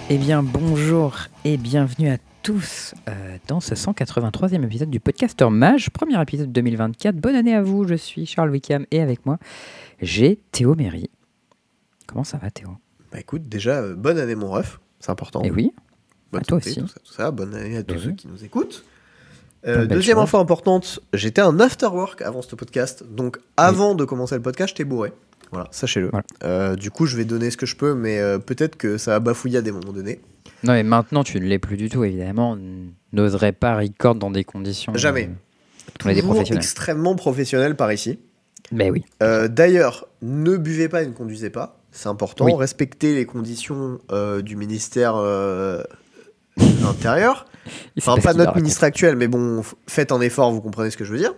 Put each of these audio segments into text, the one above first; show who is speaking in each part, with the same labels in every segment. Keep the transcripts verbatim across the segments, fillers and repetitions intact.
Speaker 1: Eh bien, bonjour et bienvenue à tous euh, dans ce cent quatre-vingt-troisième épisode du Podcaster Mage, premier épisode deux mille vingt-quatre. Bonne année à vous, je suis Charles Wickham et avec moi, j'ai Théo Méry. Comment ça va, Théo ?
Speaker 2: Bah écoute, déjà, euh, bonne année mon ref, c'est important.
Speaker 1: Et oui,
Speaker 2: bonne
Speaker 1: à toi
Speaker 2: santé,
Speaker 1: aussi.
Speaker 2: Tout ça, tout ça. Bonne année à tous
Speaker 1: Et
Speaker 2: ceux
Speaker 1: oui.
Speaker 2: qui nous écoutent.
Speaker 1: Plein
Speaker 2: Euh,
Speaker 1: de belles
Speaker 2: deuxième
Speaker 1: choses.
Speaker 2: info importante, j'étais un after work avant ce podcast, donc avant de commencer le podcast, j'étais bourré. Voilà, sachez-le.
Speaker 1: Voilà.
Speaker 2: Euh, du coup, je vais donner ce que je peux, mais euh, peut-être que ça va bafouiller à des moments donnés.
Speaker 1: Non, mais maintenant, tu ne l'es plus du tout, évidemment. On n'oserait pas record dans des conditions...
Speaker 2: Jamais.
Speaker 1: euh, On est des
Speaker 2: Toujours
Speaker 1: professionnels.
Speaker 2: extrêmement professionnel par ici.
Speaker 1: Ben oui.
Speaker 2: Euh, D'ailleurs, ne buvez pas et ne conduisez pas, c'est important.
Speaker 1: Oui.
Speaker 2: Respectez les conditions euh, du ministère euh, de l'Intérieur.
Speaker 1: Il sait
Speaker 2: Enfin,
Speaker 1: ce
Speaker 2: pas
Speaker 1: qu'il
Speaker 2: notre
Speaker 1: raconte.
Speaker 2: ministre actuel, mais bon, f- faites un effort, vous comprenez ce que je veux dire.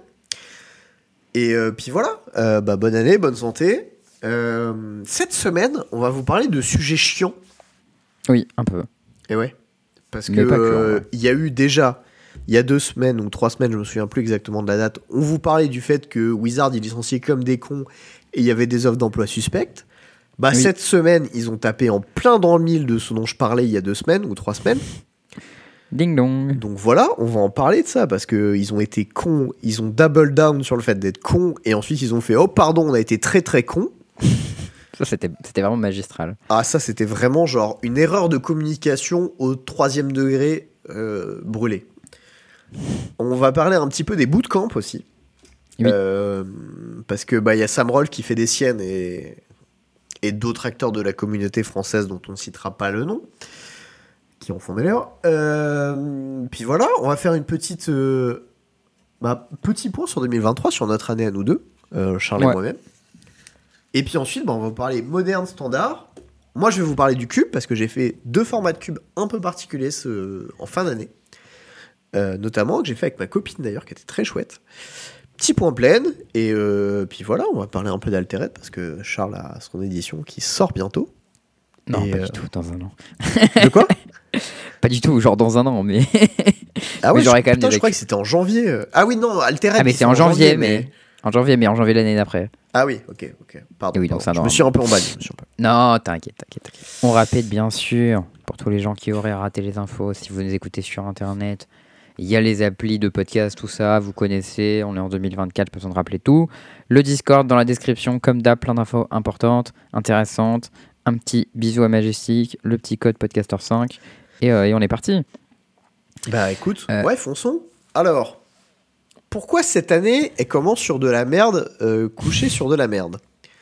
Speaker 2: Et euh, puis voilà, euh, bah, bonne année, bonne santé. Euh, cette semaine, on va vous parler de sujets chiants.
Speaker 1: Oui, un peu.
Speaker 2: Et ouais, parce que
Speaker 1: Mais pas que, en
Speaker 2: euh,
Speaker 1: vrai.
Speaker 2: il y a eu déjà, il y a deux semaines ou trois semaines, je me souviens plus exactement de la date, on vous parlait du fait que Wizard il licenciait comme des cons et il y avait des offres d'emploi suspectes. Bah
Speaker 1: Oui.
Speaker 2: cette semaine, ils ont tapé en plein dans le mille de ce dont je parlais il y a deux semaines ou trois semaines.
Speaker 1: Ding dong.
Speaker 2: Donc voilà, on va en parler de ça parce que ils ont été cons, ils ont double down sur le fait d'être cons et ensuite ils ont fait oh pardon, on a été très très cons.
Speaker 1: Ça, c'était, c'était vraiment magistral.
Speaker 2: Ah ça c'était vraiment genre une erreur de communication au troisième degré euh, brûlé. On va parler un petit peu des bootcamps aussi.
Speaker 1: Oui.
Speaker 2: Euh, parce que bah il y a Sam Roll qui fait des siennes et, et d'autres acteurs de la communauté française dont on ne citera pas le nom qui en font des l'erreur. Euh, puis voilà, on va faire une petite euh, bah, petit point sur deux mille vingt-trois sur notre année à nous deux, euh, Charles
Speaker 1: Ouais.
Speaker 2: et moi-même. Et puis ensuite, bah, on va vous parler moderne standard. Moi, je vais vous parler du cube parce que j'ai fait deux formats de cube un peu particuliers ce... en fin d'année. Euh, notamment que j'ai fait avec ma copine d'ailleurs, qui était très chouette. Petit point plein. Et euh, puis voilà, on va parler un peu d'Alterate parce que Charles a son édition qui sort bientôt.
Speaker 1: Non,
Speaker 2: Et
Speaker 1: pas
Speaker 2: euh,
Speaker 1: du tout, dans un an.
Speaker 2: De quoi?
Speaker 1: Pas du tout, genre dans un an, mais...
Speaker 2: Ah
Speaker 1: Mais
Speaker 2: ouais,
Speaker 1: j'aurais
Speaker 2: je,
Speaker 1: quand même
Speaker 2: putain,
Speaker 1: des
Speaker 2: je crois que c'était en janvier. euh. Ah oui, non, Alterate.
Speaker 1: Ah, mais
Speaker 2: il
Speaker 1: c'est
Speaker 2: sort
Speaker 1: en janvier, mais... En janvier, mais en janvier l'année d'après.
Speaker 2: Ah oui, ok, ok. Pardon.
Speaker 1: Et oui, donc
Speaker 2: pardon.
Speaker 1: ça,
Speaker 2: je
Speaker 1: non,
Speaker 2: me suis un peu emballé. je me suis un peu-
Speaker 1: Non, t'inquiète, t'inquiète, t'inquiète. On répète, bien sûr, pour tous les gens qui auraient raté les infos, si vous nous écoutez sur Internet, il y a les applis de podcast, tout ça, vous connaissez, on est en deux mille vingt-quatre, pas besoin de rappeler tout. Le Discord dans la description, comme d'hab, plein d'infos importantes, intéressantes. Un petit bisou à Majestic, le petit code podcaster cinq, et, euh, et on est parti.
Speaker 2: Bah écoute,
Speaker 1: Euh.
Speaker 2: ouais, fonçons. Alors, pourquoi cette année elle commence sur de la merde, euh, couchée sur de la merde?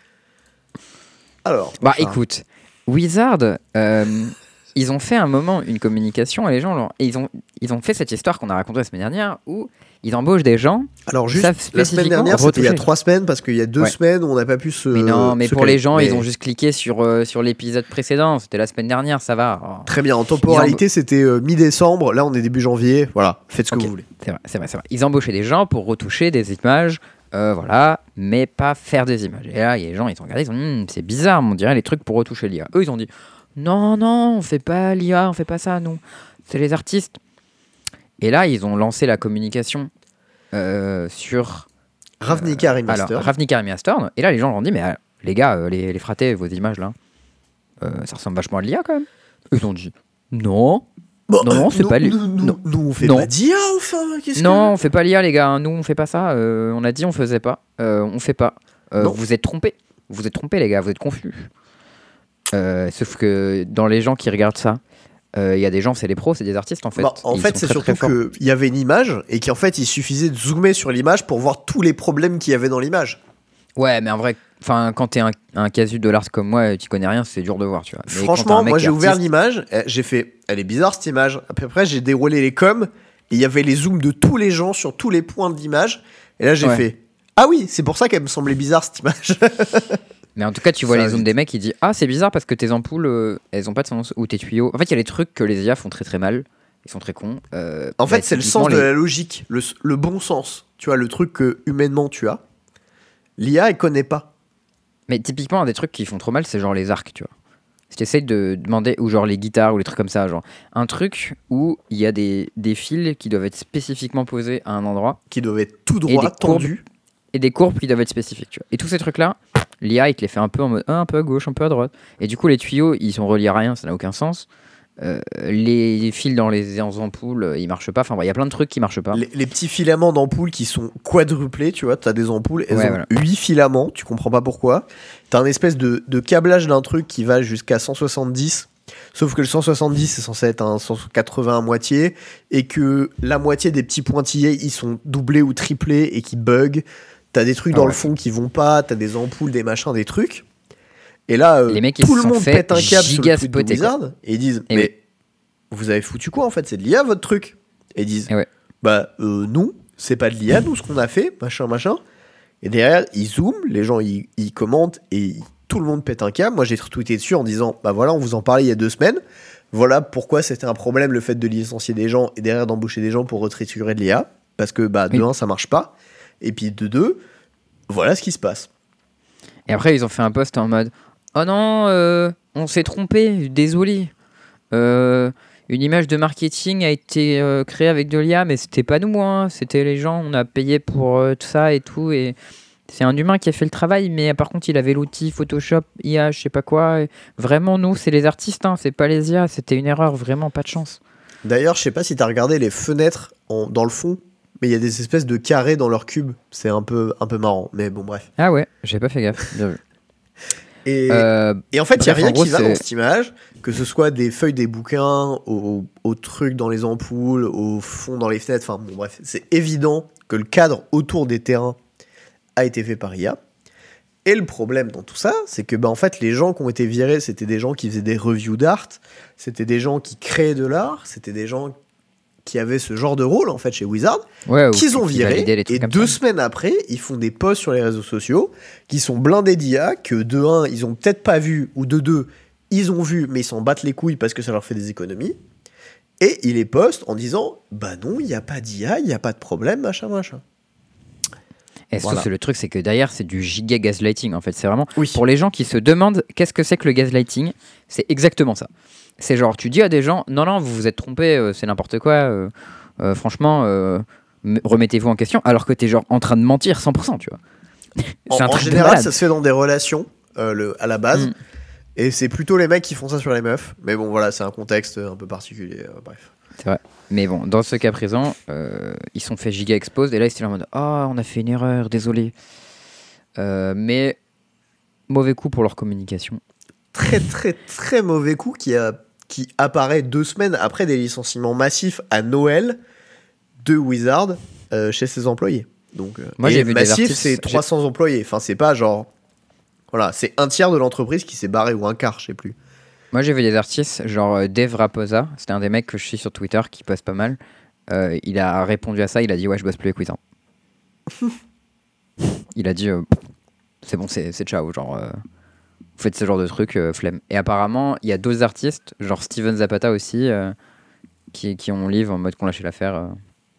Speaker 2: Alors,
Speaker 1: Bah
Speaker 2: enfin,
Speaker 1: écoute, Wizard, euh, ils ont fait un moment une communication et les gens l'ont- et ils ont ils ont fait cette histoire qu'on a racontée la semaine dernière où ils embauchent des gens.
Speaker 2: alors juste
Speaker 1: savent
Speaker 2: la semaine
Speaker 1: spécifiquement
Speaker 2: dernière, c'était il y a
Speaker 1: retoucher.
Speaker 2: trois semaines parce qu'il y a deux
Speaker 1: Ouais.
Speaker 2: semaines où on n'a pas pu se.
Speaker 1: Mais non, mais
Speaker 2: se
Speaker 1: pour
Speaker 2: caler.
Speaker 1: les gens,
Speaker 2: Mais
Speaker 1: ils ont juste cliqué sur euh, sur l'épisode précédent. C'était la semaine dernière, ça va. Oh.
Speaker 2: Très bien. En temporalité, c'était euh, mi-décembre. Là, on est début janvier. Voilà, faites ce
Speaker 1: Ok.
Speaker 2: que vous voulez.
Speaker 1: C'est vrai, c'est vrai, c'est vrai. Ils embauchaient des gens pour retoucher des images, euh, voilà, mais pas faire des images. Et là, il y a des gens, ils ont regardé, ils ont dit, Hum, c'est bizarre, on dirait les trucs pour retoucher l'I A. Eux, ils ont dit, non, non, on fait pas l'I A, on fait pas ça, non. C'est les artistes. Et là, ils ont lancé la communication euh, sur
Speaker 2: Ravnica Remaster.
Speaker 1: alors, Ravnica Remastered. Et là, les gens leur ont dit, mais euh, les gars, euh, les, les fratés, vos images là, euh, ça ressemble vachement à de l'I A quand même. Eux, ils ont dit, non.
Speaker 2: Bon,
Speaker 1: non, non, c'est
Speaker 2: nous,
Speaker 1: pas lui.
Speaker 2: Nous, nous,
Speaker 1: Non.
Speaker 2: nous, on fait
Speaker 1: Non.
Speaker 2: pas d'I A, enfin. Qu'est-ce
Speaker 1: Non, on fait pas l'I A, les gars. Nous, on fait pas ça. Euh, on a dit, on faisait pas. Euh, on fait pas. Euh,
Speaker 2: Non.
Speaker 1: vous êtes trompés. Vous êtes trompés, les gars. Vous êtes confus. Euh, sauf que dans les gens qui regardent ça, il y a des gens, c'est des pros, c'est des artistes en fait.
Speaker 2: Bah, en
Speaker 1: Ils
Speaker 2: fait,
Speaker 1: sont
Speaker 2: c'est
Speaker 1: très, très
Speaker 2: surtout
Speaker 1: forts.
Speaker 2: qu'il y avait une image et qu'en fait, il suffisait de zoomer sur l'image pour voir tous les problèmes qu'il y avait dans l'image.
Speaker 1: Ouais, mais en vrai, enfin, quand t'es un, un casu de l'art comme moi, tu connais rien, c'est dur de voir, tu vois. Mais quand t'as
Speaker 2: Franchement,
Speaker 1: un mec
Speaker 2: moi,
Speaker 1: qui est
Speaker 2: j'ai ouvert
Speaker 1: artiste-
Speaker 2: l'image, eh, j'ai fait, elle est bizarre cette image. À peu près, j'ai déroulé les coms et il y avait les zooms de tous les gens sur tous les points de l'image. Et là, j'ai
Speaker 1: Ouais.
Speaker 2: fait, ah oui, c'est pour ça qu'elle me semblait bizarre cette image.
Speaker 1: Mais en tout cas, tu vois
Speaker 2: Ça
Speaker 1: les
Speaker 2: va
Speaker 1: zooms
Speaker 2: vite.
Speaker 1: des mecs qui disent ah, c'est bizarre parce que tes ampoules, euh, elles ont pas de sens, ou tes tuyaux. En fait, il y a les trucs que les I A font très très mal. Ils sont très cons. Euh,
Speaker 2: En
Speaker 1: bah,
Speaker 2: fait, c'est le
Speaker 1: typiquement,
Speaker 2: sens de
Speaker 1: les-
Speaker 2: la logique, le, le bon sens. Tu vois, le truc que humainement tu as. L'I A, elle connaît pas.
Speaker 1: Mais typiquement, un des trucs qui font trop mal, c'est genre les arcs, tu vois. Si tu essayes de demander, ou genre les guitares, ou les trucs comme ça, genre un truc où il y a des, des fils qui doivent être spécifiquement posés à un endroit,
Speaker 2: Qui doivent être tout
Speaker 1: Et
Speaker 2: droit,
Speaker 1: des courbes.
Speaker 2: tendus.
Speaker 1: et des courbes qui doivent être spécifiques, tu vois. Et tous ces trucs-là, l'I A, il te les fait un peu en mode ah, un peu à gauche, un peu à droite. Et du coup, les tuyaux, ils sont reliés à rien, ça n'a aucun sens. euh, les fils dans les ampoules, euh, ils marchent pas. Enfin, il y a plein de trucs qui marchent pas.
Speaker 2: Les, les petits filaments d'ampoules qui sont quadruplés, tu vois, t'as des ampoules, elles
Speaker 1: Ouais,
Speaker 2: ont
Speaker 1: voilà.
Speaker 2: huit filaments, tu comprends pas pourquoi. T'as un espèce de, de câblage d'un truc qui va jusqu'à cent soixante-dix, sauf que le cent soixante-dix c'est censé être un cent quatre-vingts à moitié, et que la moitié des petits pointillés ils sont doublés ou triplés et qui bug. T'as des trucs
Speaker 1: Ah
Speaker 2: dans
Speaker 1: ouais.
Speaker 2: le fond qui vont pas, t'as des ampoules, des machins, des trucs. Et là, euh,
Speaker 1: Les mecs, ils
Speaker 2: tout
Speaker 1: se
Speaker 2: le
Speaker 1: sont
Speaker 2: monde
Speaker 1: fait
Speaker 2: pète un câble sur le
Speaker 1: giga
Speaker 2: tweet de
Speaker 1: spotter, quoi.
Speaker 2: Wizard et ils disent
Speaker 1: Et
Speaker 2: mais
Speaker 1: oui.
Speaker 2: vous avez foutu quoi en fait? C'est de l'I A votre truc? Et ils disent
Speaker 1: Et ouais.
Speaker 2: bah euh, non, c'est pas de l'I A nous ce qu'on a fait, machin machin. Et derrière ils zooment, les gens ils, ils commentent et ils- tout le monde pète un câble. Moi j'ai retweeté dessus en disant bah voilà, on vous en parlait il y a deux semaines. Voilà pourquoi c'était un problème le fait de licencier des gens et derrière d'embaucher des gens pour retriturer de l'I A, parce que bah de
Speaker 1: Oui.
Speaker 2: un ça marche pas et puis de deux voilà ce qui se passe.
Speaker 1: Et après, ils ont fait un post en mode oh non, euh, on s'est trompé, désolé. Euh, une image de marketing a été euh, créée avec de l'I A, mais c'était pas nous, hein. C'était les gens, on a payé pour euh, tout ça et tout. Et c'est un humain qui a fait le travail, mais par contre, il avait l'outil Photoshop, I A, je sais pas quoi. Et vraiment, nous, c'est les artistes, hein, c'est pas les I A. C'était une erreur, vraiment, pas de chance.
Speaker 2: D'ailleurs, je sais pas si t'as regardé les fenêtres en- dans le fond, mais il y a des espèces de carrés dans leur cube. C'est un peu, un peu marrant, mais bon, bref.
Speaker 1: Ah ouais, j'ai pas fait gaffe. Bien vu.
Speaker 2: Et,
Speaker 1: Euh,
Speaker 2: et en fait, il y a
Speaker 1: bref,
Speaker 2: rien
Speaker 1: en gros,
Speaker 2: qui va
Speaker 1: c'est-
Speaker 2: dans cette image, que ce soit des feuilles des bouquins, au, au truc dans les ampoules, au fond dans les fenêtres. Enfin, bon, bref, c'est évident que le cadre autour des terrains a été fait par I A. Et le problème dans tout ça, c'est que bah, en fait, les gens qui ont été virés, c'était des gens qui faisaient des reviews d'art, c'était des gens qui créaient de l'art, c'était des gens qui avaient ce genre de rôle en fait chez Wizard,
Speaker 1: ouais, ou
Speaker 2: qu'ils ont
Speaker 1: qui
Speaker 2: viré,
Speaker 1: validaient les trucs
Speaker 2: et
Speaker 1: comme
Speaker 2: deux
Speaker 1: ça.
Speaker 2: semaines après, ils font des posts sur les réseaux sociaux qui sont blindés d'I A, que de un, ils ont peut-être pas vu, ou de deux, ils ont vu, mais ils s'en battent les couilles parce que ça leur fait des économies. Et ils les postent en disant bah non, il n'y a pas d'I A, il n'y a pas de problème, machin, machin.
Speaker 1: Et
Speaker 2: Voilà.
Speaker 1: sauf que le truc, c'est que derrière, c'est du giga gaslighting. En fait, c'est vraiment
Speaker 2: Oui.
Speaker 1: pour les gens qui se demandent qu'est-ce que c'est que le gaslighting. C'est exactement ça. C'est genre, tu dis à des gens, non, non, vous vous êtes trompés, euh, c'est n'importe quoi. euh, euh, franchement, euh, m- remettez-vous en question, alors que t'es genre en train de mentir cent pour cent, tu vois.
Speaker 2: En,
Speaker 1: C'est un
Speaker 2: en
Speaker 1: truc de
Speaker 2: général,
Speaker 1: malade.
Speaker 2: ça se fait dans des relations euh, le, à la base.
Speaker 1: Mm.
Speaker 2: Et c'est plutôt les mecs qui font ça sur les meufs. Mais bon, voilà, c'est un contexte un peu particulier. euh, bref.
Speaker 1: C'est vrai. Mais bon, dans ce cas présent, euh, ils sont fait giga expose et là, ils étaient en mode, oh, on a fait une erreur, désolé. Euh, mais mauvais coup pour leur communication.
Speaker 2: Très, très, très mauvais coup qui, a, qui apparaît deux semaines après des licenciements massifs à Noël de Wizard euh, chez ses employés. Donc, euh,
Speaker 1: Moi,
Speaker 2: et
Speaker 1: j'ai vu des
Speaker 2: massif,
Speaker 1: artistes-
Speaker 2: c'est trois cents employés. Enfin, c'est pas genre. Voilà, c'est un tiers de l'entreprise qui s'est barré ou un quart, je sais plus.
Speaker 1: Moi, j'ai vu des artistes, genre euh, Dave Raposa, c'était un des mecs que je suis sur Twitter qui poste pas mal. Euh, il a répondu à ça, il a dit ouais, je bosse plus avec Wizard. Il a dit euh, c'est bon, c'est c'est ciao, genre euh, vous faites ce genre de truc, euh, flemme. Et apparemment, il y a d'autres artistes, genre Steven Zapata aussi, euh, qui, qui ont live en mode qu'on lâché l'affaire. euh,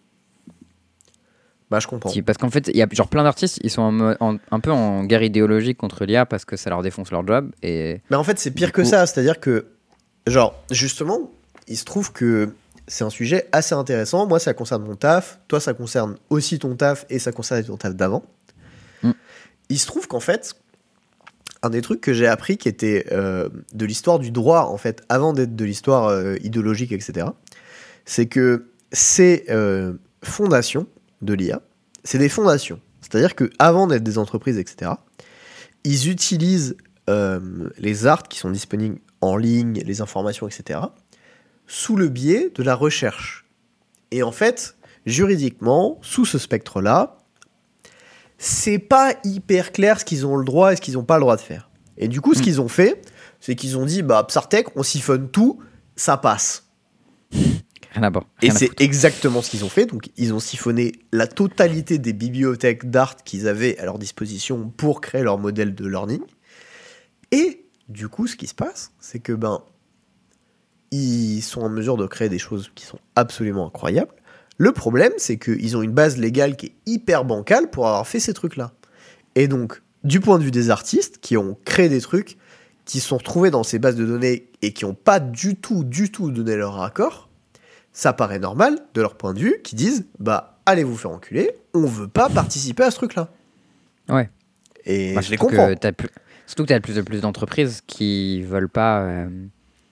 Speaker 2: Bah, je comprends.
Speaker 1: qui- parce qu'en fait, il y a genre plein d'artistes, ils sont en mo- en- un peu en guerre idéologique contre l'I A parce que ça leur défonce leur job. Et
Speaker 2: Mais en fait, c'est pire
Speaker 1: Du
Speaker 2: que
Speaker 1: coup-
Speaker 2: ça. C'est-à-dire que, genre, justement, il se trouve que c'est un sujet assez intéressant. Moi, ça concerne mon taf. Toi, ça concerne aussi ton taf et ça concerne ton taf d'avant.
Speaker 1: Mm.
Speaker 2: Il se trouve qu'en fait, un des trucs que j'ai appris qui était euh, de l'histoire du droit, en fait, avant d'être de l'histoire euh, idéologique, et cetera, c'est que ces euh, fondations de l'I A, c'est des fondations. C'est-à-dire qu'avant d'être des entreprises, et cetera, ils utilisent euh, les arts qui sont disponibles en ligne, les informations, et cetera, sous le biais de la recherche. Et en fait, juridiquement, sous ce spectre-là, c'est pas hyper clair ce qu'ils ont le droit et ce qu'ils n'ont pas le droit de faire. Et du coup, ce
Speaker 1: Mm.
Speaker 2: qu'ils ont fait, c'est qu'ils ont dit, bah, Psartec, on siphonne tout, ça passe.
Speaker 1: rien à voir.
Speaker 2: Et
Speaker 1: rien à
Speaker 2: c'est
Speaker 1: foutre.
Speaker 2: exactement ce qu'ils ont fait. Donc, ils ont siphonné la totalité des bibliothèques d'art qu'ils avaient à leur disposition pour créer leur modèle de learning. Et du coup, ce qui se passe, c'est que ben, ils sont en mesure de créer des choses qui sont absolument incroyables. Le problème, c'est qu'ils ont une base légale qui est hyper bancale pour avoir fait ces trucs-là. Et donc, du point de vue des artistes qui ont créé des trucs, qui se sont retrouvés dans ces bases de données et qui n'ont pas du tout, du tout donné leur accord, ça paraît normal, de leur point de vue, qui disent « Bah, allez vous faire enculer, on veut pas participer à ce truc-là. »
Speaker 1: Ouais.
Speaker 2: Et
Speaker 1: Bah,
Speaker 2: je les
Speaker 1: surtout que
Speaker 2: comprends.
Speaker 1: t'as plus- Surtout que tu as de plus en plus d'entreprises qui veulent pas euh,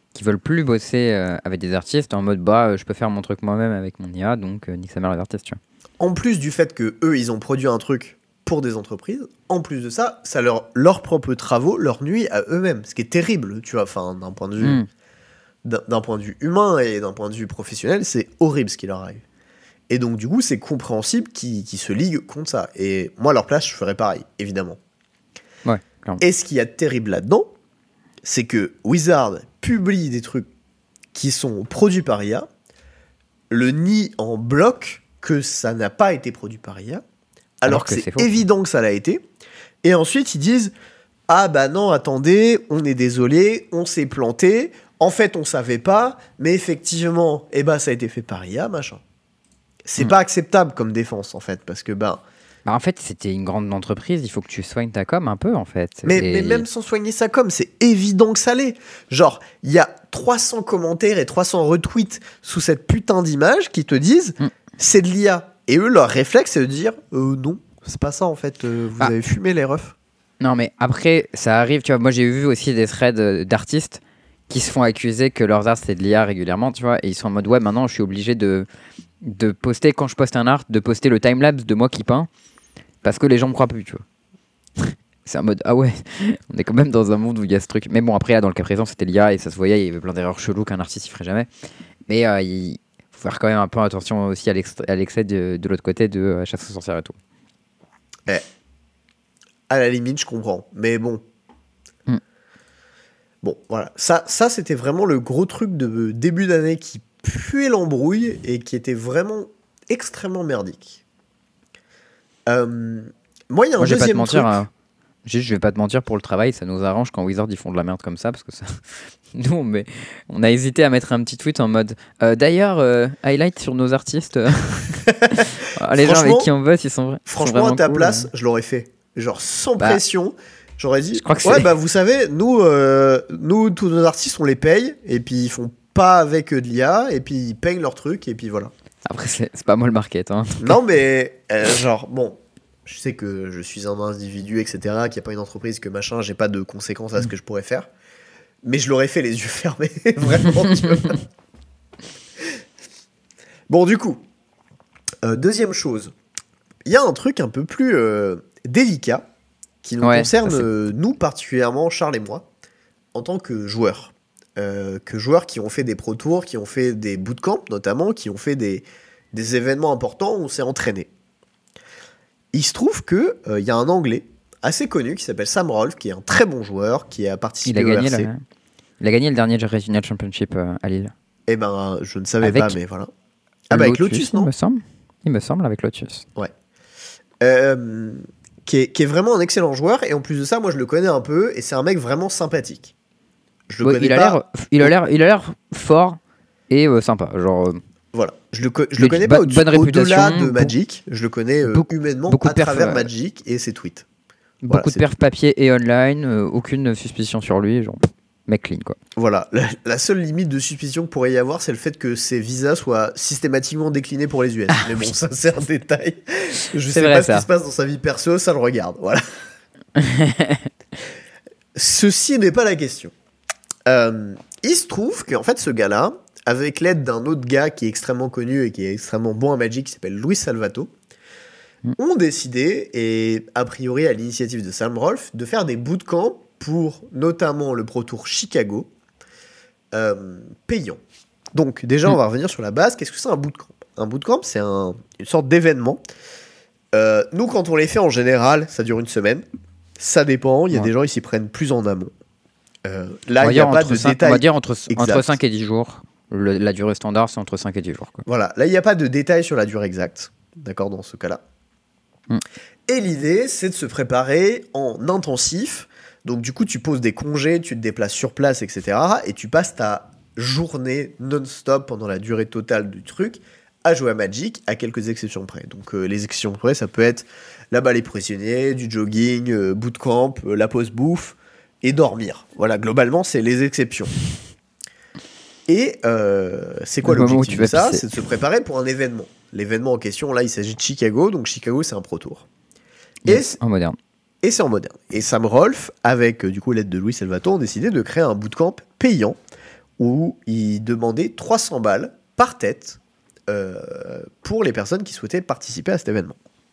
Speaker 1: qui veulent plus bosser euh, avec des artistes en mode bah euh, je peux faire mon truc moi-même avec mon I A, donc euh, nique sa mère les artistes, tu vois.
Speaker 2: En plus du fait que eux, ils ont produit un truc pour des entreprises, en plus de ça, ça leur, leurs propres travaux leur nuit à eux-mêmes, ce qui est terrible, tu vois, enfin, d'un point de vue,
Speaker 1: Mm.
Speaker 2: d'un, d'un point de vue humain et d'un point de vue professionnel, c'est horrible ce qui leur arrive. Et donc, du coup, c'est compréhensible qu'ils, qu'ils se liguent contre ça. Et moi, à leur place, je ferais pareil, évidemment.
Speaker 1: Ouais, clairement.
Speaker 2: Et ce qu'il y a de terrible là-dedans, c'est que Wizard publie des trucs qui sont produits par I A, le nie en bloc que ça n'a pas été produit par I A, alors,
Speaker 1: Alors
Speaker 2: que,
Speaker 1: que
Speaker 2: c'est,
Speaker 1: c'est faux.
Speaker 2: évident que ça l'a été. Et ensuite, ils disent « Ah bah non, attendez, on est désolé, on s'est planté, en fait, on savait pas, mais effectivement, eh bah, ça a été fait par I A, machin. » C'est
Speaker 1: Mm.
Speaker 2: pas acceptable comme défense, en fait, parce que, ben...
Speaker 1: Bah, en fait, c'était une grande entreprise, il faut que tu soignes ta com un peu, en fait.
Speaker 2: Mais,
Speaker 1: Et-
Speaker 2: mais même sans soigner sa com, c'est évident que ça l'est. Genre, il y a trois cents commentaires et trois cents retweets sous cette putain d'image qui te disent
Speaker 1: Mm.
Speaker 2: c'est de l'I A. Et eux, leur réflexe, c'est de dire euh, non, c'est pas ça en fait, euh, vous
Speaker 1: Ah.
Speaker 2: avez fumé les refs.
Speaker 1: Non, mais après, ça arrive, tu vois. Moi, j'ai vu aussi des threads euh, d'artistes qui se font accuser que leurs arts, c'est de l'I A régulièrement, tu vois. Et ils sont en mode, ouais, maintenant, je suis obligé de, de poster, quand je poste un art, de poster le timelapse de moi qui peins, parce que les gens me croient plus, tu vois. C'est en mode, ah ouais, on est quand même dans un monde où il y a ce truc. Mais bon, après, là, dans le cas présent, c'était l'I A et ça se voyait, il y avait plein d'erreurs cheloues qu'un artiste, il ferait jamais. Mais euh, il faut faire quand même un peu attention aussi à l'ex- à l'excès de, de l'autre côté de euh, chasse aux sorcières et tout.
Speaker 2: À la limite, je comprends. Mais bon.
Speaker 1: Mm.
Speaker 2: Bon, voilà. Ça, ça c'était vraiment le gros truc de début d'année qui puait l'embrouille et qui était vraiment extrêmement merdique. Euh, moi, il y a un
Speaker 1: Moi, je vais pas te
Speaker 2: deuxième
Speaker 1: mentir,
Speaker 2: truc.
Speaker 1: hein. Juste, je vais pas te mentir, pour le travail, ça nous arrange quand Wizard ils font de la merde comme ça, parce que ça... nous, on, met- on a hésité à mettre un petit tweet en mode euh, d'ailleurs, euh, highlight sur nos artistes. euh. Ah, les gens avec
Speaker 2: Franchement-
Speaker 1: qui on bosse, ils sont, vra- ils sont
Speaker 2: Franchement,
Speaker 1: vraiment
Speaker 2: à ta
Speaker 1: cool,
Speaker 2: place,
Speaker 1: euh.
Speaker 2: je l'aurais fait. Genre, sans
Speaker 1: Bah,
Speaker 2: pression. J'aurais dit,
Speaker 1: je crois que
Speaker 2: ouais,
Speaker 1: c'est-
Speaker 2: bah, vous savez, nous, euh, nous, tous nos artistes, on les paye, et puis ils font pas avec euh, de l'I A, et puis ils payent leur truc, et puis voilà.
Speaker 1: Après, c'est c'est pas moi le market. Hein.
Speaker 2: Non, mais, euh, genre, bon, je sais que je suis un individu, et cetera, qu'il n'y a pas une entreprise, que machin, j'ai pas de conséquences à ce que je pourrais faire. Mais je l'aurais fait les yeux fermés, vraiment, tu vois. Bon, du coup, euh, deuxième chose, il y a un truc un peu plus euh, délicat qui nous
Speaker 1: Ouais,
Speaker 2: concerne,
Speaker 1: ça, c'est-
Speaker 2: euh, nous particulièrement, Charles et moi, en tant que joueurs. Euh, que joueurs qui ont fait des pro tours, qui ont fait des bootcamps notamment, qui ont fait des, des événements importants où on s'est entraîné. Il se trouve qu'il euh, y a un Anglais assez connu qui s'appelle Sam Rolfe, qui est un très bon joueur, qui a
Speaker 1: Il
Speaker 2: participé
Speaker 1: a,
Speaker 2: au
Speaker 1: gagné,
Speaker 2: R C.
Speaker 1: là, il a gagné le dernier Regional Championship euh, à Lille.
Speaker 2: Eh ben, je ne savais
Speaker 1: Avec
Speaker 2: pas, mais voilà. Ah bah avec Lotus,
Speaker 1: il
Speaker 2: non
Speaker 1: me semble. Il me semble, avec Lotus.
Speaker 2: Euh, qui, est, qui est vraiment un excellent joueur, et en plus de ça, moi je le connais un peu, et c'est un mec vraiment sympathique. Je le
Speaker 1: Bon,
Speaker 2: connais
Speaker 1: il, a
Speaker 2: pas.
Speaker 1: l'air, il, a l'air, il a l'air fort et euh, sympa. Genre, euh,
Speaker 2: Voilà, je le, co- je
Speaker 1: Le-
Speaker 2: le connais
Speaker 1: bo-
Speaker 2: pas au-
Speaker 1: bonne
Speaker 2: au-delà
Speaker 1: réputation,
Speaker 2: de Magic, je le connais euh,
Speaker 1: beaucoup-
Speaker 2: humainement
Speaker 1: beaucoup
Speaker 2: à
Speaker 1: de perf,
Speaker 2: travers
Speaker 1: euh,
Speaker 2: Magic et ses tweets. Voilà,
Speaker 1: beaucoup
Speaker 2: c'est
Speaker 1: de perfs papier et online, euh, aucune suspicion sur lui. Genre, pff, mec clean, quoi.
Speaker 2: Voilà, la, la seule limite de suspicion qu'il pourrait y avoir, c'est le fait que ses visas soient systématiquement déclinés pour les U S. Mais bon, ça c'est un détail. Je
Speaker 1: C'est
Speaker 2: sais
Speaker 1: vrai,
Speaker 2: pas ce
Speaker 1: ça.
Speaker 2: qui se passe dans sa vie perso, ça le regarde. Voilà. Ceci n'est pas la question. Euh, il se trouve qu'en fait, ce gars-là, avec l'aide d'un autre gars qui est extrêmement connu et qui est extrêmement bon à Magic, qui s'appelle Luis Salvato,
Speaker 1: Mm.
Speaker 2: ont décidé, et a priori à l'initiative de Sam Rolfe, de faire des bootcamps pour notamment le Pro Tour Chicago, euh, payant. Donc déjà,
Speaker 1: Mm.
Speaker 2: on va revenir sur la base. Qu'est-ce que c'est un bootcamp ? Un bootcamp, c'est un, une sorte d'événement. Euh, nous, quand on les fait en général, ça dure une semaine. Ça dépend, il y a
Speaker 1: Ouais.
Speaker 2: des gens qui s'y prennent plus en amont. Euh, là,
Speaker 1: on va
Speaker 2: il n'y a
Speaker 1: dire
Speaker 2: pas
Speaker 1: entre
Speaker 2: de
Speaker 1: cinq,
Speaker 2: détails.
Speaker 1: on va dire entre,
Speaker 2: exact.
Speaker 1: entre cinq et dix jours. Le- la durée standard, c'est entre cinq et dix jours, quoi.
Speaker 2: Voilà, là, il n'y a pas de détails sur la durée exacte. D'accord, dans ce cas-là.
Speaker 1: Mm.
Speaker 2: Et l'idée, c'est de se préparer en intensif. Donc, du coup, tu poses des congés, tu te déplaces sur place, et cetera. Et tu passes ta journée non-stop pendant la durée totale du truc à jouer à Magic, à quelques exceptions près. Donc, euh, les exceptions près, ça peut être la balle les prisonniers, du jogging, euh, bootcamp, euh, la pause bouffe et dormir. Voilà, globalement, c'est les exceptions. Et euh, c'est quoi
Speaker 1: Le moment où
Speaker 2: l'objectif
Speaker 1: tu
Speaker 2: de
Speaker 1: vas
Speaker 2: ça ?
Speaker 1: pisser.
Speaker 2: C'est de se préparer pour un événement. L'événement en question, là, il s'agit de Chicago. Donc, Chicago, c'est un Pro Tour. Et
Speaker 1: Yes, en moderne.
Speaker 2: et c'est en moderne. Et Sam Rolfe, avec euh, du coup l'aide de Luis Salvato, ont décidé de créer un bootcamp payant où il demandait trois cents balles par tête euh, pour les personnes qui souhaitaient participer à cet événement.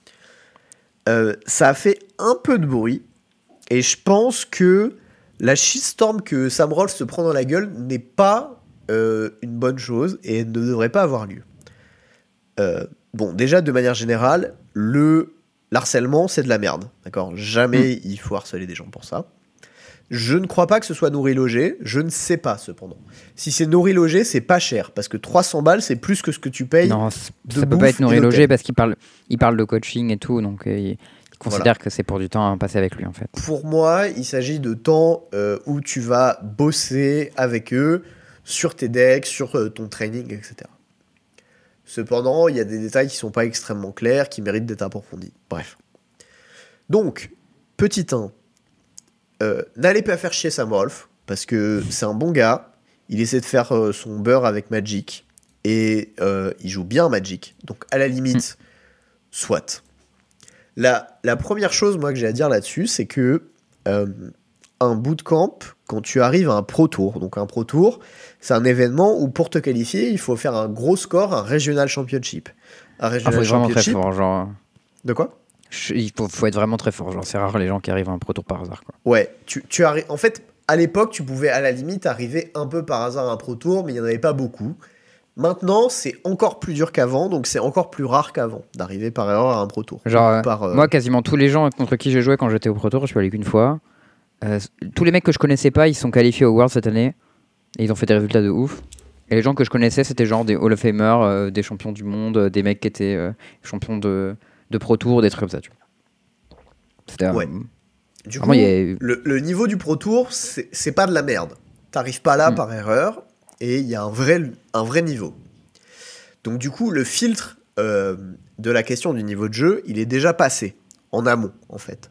Speaker 2: Euh, ça a fait un peu de bruit, et je pense que la shitstorm que Sam Rolfe se prend dans la gueule n'est pas euh, une bonne chose et ne devrait pas avoir lieu. Euh, bon, déjà, de manière générale, le l'harcèlement, c'est de la merde. D'accord ? Jamais mmh. il faut harceler des gens pour ça. Je ne crois pas que ce soit nourri-logé. Je ne sais pas, cependant. Si c'est nourri-logé, c'est pas cher. Parce que trois cents balles, c'est plus que ce que tu payes.
Speaker 1: Non, ça peut pas être nourri-logé parce qu'il parle, il parle de coaching et tout. Donc, euh, il considère voilà. que c'est pour du temps passé avec lui, en fait.
Speaker 2: Pour moi, il s'agit de temps euh, où tu vas bosser avec eux sur tes decks, sur euh, ton training, et cetera. Cependant, il y a des détails qui ne sont pas extrêmement clairs, qui méritent d'être approfondis. Bref. Donc, petit un, euh, n'allez pas faire chier Sam Rolfe, parce que c'est un bon gars, il essaie de faire euh, son beurre avec Magic, et euh, il joue bien à Magic, donc à la limite, mmh. soit. La, la première chose, moi, que j'ai à dire là-dessus, c'est que euh, un bootcamp, quand tu arrives à un Pro Tour, donc un Pro Tour, c'est un événement où pour te qualifier, il faut faire un gros score, un Regional Championship. Un Regional
Speaker 1: ah, faut
Speaker 2: Championship.
Speaker 1: Être vraiment très fort, genre.
Speaker 2: De quoi ?
Speaker 1: Je, Il faut, faut être vraiment très fort, genre c'est rare les gens qui arrivent à un Pro Tour par hasard, quoi.
Speaker 2: Ouais, tu, tu arri- en fait, à l'époque, tu pouvais à la limite arriver un peu par hasard à un Pro Tour, mais il n'y en avait pas beaucoup. Maintenant, c'est encore plus dur qu'avant, donc c'est encore plus rare qu'avant d'arriver par erreur à un Pro Tour.
Speaker 1: Genre,
Speaker 2: par, euh...
Speaker 1: moi, quasiment tous les gens contre qui j'ai joué quand j'étais au Pro Tour, je suis allé qu'une fois. Euh, tous les mecs que je connaissais pas, ils sont qualifiés au World cette année. Et ils ont fait des résultats de ouf. Et les gens que je connaissais, c'était genre des Hall of Famers, euh, des champions du monde, euh, des mecs qui étaient euh, champions de, de Pro Tour, des trucs comme ça. Tu vois. C'était,
Speaker 2: ouais.
Speaker 1: Euh,
Speaker 2: du coup, a... le, le niveau du Pro Tour, c'est, c'est pas de la merde. T'arrives pas là mm. par erreur, et il y a un vrai, un vrai niveau. Donc du coup, le filtre euh, de la question du niveau de jeu, il est déjà passé, en amont, en fait.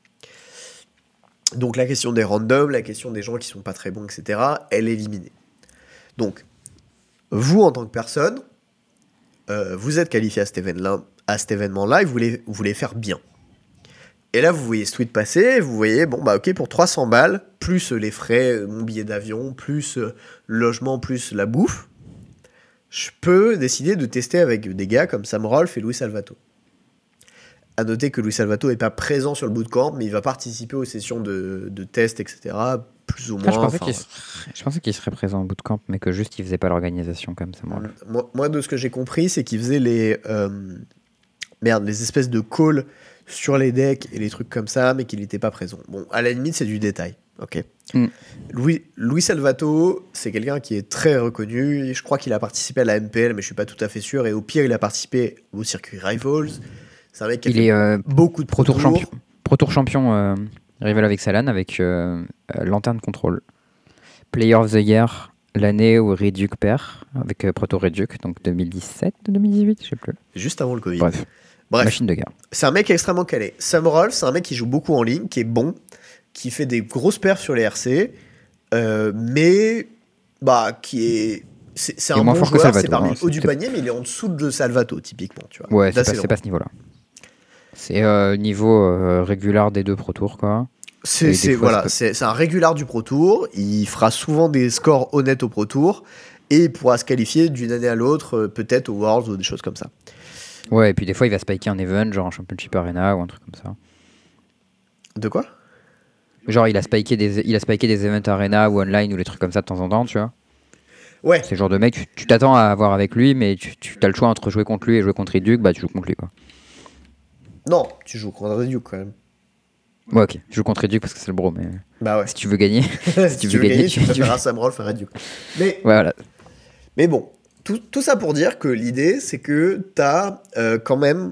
Speaker 2: Donc la question des randoms, la question des gens qui sont pas très bons, et cetera, elle est éliminée. Donc, vous, en tant que personne, euh, vous êtes qualifié à cet événement-là, à cet événement-là et vous voulez, vous voulez faire bien. Et là, vous voyez ce tweet passer, vous voyez, bon, bah ok, pour trois cents balles, plus les frais, mon billet d'avion, plus le logement, plus la bouffe, je peux décider de tester avec des gars comme Sam Rolfe et Luis Salvato. À noter que Luis Salvato n'est pas présent sur le bootcamp, mais il va participer aux sessions de, de tests, et cetera. Plus ou moins.
Speaker 1: Ah, je, pensais qu'il serait, je pensais qu'il serait présent au bootcamp, mais que juste il faisait pas l'organisation comme ça.
Speaker 2: Moi, moi, de ce que j'ai compris, c'est qu'il faisait les euh, merde, les espèces de calls sur les decks et les trucs comme ça, mais qu'il n'était pas présent. Bon, à la limite, c'est du détail. Ok. Mm. Louis, Luis Salvato, c'est quelqu'un qui est très reconnu. Je crois qu'il a participé à la M P L, mais je suis pas tout à fait sûr. Et au pire, il a participé au circuit Rivals. C'est un mec qui a
Speaker 1: il
Speaker 2: fait
Speaker 1: est euh,
Speaker 2: beaucoup de
Speaker 1: Pro Tour champion. Pro Tour champion euh, rival avec Salan, avec euh, euh, Lanterne Control. Player of the Year l'année où Reduc perd, avec euh, Pro Tour Reduc, donc deux mille dix-sept, deux mille dix-huit, je sais plus.
Speaker 2: Juste avant le Covid.
Speaker 1: Bref. Bref. Machine de guerre.
Speaker 2: C'est un mec extrêmement calé. Sam Rolfe, c'est un mec qui joue beaucoup en ligne, qui est bon, qui fait des grosses perfs sur les R C, euh, mais bah, qui est. C'est, c'est un bon joueur, Salvato, c'est parmi le haut du panier, mais il est en dessous de Salvato, typiquement. Tu vois.
Speaker 1: Ouais, c'est pas, c'est pas ce niveau-là. C'est euh, niveau euh, régular des deux Pro Tours, quoi.
Speaker 2: C'est, c'est, voilà, c'est, c'est, c'est un régular du Pro Tour. Il fera souvent des scores honnêtes au Pro Tour et il pourra se qualifier d'une année à l'autre, peut-être aux Worlds ou des choses comme ça.
Speaker 1: Ouais, et puis des fois, il va spiker un event, genre un Championship Arena ou un truc comme ça.
Speaker 2: De quoi ?
Speaker 1: Genre, il a spiké des, il a spiké des events Arena ou online ou des trucs comme ça de temps en temps, tu vois.
Speaker 2: Ouais.
Speaker 1: C'est le genre de mec, tu, tu t'attends à avoir avec lui, mais tu, tu as le choix entre jouer contre lui et jouer contre Reduc, bah tu joues contre lui, quoi.
Speaker 2: Non, tu joues contre Reduc quand même.
Speaker 1: Ouais, ok, je joue contre Reduc parce que c'est le bro, mais
Speaker 2: bah ouais.
Speaker 1: si tu veux gagner,
Speaker 2: si tu veux gagner, tu préfères Sam Rolfe à Reduc. Mais,
Speaker 1: ouais, voilà.
Speaker 2: Mais bon, tout, tout ça pour dire que l'idée, c'est que t'as euh, quand même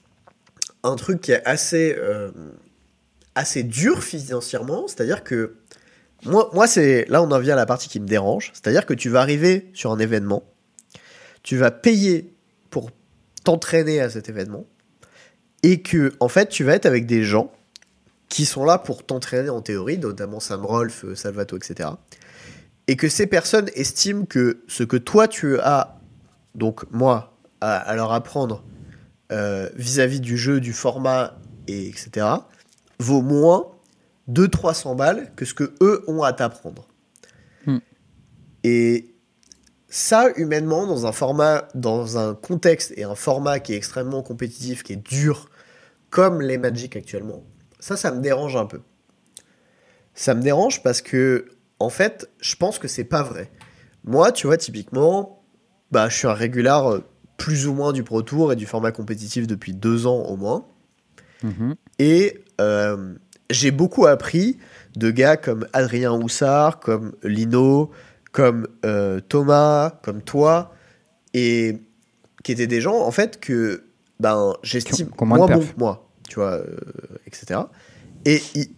Speaker 2: un truc qui est assez, euh, assez dur financièrement, c'est-à-dire que moi, moi c'est, là on en vient à la partie qui me dérange, c'est-à-dire que tu vas arriver sur un événement, tu vas payer pour t'entraîner à cet événement, et que en fait tu vas être avec des gens qui sont là pour t'entraîner en théorie, notamment Sam Rolfe, Salvato, et cetera. Et que ces personnes estiment que ce que toi tu as, donc moi, à, à leur apprendre euh, vis-à-vis du jeu, du format, et etc., vaut moins deux cents à trois cents balles que ce que eux ont à t'apprendre. Hmm. Et ça, humainement, dans un format, dans un contexte et un format qui est extrêmement compétitif, qui est dur, comme les Magic actuellement, ça, ça me dérange un peu. Ça me dérange parce que, en fait, je pense que c'est pas vrai. Moi, tu vois, typiquement, bah, je suis un régular euh, plus ou moins du Pro Tour et du format compétitif depuis deux ans au moins.
Speaker 1: Mhm.
Speaker 2: Et euh, j'ai beaucoup appris de gars comme Adrien Houssard, comme Lino, comme euh, Thomas, comme toi, et qui étaient des gens, en fait, que ben, j'estime
Speaker 1: Qui ont moins de
Speaker 2: moins bons
Speaker 1: perf.
Speaker 2: que moi, tu vois, euh, et cetera. Et, ils-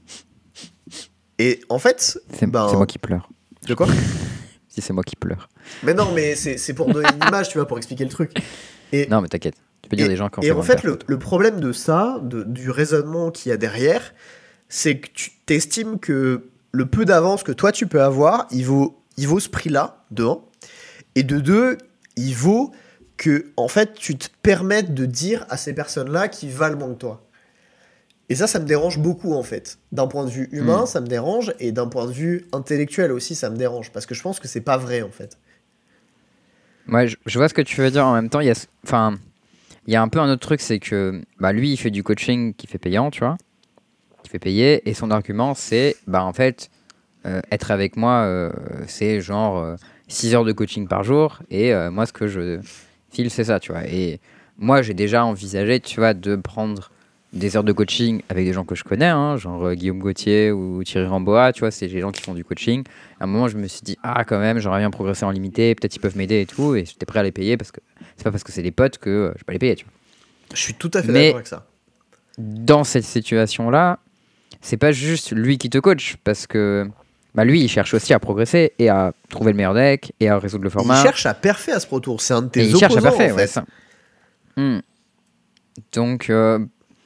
Speaker 2: et en fait,
Speaker 1: C'est
Speaker 2: ben...
Speaker 1: c'est moi qui pleure.
Speaker 2: De quoi?
Speaker 1: Si c'est moi qui pleure.
Speaker 2: Mais non, mais c'est c'est pour donner une image, tu vois, pour expliquer le truc. Et,
Speaker 1: Non, mais t'inquiète. Tu peux dire
Speaker 2: et,
Speaker 1: des gens qui ont
Speaker 2: et
Speaker 1: fait
Speaker 2: en
Speaker 1: moins de
Speaker 2: fait,
Speaker 1: perf.
Speaker 2: le, le problème de ça, de- du raisonnement qu'il y a derrière, c'est que tu t'estimes que le peu d'avance que toi tu peux avoir, il vaut, il vaut ce prix-là, de un. Et de deux, il vaut que, en fait, tu te permettes de dire à ces personnes-là qu'ils valent moins que toi. Et ça, ça me dérange beaucoup, en fait. D'un point de vue humain,
Speaker 1: Hmm.
Speaker 2: ça me dérange, et d'un point de vue intellectuel aussi, ça me dérange. Parce que je pense que c'est pas vrai, en fait.
Speaker 1: Ouais, je, je vois ce que tu veux dire. En même temps, il y a, ce- enfin, il y a un peu un autre truc, c'est que bah, lui, il fait du coaching qui fait payant, tu vois, qui fait payer, et son argument, c'est, bah en fait, euh, être avec moi, euh, c'est genre euh, six heures de coaching par jour, et euh, moi, ce que je file, c'est ça, tu vois. Et moi, j'ai déjà envisagé, tu vois, de prendre des heures de coaching avec des gens que je connais, hein, genre euh, Guillaume Gauthier ou Thierry Ramboa, tu vois, c'est des gens qui font du coaching. À un moment, je me suis dit, ah, quand même, j'aimerais bien progresser en limité, peut-être ils peuvent m'aider et tout, et j'étais prêt à les payer parce que c'est pas parce que c'est des potes que euh, je vais pas les payer, tu vois.
Speaker 2: Je suis tout à fait
Speaker 1: Mais
Speaker 2: d'accord avec ça.
Speaker 1: dans cette situation-là, c'est pas juste lui qui te coach, parce que bah, lui, il cherche aussi à progresser et à trouver le meilleur deck et à résoudre le
Speaker 2: Il
Speaker 1: format.
Speaker 2: cherche à parfait à ce Pro Tour. C'est un de tes
Speaker 1: Et il
Speaker 2: opposants,
Speaker 1: cherche à parfait,
Speaker 2: en
Speaker 1: ouais,
Speaker 2: fait.
Speaker 1: ça. Hmm. Donc, euh,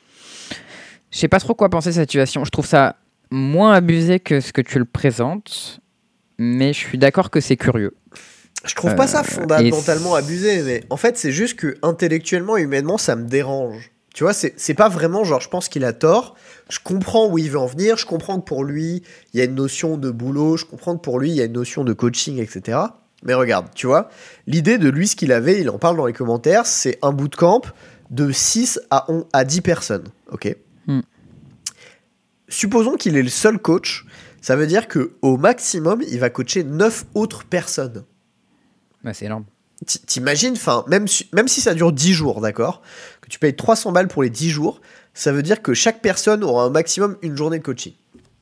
Speaker 1: je sais pas trop quoi penser de cette situation. Je trouve ça moins abusé que ce que tu le présentes, mais je suis d'accord que c'est curieux.
Speaker 2: Je trouve pas ça
Speaker 1: Euh,
Speaker 2: fondamentalement
Speaker 1: et
Speaker 2: abusé, mais en fait, c'est juste que intellectuellement, humainement, ça me dérange. Tu vois, c'est c'est pas vraiment genre, je pense qu'il a tort. Je comprends où il veut en venir. Je comprends que pour lui, il y a une notion de boulot. Je comprends que pour lui, il y a une notion de coaching, et cetera. Mais regarde, tu vois, l'idée de lui, ce qu'il avait, il en parle dans les commentaires, c'est un bootcamp de six à, onze à dix personnes. Ok.
Speaker 1: Hmm.
Speaker 2: Supposons qu'il est le seul coach. Ça veut dire que au maximum, il va coacher neuf autres personnes.
Speaker 1: Bah, c'est énorme.
Speaker 2: T- T'imagines, enfin, même, si- même si ça dure dix jours, d'accord, que tu payes trois cents balles pour les dix jours, ça veut dire que chaque personne aura un maximum une journée de coaching.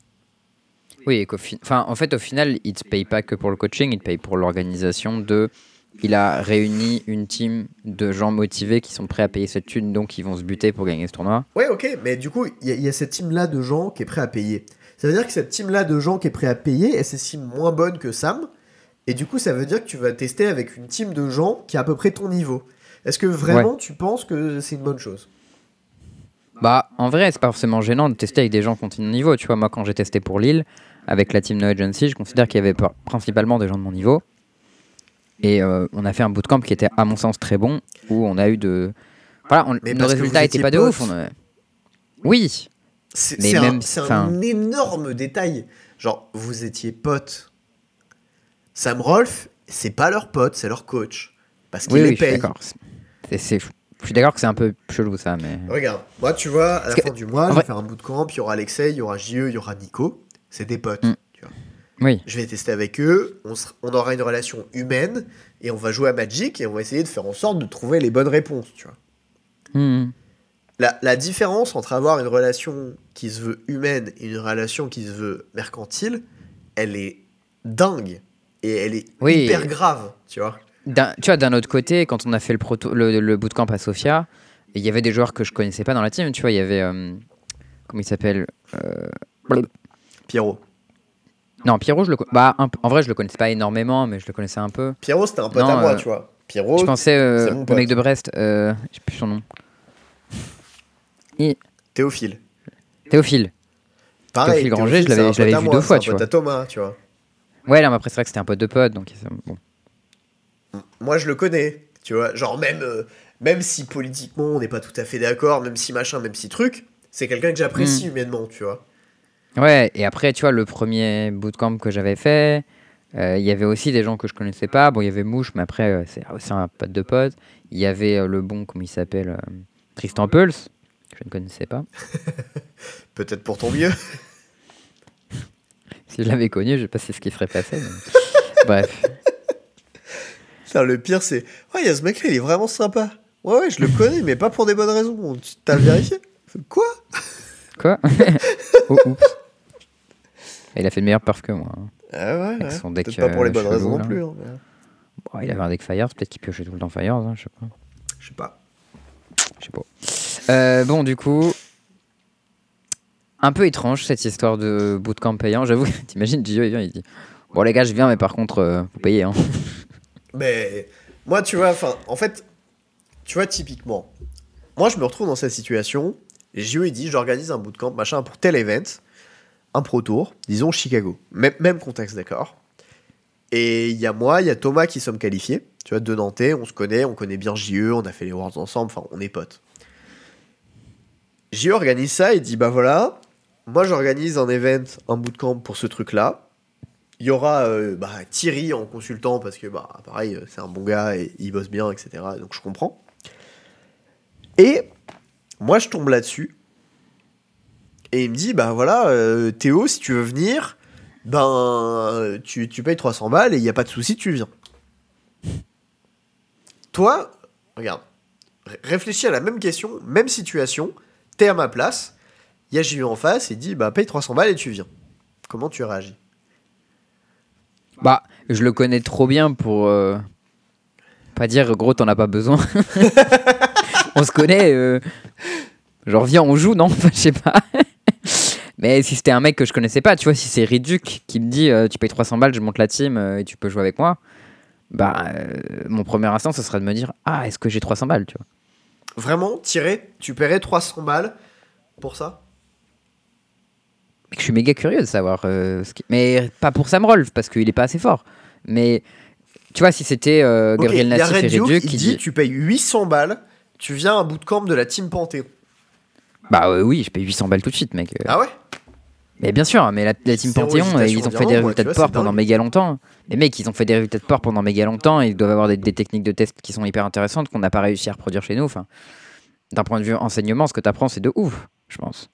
Speaker 1: Oui, et qu'au fi- enfin, en fait, au final, il te paye pas que pour le coaching, il te paye pour l'organisation de. Il a réuni une team de gens motivés qui sont prêts à payer cette thune, donc ils vont se buter pour gagner ce tournoi.
Speaker 2: Ouais, ok, mais du coup, il y, a- il y a cette team-là de gens qui est prêt à payer. Ça veut dire que cette team-là de gens qui est prêt à payer, elle s'estime moins bonne que Sam, et du coup, ça veut dire que tu vas tester avec une team de gens qui est à peu près ton niveau. Est-ce que vraiment tu penses que c'est une bonne chose?
Speaker 1: Bah, en vrai, c'est pas forcément gênant de tester avec des gens qui ont ton niveau. Tu vois, moi, quand j'ai testé pour Lille, avec la team No Agency, je considère qu'il y avait par- principalement des gens de mon niveau. Et euh, on a fait un bootcamp qui était, à mon sens, très bon, où on a eu de. Voilà, on-
Speaker 2: Mais
Speaker 1: nos
Speaker 2: parce que
Speaker 1: résultats
Speaker 2: vous
Speaker 1: étaient
Speaker 2: étiez
Speaker 1: pas de
Speaker 2: potes.
Speaker 1: ouf. on a- Oui,
Speaker 2: C'est
Speaker 1: mais
Speaker 2: c'est un,
Speaker 1: même.
Speaker 2: c'est un
Speaker 1: Enfin,
Speaker 2: énorme détail. Genre, vous étiez potes. Sam Rolf, c'est pas leur pote, c'est leur coach. Parce qu'il
Speaker 1: oui,
Speaker 2: les
Speaker 1: oui, je suis
Speaker 2: paye.
Speaker 1: d'accord. C'est- c'est- Je suis d'accord que c'est un peu chelou, ça, mais.
Speaker 2: Regarde, moi, tu vois, à la
Speaker 1: que-
Speaker 2: fin du mois,
Speaker 1: en
Speaker 2: je
Speaker 1: vrai-
Speaker 2: vais faire un bootcamp, il y aura Alexei, il y aura J E, il y aura Nico. C'est des potes,
Speaker 1: Mm.
Speaker 2: tu vois.
Speaker 1: Oui.
Speaker 2: Je vais tester avec eux, on, sera- on aura une relation humaine, et on va jouer à Magic, et on va essayer de faire en sorte de trouver les bonnes réponses, tu vois.
Speaker 1: Hmm.
Speaker 2: La, la différence entre avoir une relation qui se veut humaine et une relation qui se veut mercantile, elle est dingue. Et elle est
Speaker 1: Oui.
Speaker 2: hyper grave, tu vois.
Speaker 1: D'un- tu vois, d'un autre côté, quand on a fait le, proto- le, le bootcamp à Sofia, il y avait des joueurs que je connaissais pas dans la team. Tu vois, il y avait. euh, comment il s'appelle euh,
Speaker 2: Pierrot.
Speaker 1: Non, Pierrot, je le co- bah, un peu- en vrai, je le connaissais pas énormément, mais je le connaissais un peu.
Speaker 2: Pierrot, c'était un pote
Speaker 1: Non,
Speaker 2: à moi,
Speaker 1: euh,
Speaker 2: tu vois. Pierrot,
Speaker 1: je pensais euh,
Speaker 2: c'est mon
Speaker 1: le
Speaker 2: pote.
Speaker 1: mec de Brest, euh, je sais plus son nom. Et
Speaker 2: Théophile.
Speaker 1: Théophile.
Speaker 2: Pareil,
Speaker 1: Théophile Granger,
Speaker 2: Théophile,
Speaker 1: je l'avais-
Speaker 2: c'est un
Speaker 1: je l'avais
Speaker 2: pote à
Speaker 1: vu
Speaker 2: moi,
Speaker 1: deux fois,
Speaker 2: c'est un
Speaker 1: tu
Speaker 2: pote
Speaker 1: vois.
Speaker 2: à Thomas, tu vois.
Speaker 1: Ouais, là, mais après, c'est vrai que c'était un pote de pote, donc c'est- bon.
Speaker 2: Moi, je le connais, tu vois. Genre, même, euh, même si politiquement, on n'est pas tout à fait d'accord, même si machin, même si truc, c'est quelqu'un que j'apprécie
Speaker 1: Mm.
Speaker 2: humainement, tu vois.
Speaker 1: Ouais, et après, tu vois, le premier bootcamp que j'avais fait, Euh, Il y avait aussi des gens que je connaissais pas. Bon, il y avait Mouche, mais après, euh, c'est aussi un pote de pote. Il y avait euh, le bon, comment il s'appelle euh, Tristan Pulse, que je ne connaissais pas.
Speaker 2: Peut-être pour ton mieux.
Speaker 1: Si je l'avais connu, je sais pas si c'est ce qui serait passé. mais- Bref.
Speaker 2: Putain, le pire, c'est. Ouais, il y a ce mec-là, il est vraiment sympa. Ouais, ouais, je le connais, mais pas pour des bonnes raisons. Tu t'as vérifié? Quoi?
Speaker 1: Quoi? Oh, oups. Il a fait de meilleures perfs que moi. hein.
Speaker 2: Ah ouais,
Speaker 1: Avec
Speaker 2: ouais.
Speaker 1: son deck,
Speaker 2: Peut-être pas pour les
Speaker 1: euh,
Speaker 2: bonnes
Speaker 1: chelou,
Speaker 2: raisons non
Speaker 1: là.
Speaker 2: plus. Hein, mais...
Speaker 1: Bon, il avait un deck Fires, peut-être qu'il piochait tout le temps Fires, hein, je sais pas.
Speaker 2: Je sais pas.
Speaker 1: Je sais pas. Euh, bon, du coup, un peu étrange cette histoire de bootcamp payant. J'avoue, t'imagines, Gio, il vient, il dit bon, les gars, je viens, mais par contre, euh, vous payez. Hein.
Speaker 2: Mais moi, tu vois, enfin, en fait, tu vois, typiquement, moi, je me retrouve dans cette situation. J O, il dit j'organise un bootcamp, machin, pour tel event, un pro tour, disons Chicago. Même, même contexte, d'accord. Et il y a moi, il y a Thomas qui sommes qualifiés. Tu vois, deux Nantais, on se connaît, on connaît bien J E, on a fait les Worlds ensemble, enfin, on est potes. J E organise ça et dit bah voilà, moi j'organise un event, un bootcamp pour ce truc-là. Il y aura euh, bah, Thierry en consultant parce que bah pareil, c'est un bon gars et il bosse bien, et cetera. Donc je comprends. Et moi je tombe là-dessus et il me dit bah voilà, euh, Théo, si tu veux venir, ben tu, tu payes trois cents balles et il n'y a pas de souci, tu viens. Toi, regarde, ré- réfléchis à la même question, même situation, t'es à ma place, il y a J U en face, il dit bah paye trois cents balles et tu viens. Comment tu réagis?
Speaker 1: Bah, je le connais trop bien pour euh, pas dire gros, t'en as pas besoin. On se connaît. Euh, genre, viens, on joue, non? Enfin, je sais pas. Mais si c'était un mec que je connaissais pas, tu vois, si c'est Riduc qui me dit euh, tu payes trois cents balles, je monte la team euh, et tu peux jouer avec moi, bah, euh, mon premier instant, ce serait de me dire ah, est-ce que j'ai trois cents balles, tu vois?
Speaker 2: Vraiment, Thierry, tu paierais trois cents balles pour ça?
Speaker 1: Je suis méga curieux de savoir. euh, ce qui... Mais pas pour Sam Rolf, parce qu'il est pas assez fort. Mais tu vois, si c'était euh,
Speaker 2: Ok,
Speaker 1: Gabriel
Speaker 2: il y a
Speaker 1: Nassif et
Speaker 2: Red Duke,
Speaker 1: Riduc
Speaker 2: il
Speaker 1: qui
Speaker 2: dit
Speaker 1: dit
Speaker 2: tu payes huit cents balles, tu viens à un bootcamp de la team Panthéon.
Speaker 1: bah euh, oui, je paye huit cents balles tout de suite, mec.
Speaker 2: Ah ouais?
Speaker 1: Mais bien sûr, mais la, la team
Speaker 2: Zéro
Speaker 1: Panthéon, euh,
Speaker 2: hésitation
Speaker 1: ils ont
Speaker 2: à dire
Speaker 1: fait
Speaker 2: non,
Speaker 1: des
Speaker 2: moi,
Speaker 1: résultats
Speaker 2: tu
Speaker 1: de
Speaker 2: vois,
Speaker 1: port
Speaker 2: c'est
Speaker 1: pendant
Speaker 2: dingue.
Speaker 1: méga longtemps. Les mecs, ils ont fait des résultats de port pendant méga longtemps. Ils doivent avoir des, des techniques de test qui sont hyper intéressantes qu'on n'a pas réussi à reproduire chez nous. Enfin, d'un point de vue enseignement, ce que tu apprends, c'est de ouf, je pense.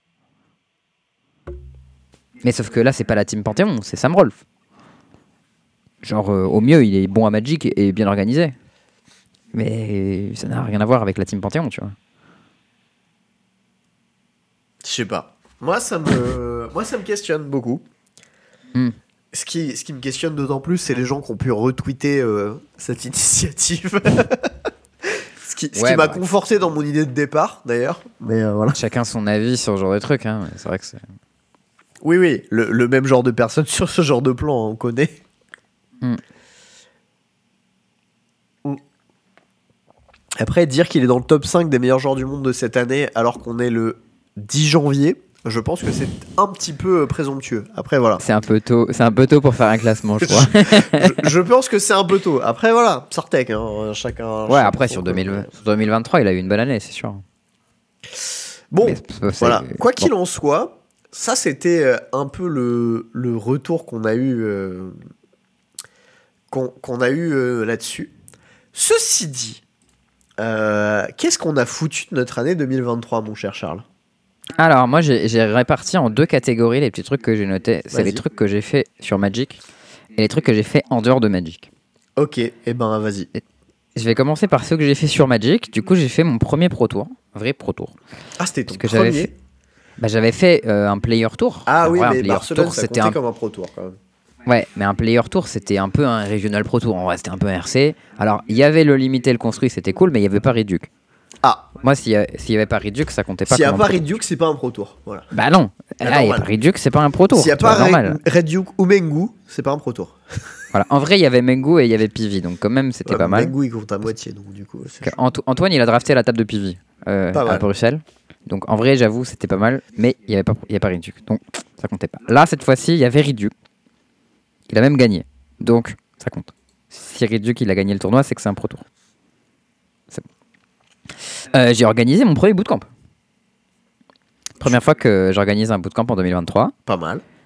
Speaker 1: Mais sauf que là, c'est pas la team Panthéon, c'est Sam Rolf. Genre, euh, au mieux, il est bon à Magic et bien organisé. Mais ça n'a rien à voir avec la team Panthéon, tu vois.
Speaker 2: Je sais pas. Moi, ça me, moi, ça me questionne beaucoup.
Speaker 1: Hmm.
Speaker 2: Ce qui, ce qui me questionne d'autant plus, c'est les gens qui ont pu retweeter euh, cette initiative. ce qui, ce
Speaker 1: Ouais,
Speaker 2: qui m'a
Speaker 1: bah,
Speaker 2: conforté dans mon idée de départ, d'ailleurs. Mais euh, voilà.
Speaker 1: Chacun son avis sur ce genre de truc, hein. C'est vrai que c'est.
Speaker 2: Oui, oui, le, le même genre de personne sur ce genre de plan, hein, on connaît.
Speaker 1: Hmm.
Speaker 2: Mm. Après, dire qu'il est dans le top cinq des meilleurs joueurs du monde de cette année, alors qu'on est le dix janvier, je pense que c'est un petit peu euh, présomptueux. Après, voilà.
Speaker 1: C'est un peu tôt, c'est un peu tôt pour faire un classement, je crois.
Speaker 2: je, je pense que c'est un peu tôt. Après, voilà, Sartek, hein, chacun.
Speaker 1: Ouais,
Speaker 2: chacun
Speaker 1: après
Speaker 2: son
Speaker 1: sur,
Speaker 2: coup.
Speaker 1: deux mille, sur deux mille vingt-trois, il a eu une bonne année, c'est sûr.
Speaker 2: Bon,
Speaker 1: Mais c'est- c'est-
Speaker 2: voilà. Quoi qu'il
Speaker 1: bon.
Speaker 2: en soit, ça c'était euh, un peu le, le retour qu'on a eu, euh, qu'on, qu'on a eu euh, là-dessus. Ceci dit, euh, qu'est-ce qu'on a foutu de notre année deux mille vingt-trois, mon cher Charles?
Speaker 1: Alors, moi, j'ai, j'ai réparti en deux catégories les petits trucs que j'ai notés. C'est
Speaker 2: Vas-y.
Speaker 1: les trucs que j'ai fait sur Magic et les trucs que j'ai fait en dehors de Magic.
Speaker 2: Ok, et eh ben vas-y.
Speaker 1: Je vais commencer par ceux que j'ai fait sur Magic. Du coup, j'ai fait mon premier Pro Tour, vrai Pro Tour.
Speaker 2: Ah, c'était ton
Speaker 1: Parce que j'avais
Speaker 2: premier.
Speaker 1: fait, bah, j'avais fait euh, un Player Tour.
Speaker 2: Ah
Speaker 1: En
Speaker 2: oui,
Speaker 1: vrai, un
Speaker 2: mais
Speaker 1: Player
Speaker 2: Barcelone,
Speaker 1: Tour,
Speaker 2: ça
Speaker 1: c'était
Speaker 2: comptait
Speaker 1: un
Speaker 2: comme un pro tour quand même.
Speaker 1: Ouais, mais un Player Tour, c'était un peu un Regional Pro Tour. En vrai, c'était un peu un R C. Alors, il y avait le limité, le construit, c'était cool, mais il n'y avait pas Riduc.
Speaker 2: Ah,
Speaker 1: Moi, s'il n'y avait pas Riduc, ça comptait pas
Speaker 2: s'il n'y a
Speaker 1: comme
Speaker 2: pas
Speaker 1: un Pro
Speaker 2: Red Duke, c'est pas un pro tour. Voilà.
Speaker 1: Tour. Bah non,
Speaker 2: Ah,
Speaker 1: là, il n'y a
Speaker 2: normal.
Speaker 1: pas Riduc, c'est pas un Pro Tour.
Speaker 2: S'il n'y a
Speaker 1: tu vois,
Speaker 2: pas Red,
Speaker 1: normal.
Speaker 2: Red Duke ou Mengu, c'est pas un pro tour.
Speaker 1: Voilà. En vrai, il y avait Mengu et il y avait Pivi, donc quand même, c'était
Speaker 2: Ouais,
Speaker 1: pas mal.
Speaker 2: Mengu, il compte à moitié, donc du coup. c'est
Speaker 1: Que
Speaker 2: chaud.
Speaker 1: Anto- Antoine, il a drafté à la table de Pivi euh,
Speaker 2: Pas
Speaker 1: à
Speaker 2: mal.
Speaker 1: Bruxelles. Donc en vrai, j'avoue, c'était pas mal, mais il n'y avait pas, il y avait pas Riduc. Donc ça comptait pas. Là, cette fois-ci, il y avait Riduc. Il a même gagné. Donc ça compte. Si Riduc, il a gagné le tournoi, c'est que c'est un Pro Tour. C'est bon. Euh, j'ai organisé mon premier bootcamp. Première fois que j'organise un bootcamp en deux mille vingt-trois.
Speaker 2: Pas mal.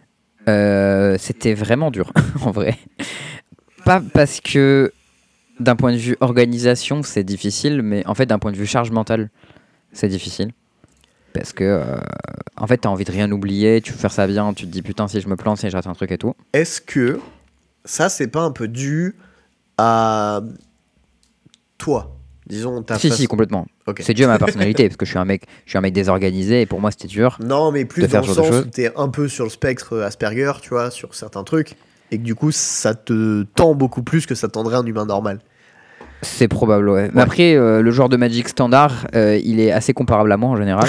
Speaker 1: Euh, c'était vraiment dur, en vrai. Pas parce que d'un point de vue organisation, c'est difficile, mais en fait, d'un point de vue charge mentale, c'est difficile. Parce que, euh, en fait, t'as envie de rien oublier, tu veux faire ça bien, tu te dis putain, si je me plante, si je rate un truc et tout.
Speaker 2: Est-ce que ça, c'est pas un peu dû à toi? Disons, ta
Speaker 1: Si,
Speaker 2: façon-
Speaker 1: si, complètement.
Speaker 2: Ok.
Speaker 1: C'est dû à ma personnalité, parce que je suis un mec, je suis un mec désorganisé, et pour moi, c'était dur.
Speaker 2: Non, mais plus
Speaker 1: de
Speaker 2: dans
Speaker 1: faire
Speaker 2: le
Speaker 1: ce genre de
Speaker 2: sens
Speaker 1: choses.
Speaker 2: où t'es un peu sur le spectre Asperger, tu vois, sur certains trucs, et que du coup, ça te tend beaucoup plus que ça tendrait un humain normal.
Speaker 1: C'est probable, ouais. Mais
Speaker 2: Ouais.
Speaker 1: après, euh, le joueur de Magic standard, euh, il est assez comparable à moi en général.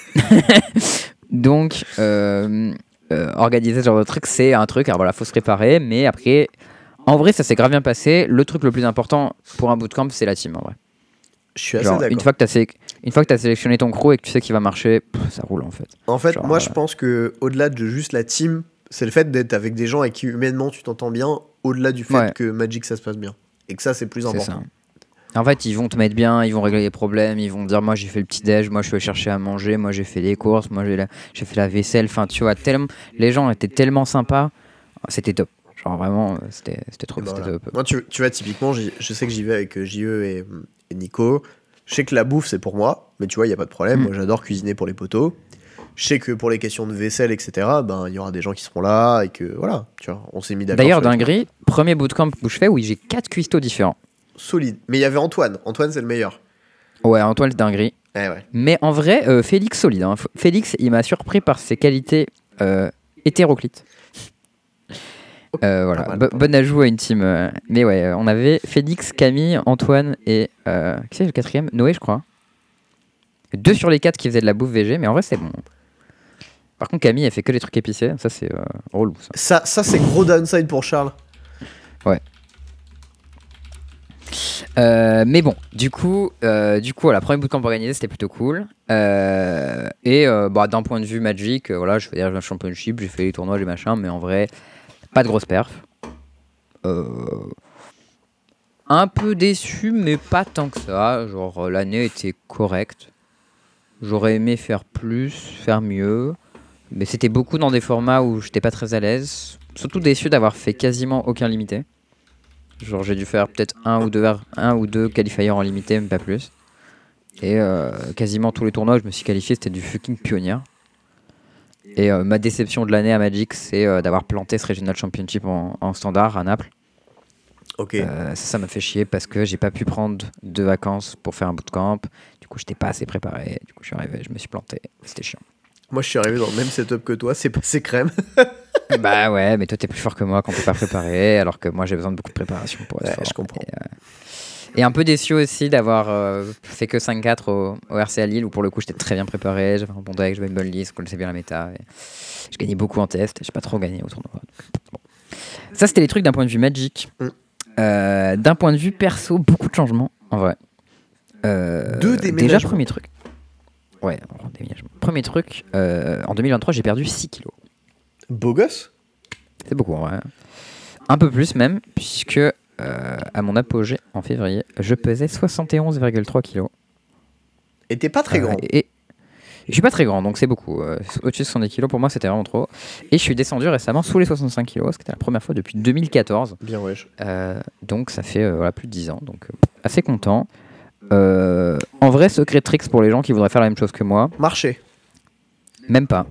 Speaker 1: Donc, euh, euh, organiser ce genre de truc, c'est un truc. Alors voilà, faut se préparer, mais après, en vrai, ça s'est grave bien passé. Le truc le plus important pour un bootcamp, c'est la team, en vrai.
Speaker 2: Je suis assez
Speaker 1: Genre,
Speaker 2: d'accord.
Speaker 1: une fois que t'as sé- une fois que t'as sélectionné ton crew et que tu sais qu'il va marcher, pff, ça roule en fait.
Speaker 2: En fait,
Speaker 1: Genre,
Speaker 2: moi,
Speaker 1: euh,
Speaker 2: je pense que au-delà de juste la team, c'est le fait d'être avec des gens avec qui humainement tu t'entends bien, au-delà du fait
Speaker 1: Ouais.
Speaker 2: que Magic ça se passe bien. Et que ça, c'est plus
Speaker 1: C'est
Speaker 2: important.
Speaker 1: ça. En fait, ils vont te mettre bien, ils vont régler les problèmes, ils vont te dire moi j'ai fait le petit déj, moi je suis allé chercher à manger, moi j'ai fait les courses, moi j'ai la- j'ai fait la vaisselle. Enfin, tu vois, tellement les gens étaient tellement sympas, c'était top. Genre vraiment, euh, c'était c'était trop,
Speaker 2: Et bah
Speaker 1: c'était
Speaker 2: voilà.
Speaker 1: top.
Speaker 2: Moi, tu, tu vois, typiquement, j'y- je sais que j'y vais avec euh, J E et, et Nico. Je sais que la bouffe, c'est pour moi, mais tu vois, il n'y a pas de problème.
Speaker 1: Mm.
Speaker 2: Moi, j'adore cuisiner pour les potos. Je sais que pour les questions de vaisselle, et cetera, ben, il y aura des gens qui seront là et que voilà, tu vois, on s'est mis d'accord.
Speaker 1: D'ailleurs,
Speaker 2: sur les trucs.
Speaker 1: dinguerie, premier bootcamp où je fais, oui, j'ai quatre cuistots différents.
Speaker 2: Solide. Mais il y avait Antoine. Antoine, c'est le meilleur.
Speaker 1: Ouais, Antoine, c'est dinguerie.
Speaker 2: Eh ouais.
Speaker 1: Mais en vrai, euh, Félix solide. hein. F- Félix, il m'a surpris par ses qualités euh, hétéroclites. Euh, voilà,
Speaker 2: Pas mal,
Speaker 1: Bo-
Speaker 2: pas mal.
Speaker 1: bon ajout à une team. euh. Mais ouais, euh, on avait Félix, Camille, Antoine et euh, qui c'est le quatrième? Noé, je crois. Deux sur les quatre qui faisaient de la bouffe V G, mais en vrai, c'est bon. Par contre, Camille, elle fait que les trucs épicés. Ça, c'est euh, relou. Ça.
Speaker 2: Ça, ça c'est gros downside pour Charles.
Speaker 1: Euh, mais bon, du coup, euh, du coup, voilà, premier bootcamp organisé, c'était plutôt cool. Euh, et euh, bah, d'un point de vue Magic, euh, voilà, je fais des championship, j'ai fait les tournois, les machins, mais en vrai, pas de grosse perf. Euh, un peu déçu, mais pas tant que ça. Genre, euh, l'année était correcte. J'aurais aimé faire plus, faire mieux. Mais c'était beaucoup dans des formats où j'étais pas très à l'aise. Surtout déçu d'avoir fait quasiment aucun limité. Genre j'ai dû faire peut-être un ou deux, un ou deux qualifiers en limité, mais pas plus. Et euh, quasiment tous les tournois où je me suis qualifié, c'était du fucking pionnier. Et euh, ma déception de l'année à Magic, c'est euh, d'avoir planté ce Regional Championship en, en standard à Naples.
Speaker 2: Ok.
Speaker 1: Euh, ça, ça m'a fait chier parce que j'ai pas pu prendre de vacances pour faire un bootcamp. Du coup, j'étais pas assez préparé. Du coup, je suis arrivé, je me suis planté. C'était chiant.
Speaker 2: Moi, je suis arrivé dans le même setup que toi, c'est passé crème.
Speaker 1: Bah ouais, mais toi t'es plus fort que moi quand t'es pas préparé, alors que moi j'ai besoin de beaucoup de préparation pour être
Speaker 2: Ouais,
Speaker 1: fort.
Speaker 2: je comprends.
Speaker 1: Et, euh, et un peu déçu aussi d'avoir euh, fait que cinq quatre au, au R C à Lille, où pour le coup j'étais très bien préparé, j'avais un bon deck, j'avais une bonne liste, je connaissais bien la méta. Et je gagnais beaucoup en test, j'ai pas trop gagné au tournoi. Donc, bon. Ça c'était les trucs d'un point de vue Magic.
Speaker 2: Mm.
Speaker 1: Euh, d'un point de vue perso, beaucoup de changements en vrai. Euh,
Speaker 2: Deux
Speaker 1: Déjà,
Speaker 2: déménagements.
Speaker 1: premier truc. Ouais, alors, déménagement. Premier truc, euh, en deux mille vingt-trois j'ai perdu six kilos.
Speaker 2: Beau gosse.
Speaker 1: C'est beaucoup, en vrai. Un peu plus même, puisque euh, à mon apogée en février, je pesais soixante et onze virgule trois kilos.
Speaker 2: Et t'es pas très
Speaker 1: Euh,
Speaker 2: grand.
Speaker 1: et, et je suis pas très grand, donc c'est beaucoup. Euh, au-dessus de soixante-dix kilos, pour moi, c'était vraiment trop. Et je suis descendu récemment sous les soixante-cinq kilos, ce qui était la première fois depuis deux mille quatorze.
Speaker 2: Bien wesh.
Speaker 1: Euh, donc ça fait euh, voilà, plus de dix ans, donc euh, assez content. Euh, en vrai, secret tricks pour les gens qui voudraient faire la même chose que moi,
Speaker 2: Marché.
Speaker 1: même pas.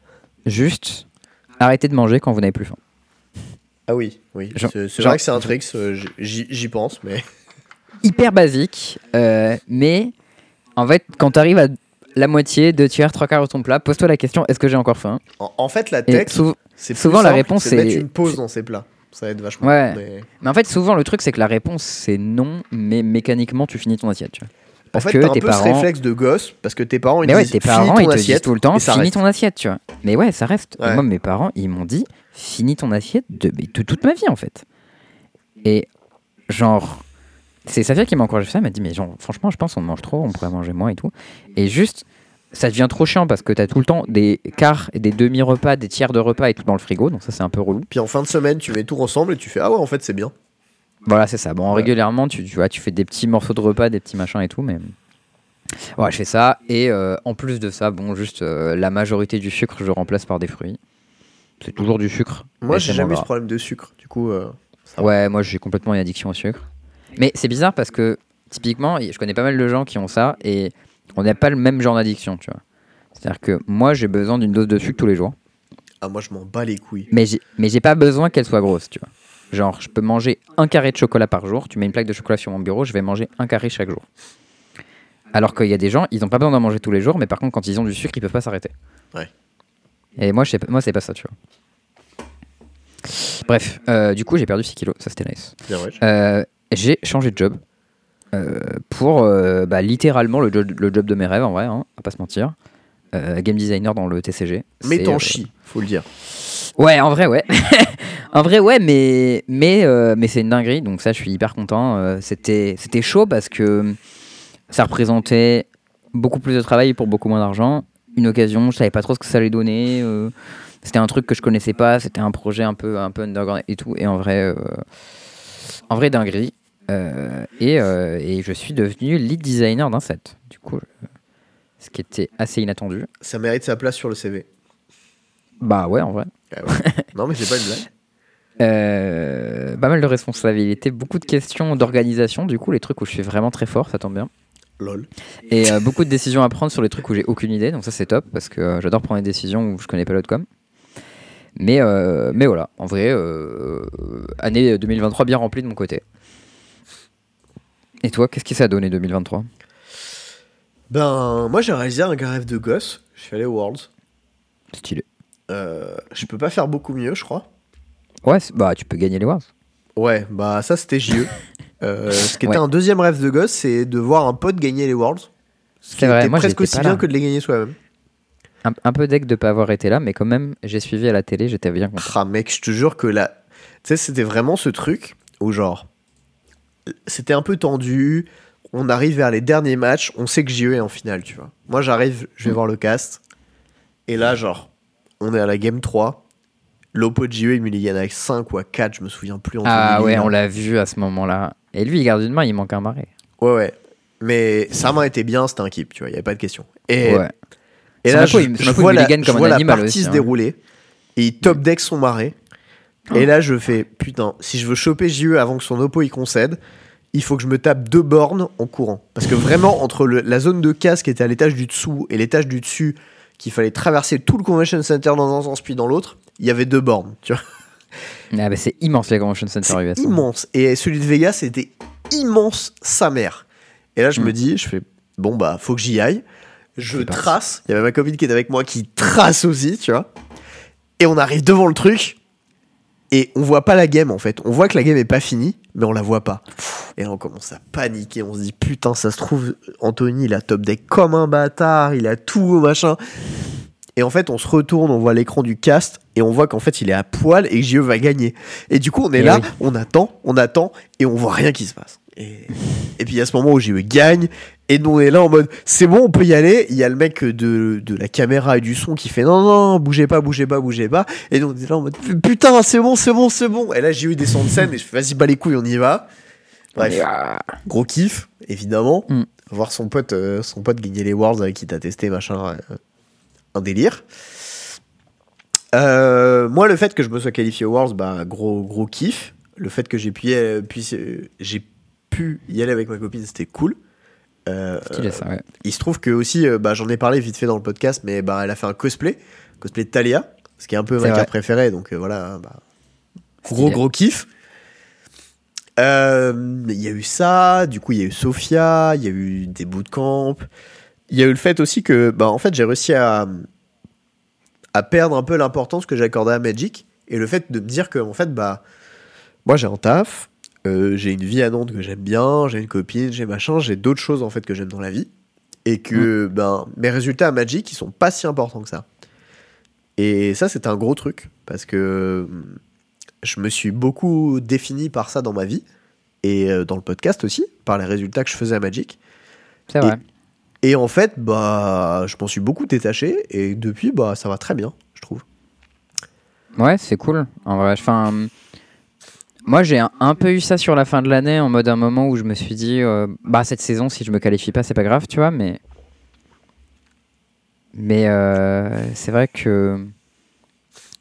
Speaker 1: Juste arrêtez de manger quand vous n'avez plus faim.
Speaker 2: Ah oui, oui.
Speaker 1: Genre-
Speaker 2: c'est c'est
Speaker 1: genre-
Speaker 2: vrai que c'est un trick, euh, j'y j'y pense, mais.
Speaker 1: Hyper basique, euh, mais en fait, quand tu arrives à la moitié, deux tiers, trois quarts de ton plat, pose-toi la question, est-ce que j'ai encore faim?
Speaker 2: En, en fait, la
Speaker 1: Et
Speaker 2: tech,
Speaker 1: sou-
Speaker 2: c'est plus
Speaker 1: souvent, la
Speaker 2: simple,
Speaker 1: réponse,
Speaker 2: c'est de mettre
Speaker 1: c'est-
Speaker 2: une pause dans ces plats. Ça aide vachement.
Speaker 1: Ouais.
Speaker 2: Mais...
Speaker 1: Mais en fait, souvent, le truc, c'est que la réponse, c'est non, mais mécaniquement, tu finis ton assiette. Tu vois.
Speaker 2: En
Speaker 1: Parce
Speaker 2: fait,
Speaker 1: que
Speaker 2: t'as un
Speaker 1: tes
Speaker 2: peu ce
Speaker 1: parents...
Speaker 2: réflexe de gosse, parce que tes parents, ils
Speaker 1: Mais ouais,
Speaker 2: disent
Speaker 1: tes
Speaker 2: finis
Speaker 1: parents,
Speaker 2: ton
Speaker 1: ils te
Speaker 2: assiette,
Speaker 1: disent tout le temps,
Speaker 2: et ça
Speaker 1: finis
Speaker 2: reste.
Speaker 1: ton assiette, tu vois. Mais ouais, ça reste. Et
Speaker 2: Ouais.
Speaker 1: moi, mes parents, ils m'ont dit, finis ton assiette de, de toute ma vie, en fait. Et genre, c'est Safia qui m'a encouragé ça, elle m'a dit, mais genre, franchement, je pense qu'on mange trop, on pourrait manger moins et tout. Et juste, ça devient trop chiant parce que t'as tout le temps des quarts et des demi-repas, des tiers de repas et tout dans le frigo, donc ça, c'est un peu relou.
Speaker 2: Puis en fin de semaine, tu mets tout ensemble et tu fais ah ouais, en fait, c'est bien.
Speaker 1: Voilà, c'est ça. Bon,
Speaker 2: Ouais.
Speaker 1: régulièrement, tu, tu vois, tu fais des petits morceaux de repas, des petits machins et tout, mais... Ouais, je fais ça. Et euh, en plus de ça, bon, juste euh, la majorité du sucre, je remplace par des fruits. c'est toujours du sucre.
Speaker 2: Moi,
Speaker 1: mais
Speaker 2: j'ai
Speaker 1: c'est
Speaker 2: jamais
Speaker 1: moins
Speaker 2: eu ce
Speaker 1: gras.
Speaker 2: problème de sucre. Du coup, euh, ça va.
Speaker 1: Ouais, moi j'ai complètement une addiction au sucre. Mais c'est bizarre parce que typiquement, je connais pas mal de gens qui ont ça et on n'a pas le même genre d'addiction, tu vois. C'est-à-dire que moi j'ai besoin d'une dose de sucre tous les jours,
Speaker 2: Ah, moi, je m'en bats les couilles.
Speaker 1: mais j'ai, mais j'ai pas besoin qu'elle soit grosse, tu vois. Genre, je peux manger un carré de chocolat par jour, tu mets une plaque de chocolat sur mon bureau, je vais manger un carré chaque jour. Alors qu'il y a des gens, ils ont pas besoin d'en manger tous les jours, mais par contre, quand ils ont du sucre, ils peuvent pas s'arrêter.
Speaker 2: Ouais.
Speaker 1: Et moi, je sais pas- moi c'est pas ça, tu vois. Bref, euh, du coup, j'ai perdu six kilos, ça c'était nice.
Speaker 2: Bien, ouais.
Speaker 1: Euh, j'ai changé de job euh, pour euh, bah, littéralement le, jo- le job de mes rêves en vrai, hein, à pas se mentir. Euh, game designer dans le T C G.
Speaker 2: Mais
Speaker 1: C'est,
Speaker 2: t'en
Speaker 1: euh,
Speaker 2: chies, faut le dire.
Speaker 1: Ouais, en vrai, ouais. En vrai, ouais, mais, mais, euh, mais c'est une dinguerie, donc ça, je suis hyper content. Euh, c'était, c'était chaud parce que ça représentait beaucoup plus de travail pour beaucoup moins d'argent. Une occasion, je savais pas trop ce que ça allait donner. euh, c'était un truc que je connaissais pas, c'était un projet un peu, un peu underground et tout. Et en vrai, euh, en vrai dinguerie. Euh, et, euh, et je suis devenu lead designer d'un set. Du coup, je- ce qui était assez inattendu.
Speaker 2: Ça mérite sa place sur le C V.
Speaker 1: Bah ouais, en vrai.
Speaker 2: Ah ouais. Non, mais c'est pas une blague.
Speaker 1: Euh, pas mal de responsabilités, beaucoup de questions d'organisation, du coup, les trucs où je suis vraiment très fort, ça tombe bien.
Speaker 2: Lol.
Speaker 1: Et euh, beaucoup de décisions à prendre sur les trucs où j'ai aucune idée, donc ça c'est top, parce que euh, j'adore prendre des décisions où je connais pas l'outcome. Mais, euh, mais voilà, en vrai, euh, année deux mille vingt-trois bien remplie de mon côté. Et toi, qu'est-ce qui s'est donné deux mille vingt-trois?
Speaker 2: Ben, moi, j'ai réalisé un rêve de gosse. Je suis allé au Worlds.
Speaker 1: Stylé.
Speaker 2: Euh, je peux pas faire beaucoup mieux, je crois.
Speaker 1: Ouais, c'est- bah tu peux gagner les Worlds.
Speaker 2: Ouais, bah ça, c'était J E. Euh, ce qui était
Speaker 1: Ouais.
Speaker 2: un deuxième rêve de gosse, c'est de voir un pote gagner les Worlds. Ce qui
Speaker 1: C'est vrai,
Speaker 2: était
Speaker 1: moi,
Speaker 2: presque
Speaker 1: j'étais
Speaker 2: aussi
Speaker 1: pas
Speaker 2: bien
Speaker 1: là.
Speaker 2: que de les gagner soi-même.
Speaker 1: Un, un peu deck de pas avoir été là, mais quand même, j'ai suivi à la télé, j'étais bien content.
Speaker 2: Ah mec, je te jure que là, tu sais, c'était vraiment ce truc où genre, c'était un peu tendu, on arrive vers les derniers matchs, on sait que J E est en finale, tu vois. Moi j'arrive, je vais
Speaker 1: Mm.
Speaker 2: voir le cast, et là genre, on est à la game trois, l'oppo de J E il me les gagne avec cinq ou à quatre, je me souviens plus entre
Speaker 1: Ah
Speaker 2: mille,
Speaker 1: ouais,
Speaker 2: là.
Speaker 1: on l'a vu à ce moment-là. Et lui, il garde une main, il manque un marais.
Speaker 2: Ouais ouais, mais sa main était bien, c'était un keep, tu vois, il y avait pas de question. Et,
Speaker 1: Ouais.
Speaker 2: et
Speaker 1: Son
Speaker 2: là,
Speaker 1: Apo,
Speaker 2: je,
Speaker 1: il- son
Speaker 2: je
Speaker 1: Apo,
Speaker 2: vois
Speaker 1: il
Speaker 2: la,
Speaker 1: mulligan
Speaker 2: je
Speaker 1: comme un
Speaker 2: vois la
Speaker 1: animal
Speaker 2: partie
Speaker 1: aussi,
Speaker 2: se
Speaker 1: hein.
Speaker 2: dérouler, et il top deck son marais. Et là, je fais, putain, si je veux choper J E avant que son oppo il concède, il faut que je me tape deux bornes en courant. Parce que vraiment, entre le- la zone de casse qui était à l'étage du dessous et l'étage du dessus, qu'il fallait traverser tout le convention center dans un sens puis dans l'autre, il y avait deux bornes. Tu vois,
Speaker 1: Ah bah c'est immense les Convention Center U S.
Speaker 2: c'est
Speaker 1: hein.
Speaker 2: immense. Et celui de Vegas, c'était immense sa mère. Et là, je
Speaker 1: Mm.
Speaker 2: me dis, je fais, bon, bah, faut que j'y aille. Je
Speaker 1: C'est parti.
Speaker 2: trace. Il y avait ma copine qui était avec moi qui trace aussi, tu vois. Et on arrive devant le truc. Et on voit pas la game en fait. On voit que la game est pas finie, mais on la voit pas. Et là on commence à paniquer. On se dit putain, ça se trouve, Anthony il a top deck comme un bâtard, il a tout machin. Et en fait, on se retourne, on voit l'écran du cast et on voit qu'en fait il est à poil et que J E va gagner. Et du coup, on est
Speaker 1: Et
Speaker 2: là,
Speaker 1: oui.
Speaker 2: on attend, on attend et on voit rien qui se passe. Et, et puis il y a ce moment où J E gagne et nous on est là en mode c'est bon, on peut y aller. Il y a le mec de, de la caméra et du son qui fait non, non, bougez pas, bougez pas, bougez pas. Et nous on est là en mode putain, c'est bon, c'est bon, c'est bon. Et là, J E descend de scène et je fais vas-y, bas les couilles, on y va. Bref,
Speaker 1: Et, ah,
Speaker 2: gros kiff, évidemment.
Speaker 1: Mm.
Speaker 2: Voir son pote, euh, son pote gagner les Worlds avec qui t'as testé, machin, euh, un délire. Euh, moi, le fait que je me sois qualifié aux Worlds, bah, gros, gros kiff. Le fait que j'ai pu, y aller- puis, euh, j'ai pu y aller avec ma copine, c'était cool. Euh,
Speaker 1: stylé ça, ouais.
Speaker 2: il se trouve que aussi, euh, bah, j'en ai parlé vite fait dans le podcast, mais bah, elle a fait un cosplay, cosplay de Talia, ce qui est un peu
Speaker 1: C'est
Speaker 2: ma
Speaker 1: vrai.
Speaker 2: carte préférée, donc euh, voilà, bah, gros
Speaker 1: Stylé.
Speaker 2: gros kiff. Euh, Il y a eu ça, du coup il y a eu Sophia, il y a eu des bootcamps, il y a eu le fait aussi que, bah, en fait, j'ai réussi à, à perdre un peu l'importance que j'accordais à Magic, et le fait de me dire que, en fait, bah, moi j'ai un taf. Euh, j'ai une vie à Nantes que j'aime bien, j'ai une copine, j'ai machin, j'ai d'autres choses en fait que j'aime dans la vie. Et que ben, mes résultats à Magic, ils sont pas si importants que ça. Et ça, c'est un gros truc. Parce que hum, je me suis beaucoup défini par ça dans ma vie. Et euh, dans le podcast aussi, par les résultats que je faisais à Magic.
Speaker 1: C'est vrai.
Speaker 2: Et en fait, bah, je m'en suis beaucoup détaché. Et depuis, bah, ça va très bien, je trouve.
Speaker 1: Ouais, c'est cool. En vrai, enfin, moi j'ai un, un peu eu ça sur la fin de l'année, en mode un moment où je me suis dit, euh, bah cette saison, si je me qualifie pas, c'est pas grave, tu vois, mais mais euh, c'est vrai que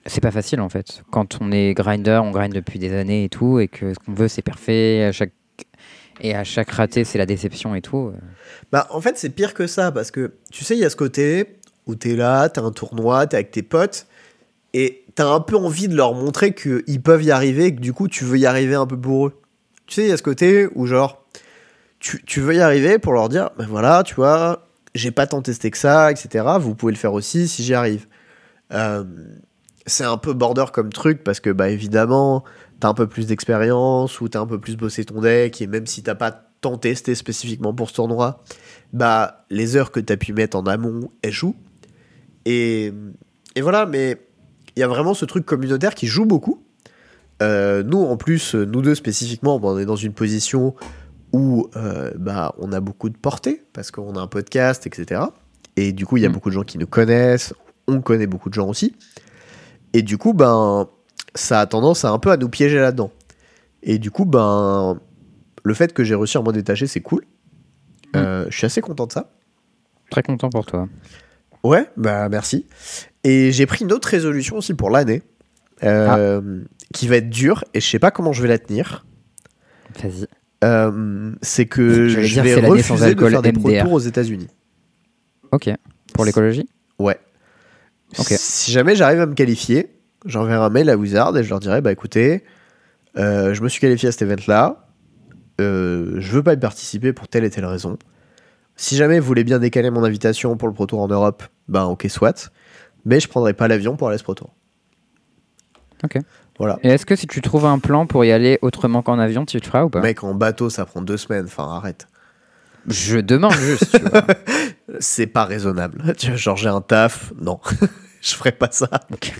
Speaker 1: c'est pas facile en fait. Quand on est grinder, on grind depuis des années et tout, et que ce qu'on veut c'est parfait, à chaque... et à chaque raté c'est la déception et tout.
Speaker 2: Bah, en fait, c'est pire que ça, parce que, tu sais, il y a ce côté où t'es là, t'as un tournoi, t'es avec tes potes, et t'as un peu envie de leur montrer qu'ils peuvent y arriver, et que du coup, tu veux y arriver un peu pour eux. Tu sais, il y a ce côté où, genre, tu, tu veux y arriver pour leur dire, ben voilà, tu vois, j'ai pas tant testé que ça, et cetera. Vous pouvez le faire aussi si j'y arrive. Euh, c'est un peu border comme truc, parce que, bah, évidemment, t'as un peu plus d'expérience, ou t'as un peu plus bossé ton deck, et même si t'as pas tant testé spécifiquement pour ce tournoi, bah, les heures que t'as pu mettre en amont, elles jouent. Et, et voilà, mais il y a vraiment ce truc communautaire qui joue beaucoup. Euh, nous, en plus, nous deux spécifiquement, bah, on est dans une position où euh, bah, on a beaucoup de portée, parce qu'on a un podcast, et cetera. Et du coup, il y a mmh. beaucoup de gens qui nous connaissent, on connaît beaucoup de gens aussi. Et du coup, ben, ça a tendance à un peu à nous piéger là-dedans. Et du coup, ben, le fait que j'ai réussi à m'en détacher, c'est cool. Mmh. Euh, je suis assez content de ça.
Speaker 1: Très content pour toi.
Speaker 2: Ouais, bah merci. Et j'ai pris une autre résolution aussi pour l'année, euh, ah. qui va être dure, et je sais pas comment je vais la tenir.
Speaker 1: Vas-y.
Speaker 2: Euh, c'est que
Speaker 1: je,
Speaker 2: je vais refuser de faire des pro tours aux États-Unis.
Speaker 1: Ok. Pour l'écologie ?
Speaker 2: Ouais.
Speaker 1: Okay.
Speaker 2: Si jamais j'arrive à me qualifier, j'enverrai un mail à Wizard et je leur dirai, bah écoutez, euh, je me suis qualifié à cet event-là, euh, je veux pas y participer pour telle et telle raison. Si jamais vous voulez bien décaler mon invitation pour le Pro Tour en Europe, ben ok, soit. Mais je prendrai pas l'avion pour aller à ce Pro Tour.
Speaker 1: Ok.
Speaker 2: Voilà.
Speaker 1: Et est-ce que si tu trouves un plan pour y aller autrement qu'en avion, tu le feras ou pas ?
Speaker 2: Mec, en bateau, ça prend deux semaines. Enfin, arrête.
Speaker 1: Je demande juste, tu vois.
Speaker 2: C'est pas raisonnable. Genre, j'ai un taf. Non, je ferai pas ça.
Speaker 1: Okay.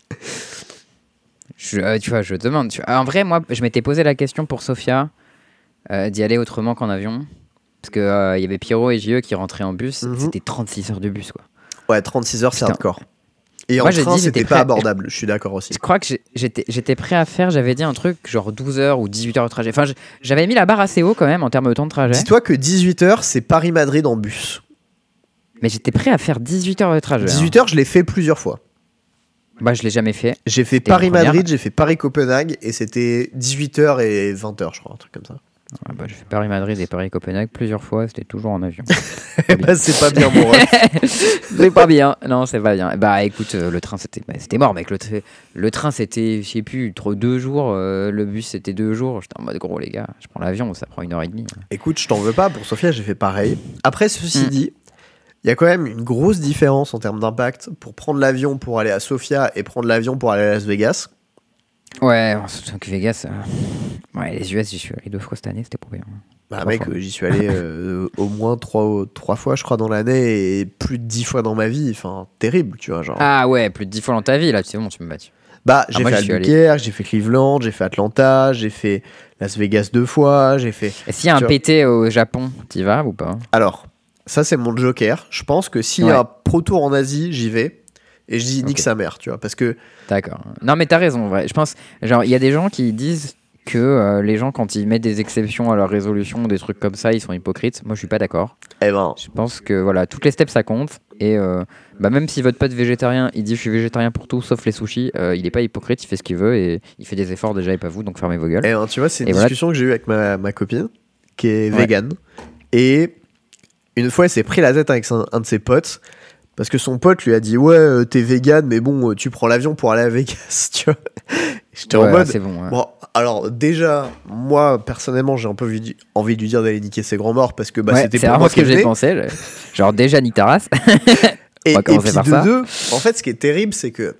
Speaker 1: Je, euh, tu vois, je demande. Tu vois. En vrai, moi, je m'étais posé la question pour Sofia euh, d'y aller autrement qu'en avion. Parce qu'il euh, y avait Pierrot et J E qui rentraient en bus. Mm-hmm. C'était trente-six heures de bus, quoi.
Speaker 2: Ouais, trente-six heures, c'est hardcore. Et
Speaker 1: moi,
Speaker 2: en train,
Speaker 1: dit,
Speaker 2: c'était
Speaker 1: prêt...
Speaker 2: pas abordable. Je suis d'accord aussi.
Speaker 1: Je crois que j'étais, j'étais prêt à faire, j'avais dit un truc genre douze heures ou dix-huit heures de trajet. Enfin, j'avais mis la barre assez haut quand même en termes de temps de trajet.
Speaker 2: Dis-toi que dix-huit heures, c'est Paris-Madrid en bus.
Speaker 1: Mais j'étais prêt à faire dix-huit heures de trajet.
Speaker 2: dix-huit heures, hein. Je l'ai fait plusieurs fois.
Speaker 1: Bah, je l'ai jamais fait.
Speaker 2: J'ai fait c'était Paris-Madrid, j'ai fait Paris-Copenhague et c'était dix-huit heures et vingt heures, je crois, un truc comme ça.
Speaker 1: Ah bah, j'ai fait Paris-Madrid et Paris-Copenhague plusieurs fois, c'était toujours en avion.
Speaker 2: Bah, c'est pas bien, mon ref.
Speaker 1: C'est pas bien, non, c'est pas bien. Bah écoute, euh, le train c'était, bah, c'était mort, mec. Le, tra- le train c'était, je sais plus, trop deux jours. Euh, le bus c'était deux jours. J'étais en mode gros, les gars, je prends l'avion, ça prend une heure et demie.
Speaker 2: Écoute, je t'en veux pas. Pour Sofia, j'ai fait pareil. Après, ceci mm. dit, il y a quand même une grosse différence en termes d'impact pour prendre l'avion pour aller à Sofia et prendre l'avion pour aller à Las Vegas.
Speaker 1: Ouais, surtout que Vegas, euh... ouais, les U S, j'y suis allé deux fois cette année, c'était pour rien.
Speaker 2: Bah trois mec, fois. J'y suis allé euh, au moins trois, trois fois, je crois, dans l'année et plus de dix fois dans ma vie. Enfin, terrible, tu vois. Genre.
Speaker 1: Ah ouais, plus de dix fois dans ta vie, là, c'est bon, tu me bats.
Speaker 2: Bah, j'ai ah, fait Albuquerque, j'ai fait Cleveland, j'ai fait Atlanta, j'ai fait Las Vegas deux fois, j'ai fait...
Speaker 1: Et s'il y a un P T au Japon, t'y vas ou pas ?
Speaker 2: Alors, ça, c'est mon joker. Je pense que s'il ouais. y a un Pro Tour en Asie, j'y vais. Et je dis nique okay. sa mère, tu vois, parce que...
Speaker 1: D'accord. Non, mais t'as raison, vrai. Je pense, genre, il y a des gens qui disent que euh, les gens, quand ils mettent des exceptions à leur résolution, des trucs comme ça, ils sont hypocrites. Moi, je suis pas d'accord.
Speaker 2: Eh ben...
Speaker 1: Je pense que, voilà, toutes les steps, ça compte. Et euh, bah, même si votre pote végétarien, il dit je suis végétarien pour tout, sauf les sushis, euh, il est pas hypocrite, il fait ce qu'il veut et il fait des efforts déjà et pas vous, donc fermez vos gueules.
Speaker 2: Eh ben, tu vois, c'est une
Speaker 1: et
Speaker 2: discussion voilà. que j'ai eue avec ma, ma copine, qui est ouais. végane. Et une fois, elle s'est pris la tête avec un, un de ses potes. Parce que son pote lui a dit ouais euh, t'es vegan mais bon euh, tu prends l'avion pour aller à Vegas, tu vois. J'étais
Speaker 1: ouais,
Speaker 2: en mode
Speaker 1: c'est bon, ouais.
Speaker 2: Bon alors déjà moi personnellement j'ai un peu envie de lui dire d'aller niquer ses grands morts parce que bah
Speaker 1: ouais,
Speaker 2: c'était
Speaker 1: c'est
Speaker 2: pour moi
Speaker 1: ce que j'ai pensé. Genre déjà nique ta race.
Speaker 2: et, et puis de ça. deux, en fait ce qui est terrible c'est que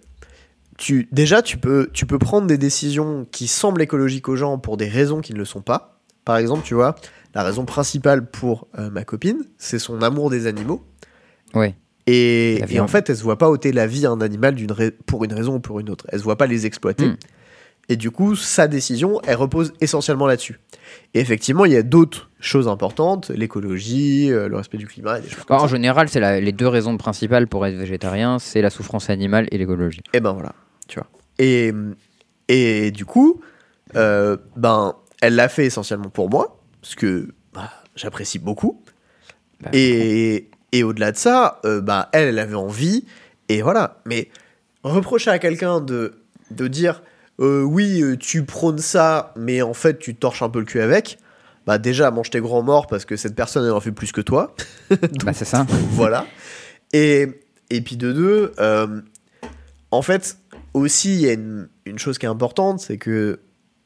Speaker 2: tu déjà tu peux tu peux prendre des décisions qui semblent écologiques aux gens pour des raisons qui ne le sont pas. Par exemple tu vois la raison principale pour euh, ma copine c'est son amour des animaux.
Speaker 1: Ouais.
Speaker 2: Et, et en fait, elle se voit pas ôter la vie à un animal d'une ra- pour une raison ou pour une autre. Elle se voit pas les exploiter. Mm. Et du coup, sa décision, elle repose essentiellement là-dessus. Et effectivement, il y a d'autres choses importantes, l'écologie, euh, le respect du climat, et des choses comme
Speaker 1: bah,
Speaker 2: ça.
Speaker 1: En général, c'est la, les deux raisons principales pour être végétarien, c'est la souffrance animale et l'écologie.
Speaker 2: Et ben voilà, tu vois. Et, et du coup, euh, ben, elle l'a fait essentiellement pour moi, parce que bah, j'apprécie beaucoup. Bah, et... Et au-delà de ça, euh, bah, elle, elle avait envie, et voilà. Mais reprocher à quelqu'un de, de dire euh, oui, euh, tu prônes ça, mais en fait, tu torches un peu le cul avec. Bah, déjà, mange tes grands morts parce que cette personne, elle en fait plus que toi. Donc,
Speaker 1: bah, c'est ça.
Speaker 2: Voilà. Et, et puis, de deux, euh, en fait, aussi, il y a une, une chose qui est importante, c'est que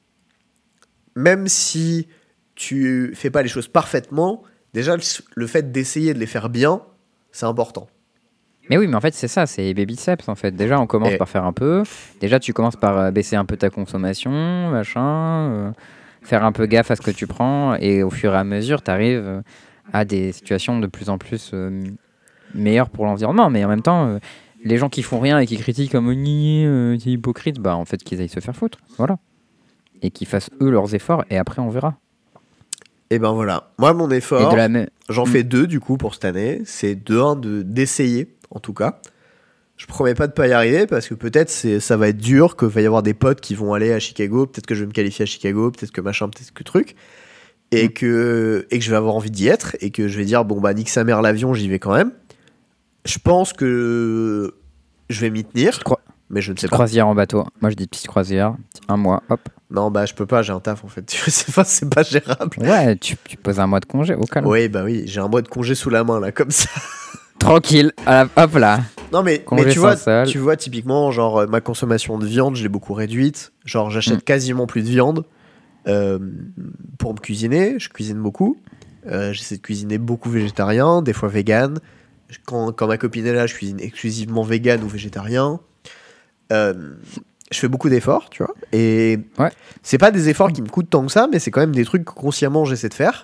Speaker 2: même si tu fais pas les choses parfaitement, déjà, le, le fait d'essayer de les faire bien, c'est important.
Speaker 1: Mais oui, mais en fait, c'est ça, c'est baby steps en fait. Déjà, on commence
Speaker 2: Et-
Speaker 1: par faire un peu. Déjà, tu commences par euh, baisser un peu ta consommation, machin, euh, faire un peu gaffe à ce que tu prends, et au fur et à mesure, tu arrives à des situations de plus en plus euh, meilleures pour l'environnement. Mais en même temps, euh, les gens qui font rien et qui critiquent comme ni euh, t'es hypocrite, bah en fait, qu'ils aillent se faire foutre, voilà. Et qu'ils fassent eux leurs efforts, et après, on verra.
Speaker 2: Et ben voilà. Moi, mon
Speaker 1: Et
Speaker 2: effort,
Speaker 1: de la même.
Speaker 2: j'en
Speaker 1: Mm.
Speaker 2: fais deux du coup pour cette année. C'est de un, de, d'essayer, en tout cas. Je promets pas de pas y arriver parce que peut-être c'est, ça va être dur, qu'il va y avoir des potes qui vont aller à Chicago, peut-être que je vais me qualifier à Chicago, peut-être que machin, peut-être que truc, et,
Speaker 1: Mm.
Speaker 2: que, et que je vais avoir envie d'y être, et que je vais dire, bon bah nique sa mère l'avion, j'y vais quand même. Je pense que je vais m'y tenir,
Speaker 1: Petite, croi-
Speaker 2: mais je ne sais
Speaker 1: petite
Speaker 2: pas.
Speaker 1: croisière en bateau. Moi, je dis petite croisière, un mois, hop.
Speaker 2: Non, bah je peux pas, j'ai un taf en fait. c'est pas, c'est pas gérable.
Speaker 1: Ouais, tu, tu poses un mois de congé, au calme.
Speaker 2: Oui, bah oui, j'ai un mois de congé sous la main là, comme ça.
Speaker 1: Tranquille, à la- hop là.
Speaker 2: Non mais,
Speaker 1: Congé
Speaker 2: mais tu
Speaker 1: sans
Speaker 2: vois,
Speaker 1: salle.
Speaker 2: tu vois typiquement genre euh, ma consommation de viande, je l'ai beaucoup réduite. Genre j'achète
Speaker 1: Mm.
Speaker 2: quasiment plus de viande euh, pour me cuisiner. Je cuisine beaucoup. Euh, j'essaie de cuisiner beaucoup végétarien, des fois vegan. Quand, quand ma copine est là, je cuisine exclusivement vegan ou végétarien. Euh, je fais beaucoup d'efforts, tu vois. Et
Speaker 1: Ouais.
Speaker 2: c'est pas des efforts qui me coûtent tant que ça, mais c'est quand même des trucs que consciemment j'essaie de faire.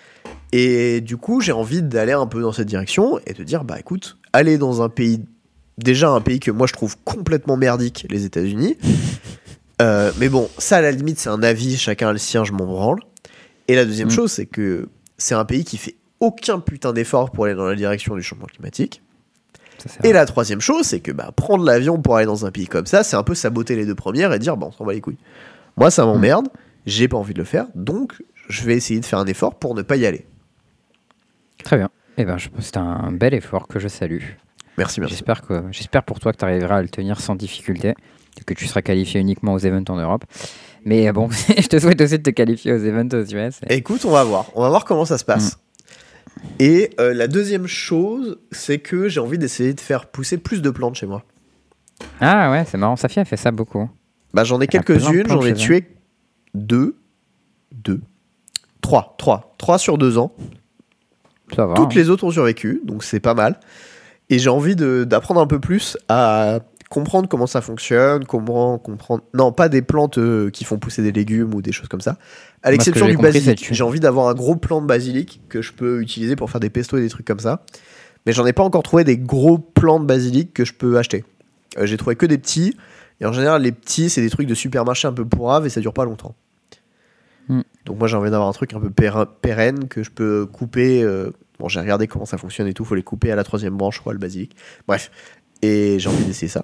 Speaker 2: Et du coup, j'ai envie d'aller un peu dans cette direction et de dire, bah écoute, aller dans un pays, déjà un pays que moi je trouve complètement merdique, les États-Unis. Euh, mais bon, ça à la limite, c'est un avis, chacun a le sien, je m'en branle. Et la deuxième
Speaker 1: Mm.
Speaker 2: chose, c'est que c'est un pays qui fait aucun putain d'effort pour aller dans la direction du changement climatique.
Speaker 1: Ça, c'est
Speaker 2: Et
Speaker 1: vrai.
Speaker 2: la troisième chose, c'est que bah, prendre l'avion pour aller dans un pays comme ça, c'est un peu saboter les deux premières et dire, bon, on s'en va les couilles. Moi, ça m'emmerde, j'ai pas envie de le faire, donc je vais essayer de faire un effort pour ne pas y aller.
Speaker 1: Très bien. Eh ben, je pense que c'est un bel effort que je salue.
Speaker 2: Merci, merci.
Speaker 1: J'espère que, j'espère pour toi que tu arriveras à le tenir sans difficulté et que tu seras qualifié uniquement aux events en Europe. Mais bon, je te souhaite aussi de te qualifier aux events aux U S. Et...
Speaker 2: Écoute, on va voir. On va voir comment ça se passe. Mm. Et euh, la deuxième chose, c'est que j'ai envie d'essayer de faire pousser plus de plantes chez moi.
Speaker 1: Ah ouais, c'est marrant. Safia a fait ça beaucoup.
Speaker 2: Bah, j'en ai
Speaker 1: Elle a plein de
Speaker 2: quelques-unes.
Speaker 1: plantes
Speaker 2: J'en ai
Speaker 1: chez
Speaker 2: tué deux. Deux. Trois. Trois. Trois sur deux ans.
Speaker 1: Ça va.
Speaker 2: Toutes
Speaker 1: hein.
Speaker 2: les autres ont survécu, donc c'est pas mal. Et j'ai envie de, d'apprendre un peu plus à comprendre comment ça fonctionne, comment comprendre... Non, pas des plantes euh, qui font pousser des légumes ou des choses comme ça. À l'exception
Speaker 1: j'ai
Speaker 2: du
Speaker 1: compris,
Speaker 2: basilic.
Speaker 1: c'est-
Speaker 2: J'ai envie d'avoir un gros plant de basilic que je peux utiliser pour faire des pestos et des trucs comme ça. Mais j'en ai pas encore trouvé des gros plants de basilic que je peux acheter. Euh, j'ai trouvé que des petits. Et en général, les petits, c'est des trucs de supermarché un peu pourraves et ça dure pas longtemps.
Speaker 1: Mm.
Speaker 2: Donc moi, j'ai envie d'avoir un truc un peu périn- pérenne que je peux couper... euh, Bon, j'ai regardé comment ça fonctionne et tout. Faut les couper à la troisième branche, je crois, le basilic. Bref. Et j'ai envie d'essayer ça.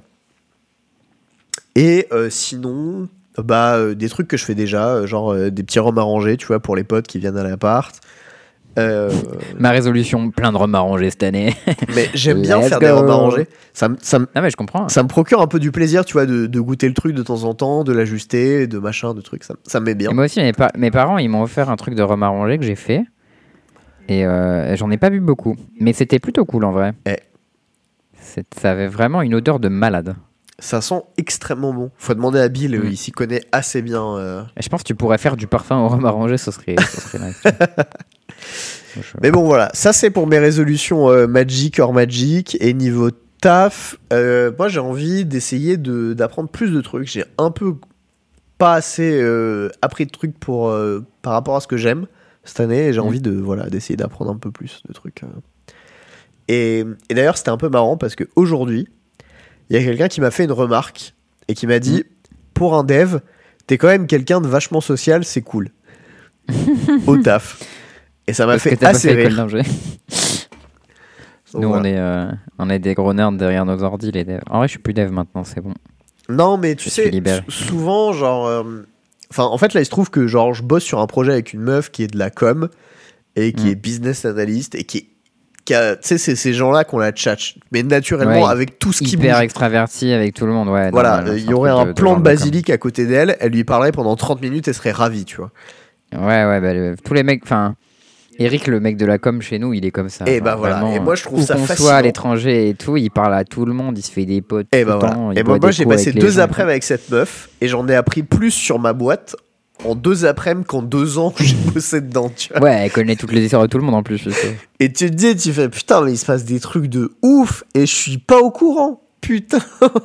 Speaker 2: Et euh, sinon, bah, euh, des trucs que je fais déjà, euh, genre euh, des petits rhums arrangés, tu vois, pour les potes qui viennent à l'appart. Euh,
Speaker 1: Ma résolution, plein de rhums arrangés cette année.
Speaker 2: mais j'aime bien
Speaker 1: Let's
Speaker 2: faire des
Speaker 1: go.
Speaker 2: rhums arrangés. Ça, me- ça, me-
Speaker 1: Ah mais je comprends.
Speaker 2: ça me procure un peu du plaisir, tu vois, de, de goûter le truc de temps en temps, de l'ajuster, de machin, de trucs. Ça, ça me met bien.
Speaker 1: Et moi aussi, mes, pa- mes parents, ils m'ont offert un truc de rhum arrangé que j'ai fait. Et euh, j'en ai pas bu beaucoup. Mais c'était plutôt cool en vrai.
Speaker 2: Eh.
Speaker 1: C'est- Ça avait vraiment une odeur de malade.
Speaker 2: Ça sent extrêmement bon. Faut demander à Bill,
Speaker 1: Mm.
Speaker 2: il s'y connaît assez bien. euh.
Speaker 1: Et je pense que tu pourrais faire du parfum au rhum arrangé, ce serait, ce serait nice. Je-
Speaker 2: Mais bon, voilà, ça c'est pour mes résolutions euh, Magic hors Magic. Et niveau taf, euh, moi j'ai envie d'essayer de, d'apprendre plus de trucs. J'ai un peu pas assez euh, appris de trucs pour, euh, par rapport à ce que j'aime cette année. Et j'ai
Speaker 1: Mhm.
Speaker 2: envie de, voilà, d'essayer d'apprendre un peu plus de trucs. euh. Et, et d'ailleurs, c'était un peu marrant parce qu'aujourd'hui, il y a quelqu'un qui m'a fait une remarque et qui m'a dit pour un dev, t'es quand même quelqu'un de vachement social, c'est cool. Au taf. Et ça m'a
Speaker 1: Parce que
Speaker 2: fait
Speaker 1: t'as pas
Speaker 2: assez
Speaker 1: fait école
Speaker 2: rire.
Speaker 1: d'ingé.
Speaker 2: Donc
Speaker 1: Nous,
Speaker 2: voilà.
Speaker 1: on, est, euh, on est des gros nerds derrière nos ordi, les devs. En vrai, je suis plus dev maintenant, c'est bon.
Speaker 2: Non, mais tu
Speaker 1: Je suis
Speaker 2: sais,
Speaker 1: libéré.
Speaker 2: sou- souvent, genre. euh, Enfin, en fait, là, il se trouve que genre, je bosse sur un projet avec une meuf qui est de la com et qui
Speaker 1: Mm.
Speaker 2: est business analyst et qui est qui a, tu sais, c'est ces gens-là qu'on la tchatche, mais naturellement
Speaker 1: Ouais,
Speaker 2: avec tout ce qui
Speaker 1: Hyper
Speaker 2: bouge.
Speaker 1: extraverti avec tout le monde, ouais.
Speaker 2: Voilà,
Speaker 1: normal,
Speaker 2: il
Speaker 1: c'est
Speaker 2: y aurait
Speaker 1: truc
Speaker 2: un
Speaker 1: de- de
Speaker 2: plant
Speaker 1: genre
Speaker 2: de
Speaker 1: de com.
Speaker 2: basilic à côté d'elle, elle lui parlerait pendant trente minutes, elle serait ravie, tu vois.
Speaker 1: Ouais, ouais, bah, le- tous les mecs, enfin, Eric, le mec de la com chez nous, il est comme ça.
Speaker 2: Et
Speaker 1: genre,
Speaker 2: bah voilà,
Speaker 1: vraiment,
Speaker 2: et moi je trouve
Speaker 1: où
Speaker 2: ça
Speaker 1: qu'on
Speaker 2: fascinant.
Speaker 1: soit à l'étranger et tout, il parle à tout le monde, il se fait des potes
Speaker 2: Et
Speaker 1: tout
Speaker 2: bah
Speaker 1: le
Speaker 2: voilà.
Speaker 1: temps. il
Speaker 2: Et
Speaker 1: boit
Speaker 2: moi, moi
Speaker 1: des
Speaker 2: j'ai
Speaker 1: coups
Speaker 2: passé
Speaker 1: avec les
Speaker 2: deux
Speaker 1: gens et
Speaker 2: après-midi avec cette meuf, et j'en ai appris plus sur ma boîte en deux après-midi qu'en deux ans que j'ai bossé dedans, tu vois.
Speaker 1: tout. Ouais, elle connaît toutes les histoires de tout le monde en plus. je sais.
Speaker 2: Et tu te dis, tu fais putain, mais il se passe des trucs de ouf et je suis pas au courant. Putain.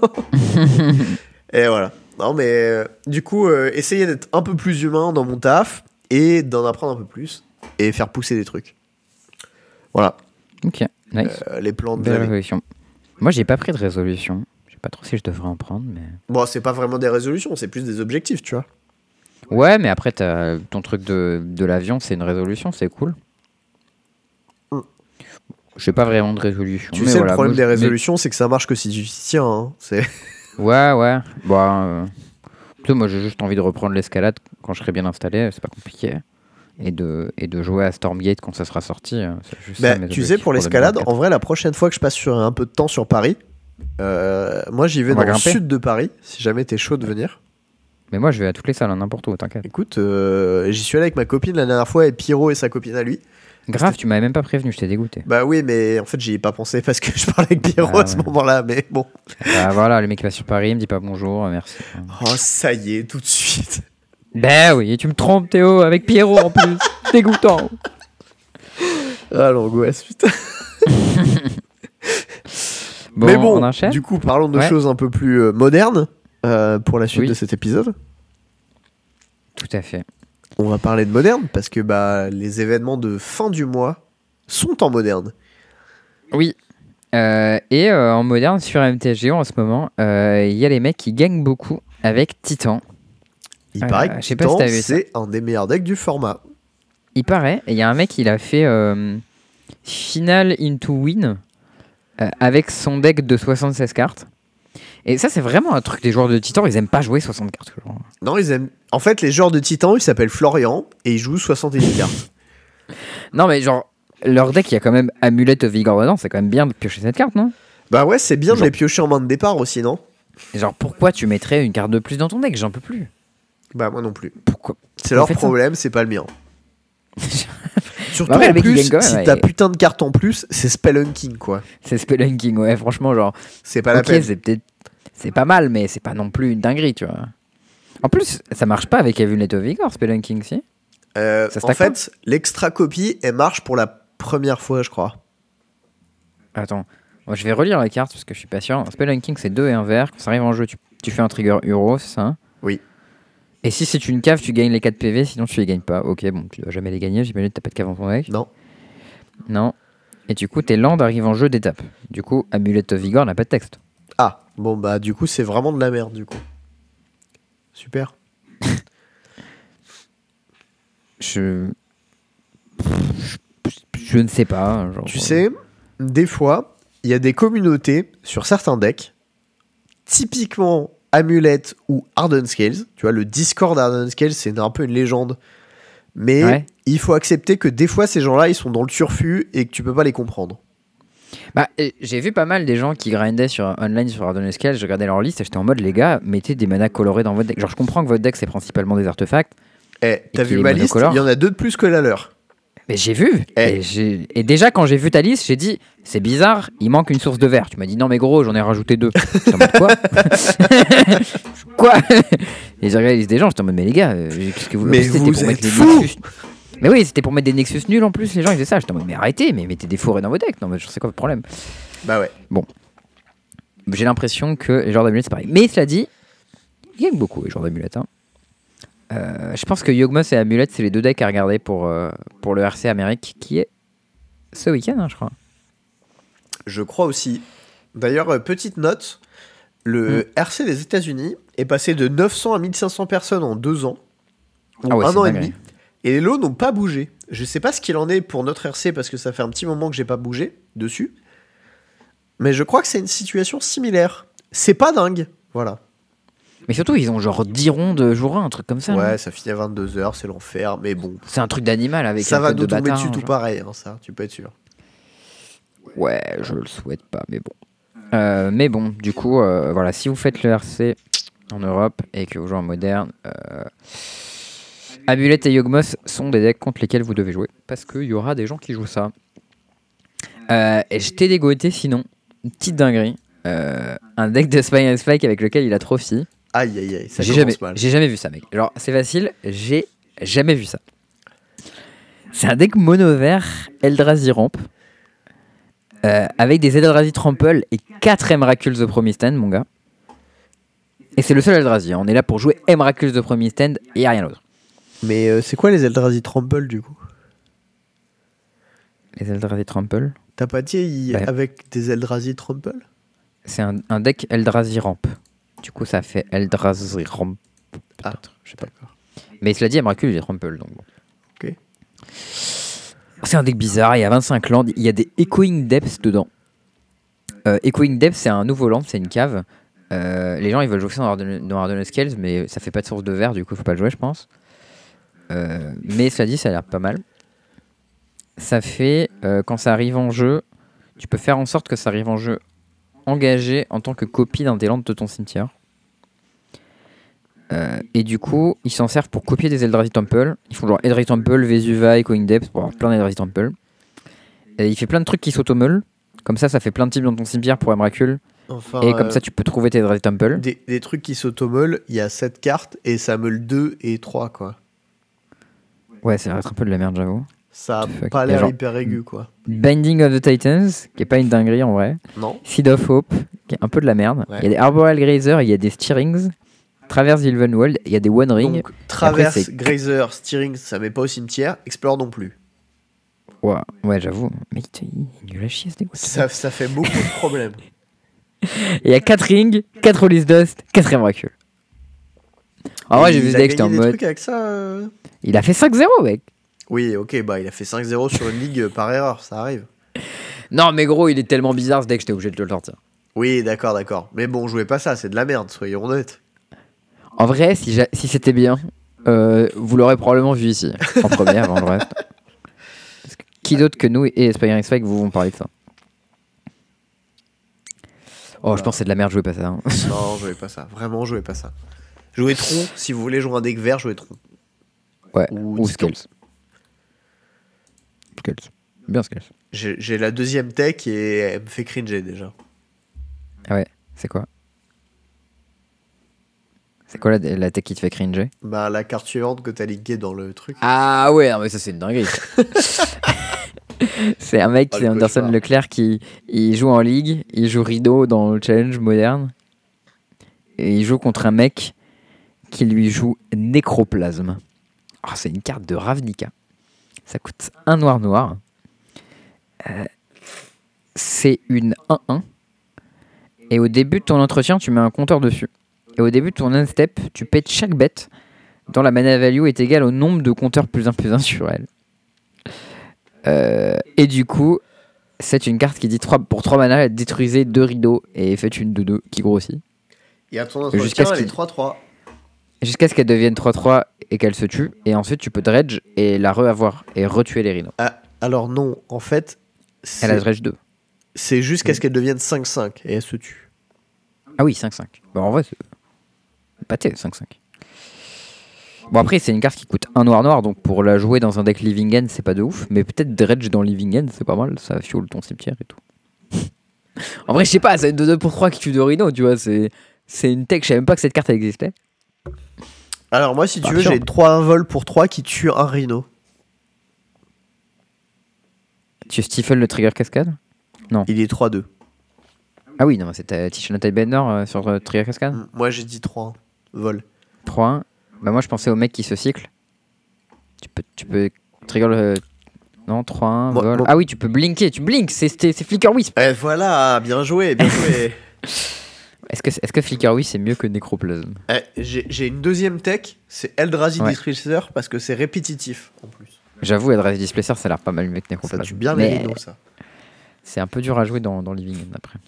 Speaker 2: Et voilà. Non, mais euh, du coup, euh, essayer d'être un peu plus humain dans mon taf et d'en apprendre un peu plus et faire pousser des trucs. Voilà.
Speaker 1: Ok, nice.
Speaker 2: Euh, les plans de
Speaker 1: Belle
Speaker 2: l'année.
Speaker 1: résolution. Moi, j'ai pas pris de résolution. Je sais pas trop si je devrais en prendre, mais.
Speaker 2: Bon, c'est pas vraiment des résolutions, c'est plus des objectifs, tu vois.
Speaker 1: Ouais, mais après, t'as ton truc de, de l'avion, c'est une résolution, c'est cool.
Speaker 2: Mm.
Speaker 1: Je sais pas vraiment de résolution.
Speaker 2: Tu
Speaker 1: mais
Speaker 2: sais,
Speaker 1: voilà,
Speaker 2: le problème
Speaker 1: moi,
Speaker 2: des
Speaker 1: je- mais-
Speaker 2: résolutions, c'est que ça marche que si tu t'y tiens. Hein. C'est...
Speaker 1: Ouais, ouais. Bon, euh, tu sais, moi, j'ai juste envie de reprendre l'escalade quand je serai bien installé, c'est pas compliqué. Et de, et de jouer à Stormgate quand ça sera sorti. euh, C'est juste
Speaker 2: Bah,
Speaker 1: ça, mes
Speaker 2: tu sais,
Speaker 1: objectifs
Speaker 2: pour l'escalade,
Speaker 1: deux mille vingt-quatre.
Speaker 2: en vrai, la prochaine fois que je passe sur un peu de temps sur Paris, euh, moi j'y vais
Speaker 1: On
Speaker 2: dans
Speaker 1: va
Speaker 2: le
Speaker 1: grimper.
Speaker 2: sud de Paris, si jamais t'es chaud de venir.
Speaker 1: Mais moi, je vais à toutes les salles, hein, n'importe où, t'inquiète.
Speaker 2: Écoute, euh, j'y suis allé avec ma copine la dernière fois et Pierrot et sa copine à lui.
Speaker 1: Grave, tu m'avais même pas prévenu, je t'ai dégoûté.
Speaker 2: Bah oui, mais en fait, j'y ai pas pensé parce que je parlais avec Pierrot
Speaker 1: Ah
Speaker 2: à ce
Speaker 1: ouais.
Speaker 2: moment-là, mais bon.
Speaker 1: Bah voilà, le mec qui va sur Paris, il me dit pas bonjour, euh, merci.
Speaker 2: Oh, ça y est, tout de suite.
Speaker 1: Ben oui, et tu me trompes Théo, avec Pierrot en plus. Dégoûtant.
Speaker 2: Ah, l'angoisse, putain.
Speaker 1: Bon,
Speaker 2: mais bon,
Speaker 1: on enchaîne.
Speaker 2: du coup, parlons de
Speaker 1: Ouais.
Speaker 2: choses un peu plus euh, modernes euh, pour la suite
Speaker 1: Oui.
Speaker 2: de cet épisode.
Speaker 1: Tout à fait.
Speaker 2: On va parler de moderne parce que bah, les événements de fin du mois sont en moderne.
Speaker 1: Oui. Euh, et euh, en moderne, sur M T G O en ce moment, euh, il y a les mecs qui gagnent beaucoup avec Titan.
Speaker 2: Il
Speaker 1: Euh,
Speaker 2: paraît que
Speaker 1: je sais pas si
Speaker 2: Titan,
Speaker 1: t'as vu ça.
Speaker 2: c'est un des meilleurs decks du format.
Speaker 1: Il paraît, et il y a un mec, il a fait euh, Final into Win euh, avec son deck de soixante-seize cartes. Et ça, c'est vraiment un truc des joueurs de Titan, ils aiment pas jouer soixante cartes. Genre.
Speaker 2: Non, ils aiment. En fait, les joueurs de Titan, ils s'appellent Florian et ils jouent soixante-dix cartes.
Speaker 1: Non, mais genre, leur deck, il y a quand même Amulet of Vigor dedans, c'est quand même bien de piocher cette carte, non?
Speaker 2: Bah ouais, c'est bien de
Speaker 1: Genre-
Speaker 2: les piocher en main de départ aussi, non?
Speaker 1: Et genre, pourquoi tu mettrais une carte de plus dans ton deck? J'en peux plus.
Speaker 2: Bah moi non plus.
Speaker 1: Pourquoi?
Speaker 2: C'est leur
Speaker 1: faites ça
Speaker 2: problème, c'est pas le mien. Surtout
Speaker 1: Bah ouais, le
Speaker 2: en
Speaker 1: mec, il
Speaker 2: plus,
Speaker 1: gagne quand même,
Speaker 2: si
Speaker 1: ouais.
Speaker 2: t'as putain de cartes en plus, c'est Spelunking quoi.
Speaker 1: C'est Spelunking, ouais, franchement, genre,
Speaker 2: C'est pas la
Speaker 1: ok,
Speaker 2: peine.
Speaker 1: c'est peut-être. C'est pas mal, mais c'est pas non plus une dinguerie, tu vois. En plus, ça marche pas avec Amulet of Vigor, Spelunking, si?
Speaker 2: Euh,
Speaker 1: Ça
Speaker 2: en
Speaker 1: stack
Speaker 2: fait, l'extra copie, elle marche pour la première fois, je crois.
Speaker 1: Attends, moi je vais relire la carte parce que je suis pas sûr. Spelunking c'est deux et un vert. Quand ça arrive en jeu, tu, tu fais un trigger Uro, c'est ça?
Speaker 2: Oui.
Speaker 1: Et si c'est une cave, tu gagnes les quatre P V, sinon tu les gagnes pas. Ok, bon, tu dois jamais les gagner, j'imagine que t'as pas de cave en ton deck.
Speaker 2: Non.
Speaker 1: Non. Et du coup, tes lands arrivent en jeu d'étape. Du coup, Amulet of Vigor n'a pas de texte.
Speaker 2: Ah, bon bah du coup, c'est vraiment de la merde du coup. Super.
Speaker 1: Je. Je, je ne sais pas. Genre,
Speaker 2: Tu sais, des fois, il y a des communautés sur certains decks, typiquement Amulet ou Hardened Scales. Tu vois, le Discord Hardened Scales, c'est un peu une légende. Mais
Speaker 1: Ouais.
Speaker 2: il faut accepter que des fois, ces gens-là, ils sont dans le turfu et que tu peux pas les comprendre.
Speaker 1: Bah, euh, j'ai vu pas mal des gens qui grindaient sur online sur Hardened Scale, je regardais leur liste et j'étais en mode les gars, mettez des manas colorés dans votre deck. Genre je comprends que votre deck c'est principalement des artefacts,
Speaker 2: Eh, t'as
Speaker 1: qu'il
Speaker 2: vu
Speaker 1: est
Speaker 2: ma liste?
Speaker 1: monocolore.
Speaker 2: Il y en a deux de plus que la leur.
Speaker 1: mais j'ai vu.
Speaker 2: Eh.
Speaker 1: Et, j'ai- et déjà quand j'ai vu ta liste, j'ai dit c'est bizarre, il manque une source de verre. Tu m'as dit non mais gros, j'en ai rajouté deux. J'étais en mode quoi? Quoi? Et j'ai regardé la liste des gens, j'étais en mode mais les gars, euh, qu'est-ce que vous
Speaker 2: Mais
Speaker 1: en plus, c'était
Speaker 2: vous
Speaker 1: pour mettre
Speaker 2: êtes
Speaker 1: les
Speaker 2: fous.
Speaker 1: Nexus. Mais oui, c'était pour mettre des Nexus nuls en plus, les gens ils faisaient ça. J'étais en mode mais arrêtez, mais mettez des forêts dans vos decks. Non mais je sais quoi le problème.
Speaker 2: Bah ouais.
Speaker 1: J'ai l'impression que les joueurs d'amulettes c'est pareil. Mais cela dit, il gagne beaucoup les joueurs d'amulettes. Hein. Euh, je pense que Yogmoth et Amulet, c'est les deux decks à regarder pour, euh, pour le R C Amérique qui est ce week-end, hein, je crois.
Speaker 2: Je crois aussi. D'ailleurs, euh, petite note, le R C des États-Unis est passé de neuf cents à mille cinq cents personnes en deux ans, ou
Speaker 1: Ah ouais,
Speaker 2: un
Speaker 1: c'est
Speaker 2: an et
Speaker 1: dingue,
Speaker 2: demi, et les lots n'ont pas bougé. Je sais pas ce qu'il en est pour notre R C parce que ça fait un petit moment que j'ai pas bougé dessus, mais je crois que c'est une situation similaire. C'est pas dingue, voilà.
Speaker 1: Mais surtout, ils ont genre dix rondes jour un, un truc comme ça.
Speaker 2: Ouais,
Speaker 1: non
Speaker 2: ça finit à vingt-deux heures, c'est l'enfer, mais bon.
Speaker 1: C'est un truc d'animal avec
Speaker 2: Ça
Speaker 1: un
Speaker 2: va
Speaker 1: code de
Speaker 2: nous tomber
Speaker 1: bâtard.
Speaker 2: dessus tout
Speaker 1: genre.
Speaker 2: pareil, hein, ça, tu peux être sûr.
Speaker 1: Ouais, je le souhaite pas, mais bon. Euh, mais bon, du coup, euh, voilà, si vous faites le R C en Europe et que vous jouez en moderne, euh, Amulet et Yawgmoth sont des decks contre lesquels vous devez jouer parce qu'il y aura des gens qui jouent ça. Euh, et je t'ai dégoté sinon, une petite dinguerie, euh, un deck de Spine and Spike avec lequel il a Trophy.
Speaker 2: Aïe aïe aïe, ça
Speaker 1: J'ai
Speaker 2: commence
Speaker 1: jamais,
Speaker 2: mal.
Speaker 1: j'ai jamais vu ça, mec. Genre, c'est facile, j'ai jamais vu ça. C'est un deck mono vert Eldrazi Ramp euh, avec des Eldrazi Trample et quatre Emrakuls The Promised Land, mon gars. Et c'est le seul Eldrazi. On est là pour jouer Emrakuls The Promised Land et y a rien d'autre.
Speaker 2: Mais euh, c'est quoi les Eldrazi Trample du coup?
Speaker 1: Les Eldrazi Trample,
Speaker 2: T'as pas dit il-
Speaker 1: Ouais.
Speaker 2: avec des Eldrazi Trample?
Speaker 1: c'est un, un deck Eldrazi Ramp. Du coup, ça fait Eldrazi Ramp.
Speaker 2: Ah,
Speaker 1: Peut-être, je sais pas.
Speaker 2: d'accord.
Speaker 1: Mais cela dit, Emrakul, il est Trample. Donc bon.
Speaker 2: Ok.
Speaker 1: C'est un deck bizarre. Il y a vingt-cinq lands. Il y a des Echoing Depths dedans. Euh, Echoing Depths, c'est un nouveau land, c'est une cave. Euh, les gens ils veulent jouer ça dans Arden- dans Ardennes Scales, mais ça fait pas de source de vert, du coup, faut pas le jouer, je pense. Euh, mais cela dit, ça a l'air pas mal. Ça fait, euh, quand ça arrive en jeu, tu peux faire en sorte que ça arrive en jeu engagé en tant que copie d'un des lands de ton cimetière. Euh, et du coup, ils s'en servent pour copier des Eldrazi Temple. Ils font genre Eldrazi Temple, Vesuva, Echoing Depths, pour avoir plein d'Eldrazi Temple. Et il fait plein de trucs qui s'automeulent. Comme ça, ça fait plein de types dans ton cimetière pour Emrakul.
Speaker 2: Enfin,
Speaker 1: Et comme
Speaker 2: euh,
Speaker 1: ça, tu peux trouver tes Eldrazi Temple.
Speaker 2: des, des trucs qui s'automeulent, il y a sept cartes et ça meule deux et trois quoi.
Speaker 1: Ouais, ça reste un peu de la merde, j'avoue.
Speaker 2: Ça a
Speaker 1: Fuck.
Speaker 2: pas
Speaker 1: Il y a
Speaker 2: l'air
Speaker 1: genre-
Speaker 2: hyper aigu quoi.
Speaker 1: Binding of the Titans, qui est pas une dinguerie en vrai.
Speaker 2: Non.
Speaker 1: Seed of Hope, qui est un peu de la merde. Il
Speaker 2: Ouais.
Speaker 1: y a des Arboreal Grazer, il y a des Steerings. Traverse Ilven World, il y a des One Ring.
Speaker 2: Donc traverse,
Speaker 1: c'est-
Speaker 2: Grazer, Steering, ça met pas au cimetière, Explore non plus.
Speaker 1: Ouais, ouais, j'avoue. Mais il il est nul à chier ce dégoût.
Speaker 2: Ça, ça fait beaucoup de problèmes.
Speaker 1: Et il y a quatre rings, quatre Release Dust, quatre Emrakul. En vrai, j'ai vu
Speaker 2: Il
Speaker 1: ce
Speaker 2: a
Speaker 1: deck, j'étais en
Speaker 2: gagné des
Speaker 1: mode.
Speaker 2: trucs avec ça euh
Speaker 1: Il a fait cinq zéro, mec.
Speaker 2: Oui, ok, bah il a fait cinq zéro sur une ligue euh, par erreur, ça arrive.
Speaker 1: Non, mais gros, il est tellement bizarre ce deck, j'étais obligé de le sortir.
Speaker 2: Oui, d'accord, d'accord. Mais bon, jouez pas ça, c'est de la merde, soyons honnêtes.
Speaker 1: En vrai, si, j'a- si c'était bien, euh, vous l'aurez probablement vu ici, en première, avant le reste. Parce que qui d'autre que nous et Aspiring Spike vous vont parler de ça? Oh, je pense que c'est de la merde, jouez pas ça. hein.
Speaker 2: Non, jouez pas ça, vraiment, jouez pas ça. Jouez Tron, si vous voulez jouer un deck vert, jouez Tron.
Speaker 1: Ouais,
Speaker 2: Ou
Speaker 1: ou
Speaker 2: Titan.
Speaker 1: Scales. Scales. Bien Scales.
Speaker 2: J'ai j'ai la deuxième tech et elle me fait cringer déjà.
Speaker 1: Ah ouais, c'est quoi? C'est quoi la, la tech qui te fait cringer?
Speaker 2: Bah, la carte suivante que t'as linkée dans le truc.
Speaker 1: Ah ouais, non, mais ça c'est une dinguerie. ça. C'est un mec,
Speaker 2: Oh,
Speaker 1: c'est
Speaker 2: le
Speaker 1: Anderson
Speaker 2: cauchemar.
Speaker 1: Leclerc qui il joue en ligue, il joue Rideau dans le challenge moderne. Et il joue contre un mec qui lui joue Nécroplasme. Oh, c'est une carte de Ravnica. Ça coûte un noir noir. Euh, c'est une un un. Et au début de ton entretien, tu mets un compteur dessus. Et au début de ton end-step, tu pètes chaque bête dont la mana value est égale au nombre de compteurs plus un plus un sur elle. Euh, et du coup, c'est une carte qui dit trois, pour trois mana, détruisez deux rideaux et faites une deux deux qui grossit.
Speaker 2: Et à ton
Speaker 1: Jusqu'à
Speaker 2: entretien,
Speaker 1: ce
Speaker 2: elle est
Speaker 1: qu'il-
Speaker 2: trois trois.
Speaker 1: Jusqu'à ce qu'elle devienne trois trois et qu'elle se tue. Et ensuite, tu peux dredge et la re-avoir et retuer les rideaux.
Speaker 2: Ah, alors non, en fait,
Speaker 1: Elle a
Speaker 2: c'est
Speaker 1: dredge deux.
Speaker 2: c'est jusqu'à ce qu'elle devienne cinq cinq et elle se tue.
Speaker 1: Ah oui, cinq cinq. Bon, en vrai, c'est pâté, cinq cinq. Bon, après, c'est une carte qui coûte un noir noir, donc pour la jouer dans un deck Living End, c'est pas de ouf. Mais peut-être Dredge dans Living End, c'est pas mal, ça fuel ton cimetière et tout. En vrai, je sais pas, c'est une deux deux pour trois qui tue deux rideaux, tu vois. C'est c'est une tech, je savais même pas que cette carte elle existait.
Speaker 2: Alors moi, si tu
Speaker 1: Bah,
Speaker 2: veux,
Speaker 1: sûr.
Speaker 2: j'ai trois un vol pour trois qui tuent un rhino.
Speaker 1: Tu stifle le trigger cascade?
Speaker 2: Il est trois deux.
Speaker 1: Ah oui, non, mais c'était Tishana Tidebender euh, sur euh, trigger cascade?
Speaker 2: Mm, Moi, j'ai dit trois vol.
Speaker 1: trois un. Bah, moi, je pensais au mec qui se cycle. Tu peux, tu peux trigger le. Non, trois un,
Speaker 2: Moi-
Speaker 1: vol.
Speaker 2: moi-
Speaker 1: Ah oui, tu peux blinker, tu blinks, c'est c'est- c'est Flicker Wisp.
Speaker 2: Eh voilà, bien joué, bien joué.
Speaker 1: Est-ce que, est-ce que Flicker Wisp c'est mieux que Necroplasm?
Speaker 2: Eh, j'ai j'ai une deuxième tech, c'est Eldrazi
Speaker 1: Ouais.
Speaker 2: Displacer parce que c'est répétitif en plus.
Speaker 1: J'avoue, Eldrazi Displacer, ça a l'air pas mal mieux que
Speaker 2: Ça
Speaker 1: Necroplasm.
Speaker 2: tue bien
Speaker 1: Mais
Speaker 2: les rhinos, ça.
Speaker 1: c'est un peu dur à jouer dans, dans Living End après.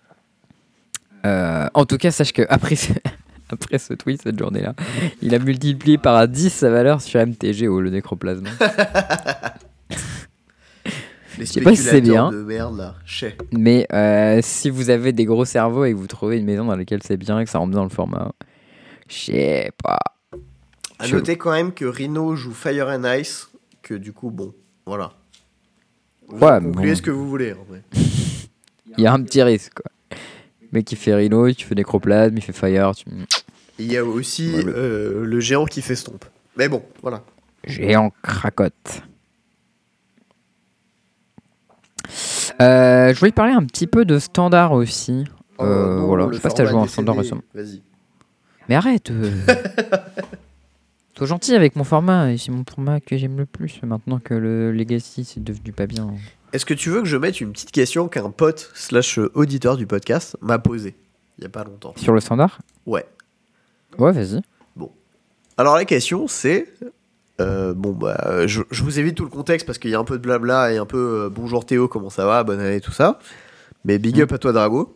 Speaker 1: Euh, en tout cas, sache que après ce, après ce tweet, cette journée-là, il a multiplié par dix sa valeur sur M T G au le Necroplasme.
Speaker 2: Les
Speaker 1: Je sais pas si c'est
Speaker 2: spéculateurs
Speaker 1: bien.
Speaker 2: de merde là. Chais.
Speaker 1: Mais euh, si vous avez des gros cerveaux et que vous trouvez une maison dans laquelle c'est bien et que ça rentre bien dans le format, je sais pas.
Speaker 2: À
Speaker 1: Chelou.
Speaker 2: noter quand même que Rhino joue Fire and Ice, que du coup, bon, voilà. Vous
Speaker 1: Ouais,
Speaker 2: concluez
Speaker 1: bon.
Speaker 2: ce que vous voulez, en vrai.
Speaker 1: Il y a un petit risque, quoi. Le mec qui fait Rhino, tu fais Nécroplasme, il fait Fire, tu...
Speaker 2: Il y a aussi
Speaker 1: Ouais, le-
Speaker 2: euh, le géant qui fait Stomp. Mais bon, voilà.
Speaker 1: Géant cracotte. Euh, je voulais te parler un petit peu de standard aussi.
Speaker 2: Oh,
Speaker 1: Euh,
Speaker 2: non,
Speaker 1: voilà,
Speaker 2: le
Speaker 1: je sais pas si t'as
Speaker 2: format
Speaker 1: joué en
Speaker 2: décédé.
Speaker 1: standard récemment.
Speaker 2: Vas-y.
Speaker 1: Mais arrête euh. Sois gentil avec mon format, et c'est mon format que j'aime le plus maintenant que le Legacy c'est devenu pas bien.
Speaker 2: Est-ce que tu veux que je mette une petite question qu'un pote slash auditeur du podcast m'a posée il y a pas longtemps?
Speaker 1: Sur le standard?
Speaker 2: Ouais.
Speaker 1: Ouais, vas-y.
Speaker 2: Alors la question c'est... euh, bon bah je, je vous évite tout le contexte parce qu'il y a un peu de blabla et un peu euh, bonjour Théo, comment ça va, bonne année, tout ça. Mais big up
Speaker 1: Mm.
Speaker 2: à toi Drago.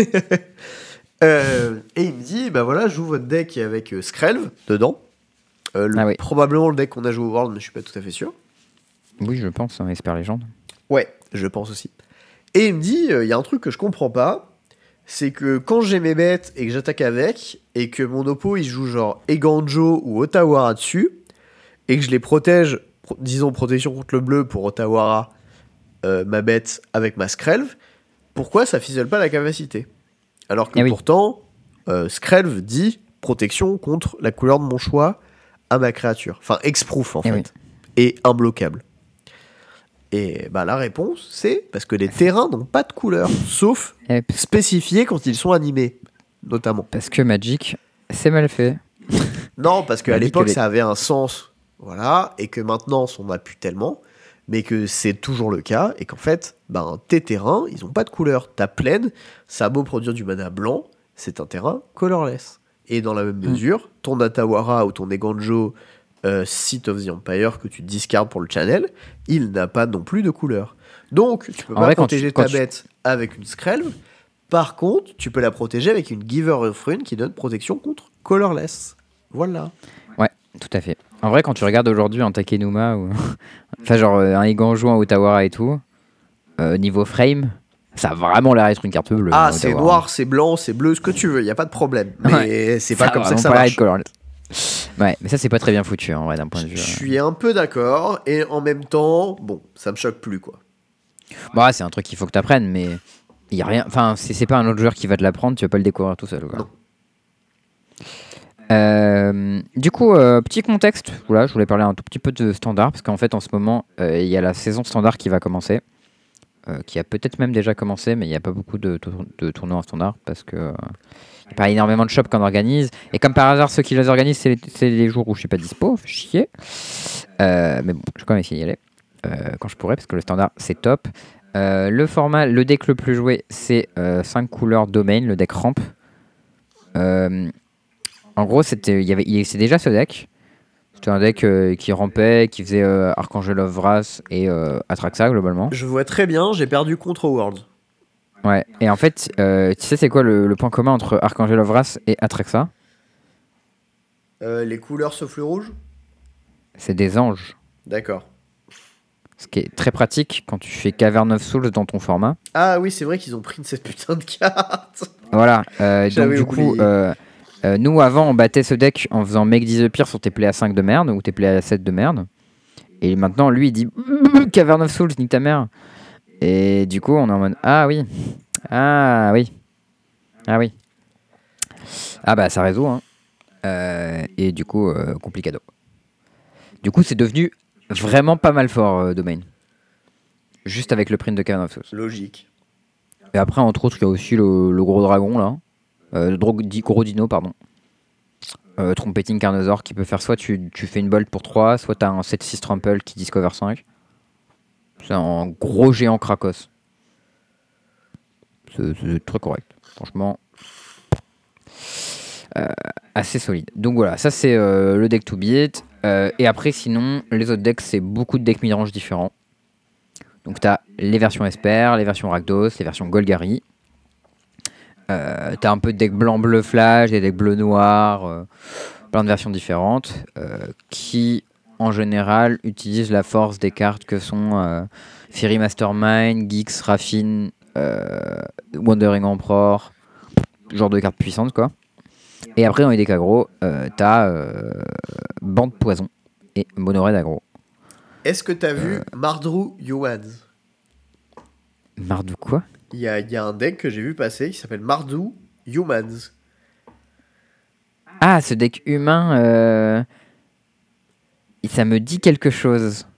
Speaker 2: Euh, et il me dit, bah voilà, je joue votre deck avec euh, Skrelv dedans. Euh, le-
Speaker 1: Ah oui.
Speaker 2: Probablement le deck qu'on a joué au World, mais je suis pas tout à fait sûr.
Speaker 1: Oui, je pense, hein, Esper Légende.
Speaker 2: Ouais, je pense aussi. Et il me dit, il y a un truc que je comprends pas, c'est que quand j'ai mes bêtes et que j'attaque avec, et que mon oppo il joue genre Eganjo ou Otawara dessus, et que je les protège, pro- disons protection contre le bleu pour Otawara, euh, ma bête avec ma Skrelv, pourquoi ça fiselle pas la capacité? Alors que
Speaker 1: Eh oui.
Speaker 2: pourtant, euh, Skrelv dit protection contre la couleur de mon choix à ma créature. Enfin, X-proof en
Speaker 1: Eh
Speaker 2: fait.
Speaker 1: oui.
Speaker 2: Et imbloquable. Et bah la réponse, c'est parce que les terrains n'ont pas de couleur, sauf
Speaker 1: Eh, p-
Speaker 2: spécifiés quand ils sont animés, notamment.
Speaker 1: parce que Magic, c'est mal fait.
Speaker 2: Non, parce qu'à
Speaker 1: On a dit
Speaker 2: l'époque,
Speaker 1: que les-
Speaker 2: ça avait un sens, voilà, et que maintenant, on n'a plus tellement, mais que c'est toujours le cas, et qu'en fait, ben, tes terrains, ils n'ont pas de couleur. Ta plaine, ça a beau produire du mana blanc, c'est un terrain colorless. Et dans la même
Speaker 1: Mm.
Speaker 2: mesure, ton Atawara ou ton Eganjo euh, Seat of the Empire que tu discardes pour le channel, il n'a pas non plus de couleur. Donc, tu peux
Speaker 1: En
Speaker 2: pas
Speaker 1: vrai, quand
Speaker 2: protéger
Speaker 1: tu- quand
Speaker 2: ta
Speaker 1: tu-
Speaker 2: bête avec une Skrelv. Par contre, tu peux la protéger avec une Giver of Rune qui donne protection contre colorless. Voilà.
Speaker 1: Tout à fait. En vrai, quand tu regardes aujourd'hui un Takenuma ou. Enfin, genre euh, un Eganjo, un Otawara et tout, euh, niveau frame, ça a vraiment l'air d'être une carte bleue.
Speaker 2: Ah,
Speaker 1: hein,
Speaker 2: c'est
Speaker 1: Otawara.
Speaker 2: noir, c'est blanc, c'est bleu, ce que tu veux, il y a pas de problème. Mais
Speaker 1: Ouais.
Speaker 2: c'est pas
Speaker 1: a
Speaker 2: comme ça que
Speaker 1: vraiment
Speaker 2: ça
Speaker 1: pas l'air
Speaker 2: marche.
Speaker 1: d'être colorless. Ouais, mais ça, c'est pas très bien foutu, en vrai, d'un point de vue.
Speaker 2: Je
Speaker 1: euh.
Speaker 2: suis un peu d'accord, et en même temps, bon, ça me choque plus, quoi.
Speaker 1: Bah, c'est un truc qu'il faut que tu apprennes, mais il y a rien. Enfin, c'est c'est pas un autre joueur qui va te l'apprendre, tu vas pas le découvrir tout seul. Quoi.
Speaker 2: Non.
Speaker 1: Euh, du coup, euh, petit contexte, voilà, je voulais parler un tout petit peu de standard, parce qu'en fait, en ce moment, euh, il y a la saison standard qui va commencer, euh, qui a peut-être même déjà commencé, mais il n'y a pas beaucoup de, tour- de tournois en standard, parce que euh, il n'y a pas énormément de shops qu'on organise, et comme par hasard, ceux qui les organisent, c'est les, c'est les jours où je suis pas dispo, fait chier. Euh, mais bon, je vais quand même essayer d'y aller, euh, quand je pourrai, parce que le standard, c'est top. Euh, le format, le deck le plus joué, c'est cinq couleurs domain, le deck ramp. Euh, en gros, c'était, il y avait, il- c'est déjà ce deck. C'était un deck euh, qui rampait, qui faisait euh, Archangel of Wrath et euh, Atraxa globalement.
Speaker 2: Je vois très bien, j'ai perdu contre World.
Speaker 1: Ouais. Et en fait, euh, tu sais c'est quoi le, le point commun entre Archangel of Wrath et Atraxa?
Speaker 2: Euh, les couleurs sauf le rouge?
Speaker 1: C'est des anges.
Speaker 2: D'accord.
Speaker 1: Ce qui est très pratique quand tu fais Cavern of Souls dans ton format.
Speaker 2: Ah oui, c'est vrai qu'ils ont pris cette putain de carte.
Speaker 1: Voilà. Euh, donc
Speaker 2: J'avais
Speaker 1: du
Speaker 2: oublié.
Speaker 1: coup, euh, euh, nous avant on battait ce deck en faisant Make Disappear sur tes plays à cinq de merde ou tes plays à sept de merde. Et maintenant lui il dit Cavern of Souls, nique ta mère. Et du coup on est en mode ah oui, ah oui, ah oui. Ah bah ça résout hein. Euh, et du coup euh, complicado. Du coup c'est devenu vraiment pas mal fort euh, Domain. Juste avec le print de Cavern of Souls.
Speaker 2: Logique.
Speaker 1: Et après, entre autres, il y a aussi le, le gros dragon, là. Euh, le dro- di- gros dino, pardon. Euh, Trompeting Carnosaur, qui peut faire soit tu, tu fais une bolt pour trois, soit t'as un sept six trample qui discover cinq. C'est un gros géant Krakos. C'est c'est très correct. Franchement, euh, assez solide. Donc voilà, ça c'est euh, le deck to beat. Euh, et après, sinon, les autres decks, c'est beaucoup de decks midrange différents. Donc t'as les versions Esper, les versions Rakdos, les versions Golgari. Euh, t'as un peu de deck blanc-bleu flash, des decks bleu-noir, euh, plein de versions différentes euh, qui, en général, utilisent la force des cartes que sont euh, Fury Mastermind, Geeks, Raffine, euh, Wandering Emperor, genre de cartes puissantes quoi. Et après dans les decks aggro, euh, t'as euh, Bande Poison et Mono-Red aggro.
Speaker 2: Est-ce que t'as vu Mardru Humans?
Speaker 1: Mardou quoi?
Speaker 2: Il y a, il y a un deck que j'ai vu passer qui s'appelle Mardru Humans.
Speaker 1: Ah, ce deck humain, euh... ça me dit quelque chose.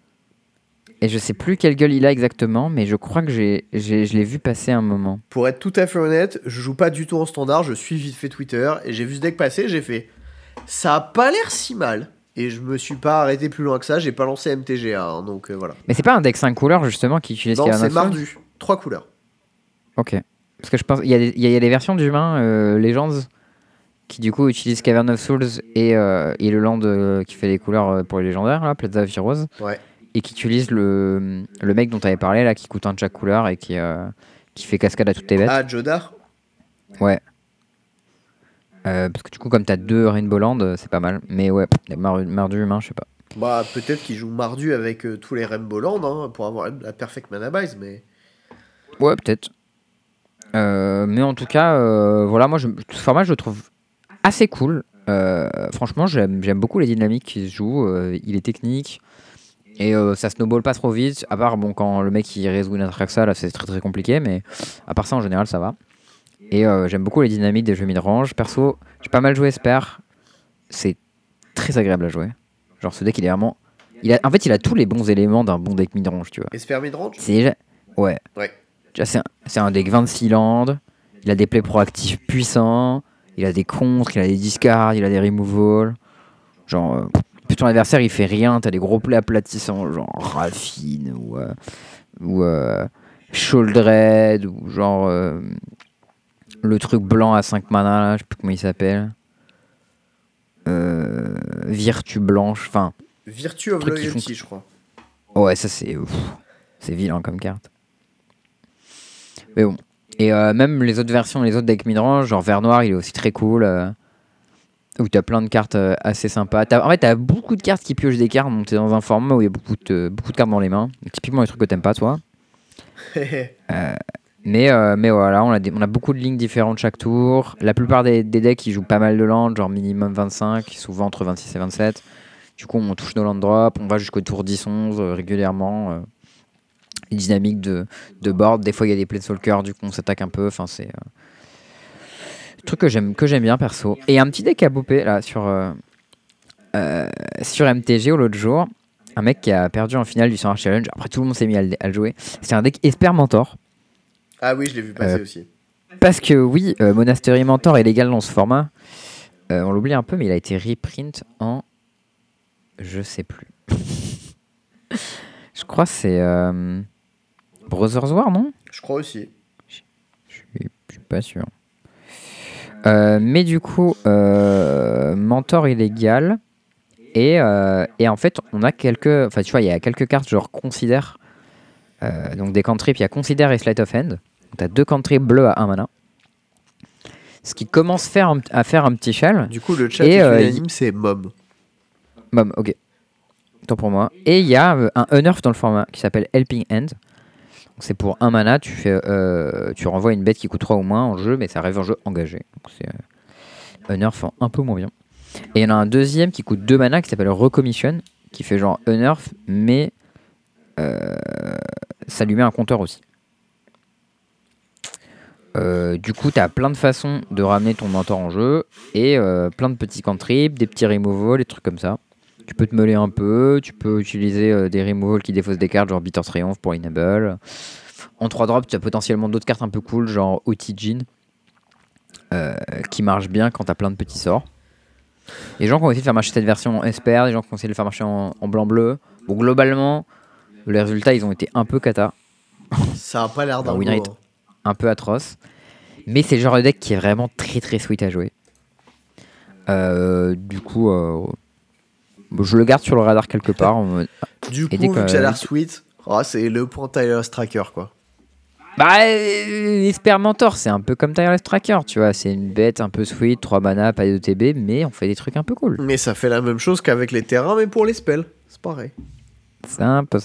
Speaker 1: Et je sais plus quelle gueule il a exactement, mais je crois que j'ai, j'ai, je l'ai vu passer un moment.
Speaker 2: Pour être tout à fait honnête, je joue pas du tout en standard, je suis vite fait Twitter, et j'ai vu ce deck passer, j'ai fait... Ça a pas l'air si mal. Et je me suis pas arrêté plus loin que ça, j'ai pas lancé M T G A, hein, donc euh, voilà.
Speaker 1: Mais c'est pas un deck cinq couleurs justement qui utilise
Speaker 2: Non,
Speaker 1: Cavern
Speaker 2: c'est
Speaker 1: of Souls?
Speaker 2: Mardu, trois couleurs.
Speaker 1: Ok. Parce que je pense... Il y, a des- il y a des versions d'humains, euh, Legends, qui du coup utilisent Cavern of Souls et, euh, et le land euh, qui fait les couleurs euh, pour les légendaires, là, Plaza of Heroes.
Speaker 2: Ouais.
Speaker 1: Et qui utilise le, le mec dont tu avais parlé, là, qui coûte un de chaque couleur et qui, euh, qui fait cascade à toutes tes bêtes.
Speaker 2: Ah, Jodar.
Speaker 1: Ouais. Euh, parce que du coup, comme t'as deux Rainbow Land, euh, c'est pas mal. Mais ouais, Mar- Mardu humain, je sais pas.
Speaker 2: Bah, peut-être qu'il joue Mardu avec euh, tous les Rainbow Land, hein, pour avoir la perfect mana base, mais...
Speaker 1: Ouais, peut-être. Euh, mais en tout cas, euh, voilà, moi, je, ce format, je le trouve assez cool. Euh, franchement, j'aime, j'aime beaucoup les dynamiques qui se jouent. Euh, il est technique. Et euh, ça snowball pas trop vite. À part, bon, quand le mec il résout une Atraxa, là, c'est très très compliqué. Mais à part ça, en général, ça va. Et euh, j'aime beaucoup les dynamiques des jeux mid-range. Perso, j'ai pas mal joué Esper. C'est très agréable à jouer. Genre, ce deck, il est vraiment. Il a... En fait, il a tous les bons éléments d'un bon deck mid-range, tu vois.
Speaker 2: Esper midrange.
Speaker 1: C'est déjà. Ouais.
Speaker 2: Ouais.
Speaker 1: Déjà, c'est un... c'est un deck vingt-six landes. Il a des plays proactifs puissants. Il a des contres, il a des discards, il a des removals. Genre, euh... plus ton adversaire il fait rien, t'as des gros plays aplatissants, genre Raffine ou. Euh... ou euh... Shouldred, ou genre. Euh... Le truc blanc à cinq mana, là, je sais plus comment il s'appelle. Euh, Virtue blanche, enfin.
Speaker 2: Virtue of Loyalty, je crois.
Speaker 1: Ouais, ça c'est. Pff, c'est vilain comme carte. Mais bon. Et euh, même les autres versions, les autres decks midrange, genre vert noir, il est aussi très cool. Euh, où t'as plein de cartes euh, assez sympas. T'as, en fait, t'as beaucoup de cartes qui piochent des cartes. Donc t'es dans un format où il y a beaucoup de, beaucoup de cartes dans les mains. Donc, typiquement les trucs que t'aimes pas, toi. euh, Mais, euh, mais voilà, on a, des, on a beaucoup de lignes différentes chaque tour. La plupart des, des decks, ils jouent pas mal de landes, genre minimum vingt-cinq, souvent entre vingt-six et vingt-sept. Du coup, on touche nos land drop, on va jusqu'au tour dix onze euh, régulièrement. Euh, les dynamiques de, de board, des fois il y a des planeswalkers, du coup on s'attaque un peu. Enfin, c'est euh, un truc que j'aime, que j'aime bien perso. Et un petit deck à boper là sur, euh, euh, sur M T G l'autre jour. Un mec qui a perdu en finale du Summer Challenge. Après, tout le monde s'est mis à le, à le jouer. C'est un deck Esper Mentor.
Speaker 2: Ah oui, je l'ai vu passer
Speaker 1: Euh,
Speaker 2: aussi.
Speaker 1: Parce que oui, euh, Monastery Mentor est légal dans ce format. Euh, on l'oublie un peu, mais il a été reprint en... Je sais plus. Je crois que c'est... Euh... Brothers War, non?
Speaker 2: Je crois aussi.
Speaker 1: Je suis, je suis pas sûr. Euh, mais du coup, euh, Mentor illégal. Et, euh, et en fait, on a quelques... Enfin, tu vois, il y a quelques cartes genre Consider. Euh, donc des cantrips, il y a Consider et Sleight of Hand. Tu as deux cantrips bleus à un mana. Ce qui commence faire un, à faire un petit shell.
Speaker 2: Du coup, le chat
Speaker 1: Et,
Speaker 2: est
Speaker 1: euh,
Speaker 2: unanime, c'est Mom.
Speaker 1: Mom, ok. Tant pour moi. Et il y a euh, un unearth dans le format qui s'appelle Helping Hand. Donc c'est pour un mana, tu, fais, euh, tu renvoies une bête qui coûte trois ou moins en jeu, mais ça arrive en jeu engagé. Donc c'est euh, unearth un peu moins bien. Et il y en a un deuxième qui coûte deux mana qui s'appelle Recommission, qui fait genre unearth, mais euh, ça lui met un compteur aussi. Euh, du coup, tu as plein de façons de ramener ton mentor en jeu et euh, plein de petits cantrips, des petits removals, des trucs comme ça. Tu peux te meuler un peu, tu peux utiliser euh, des removals qui défaussent des cartes, genre Bitter Triumph pour Enable. En trois drops, tu as potentiellement d'autres cartes un peu cool, genre Otigin, euh, qui marche bien quand tu as plein de petits sorts. Les gens qui ont essayé de faire marcher cette version en Esper, les gens qui ont essayé de le faire marcher en, en blanc-bleu. Bon, globalement, les résultats, ils ont été un peu cata.
Speaker 2: Ça a pas l'air d'un
Speaker 1: win
Speaker 2: go,
Speaker 1: rate
Speaker 2: hein.
Speaker 1: un peu atroce. Mais c'est le genre de deck qui est vraiment très très sweet à jouer. Euh, du coup, euh, je le garde sur le radar quelque part. en mode-
Speaker 2: Du coup,
Speaker 1: Et dès
Speaker 2: vu
Speaker 1: que-
Speaker 2: que ça a l'air sweet, oh, c'est le point Tyler Stracker, quoi.
Speaker 1: Bah, euh, Esper Mentor, c'est un peu comme Tireless Tracker, tu vois. C'est une bête un peu sweet, trois mana, pas de T B, mais on fait des trucs un peu cool.
Speaker 2: Mais ça fait la même chose qu'avec les terrains, mais pour les spells. C'est pareil.
Speaker 1: C'est un peu ça.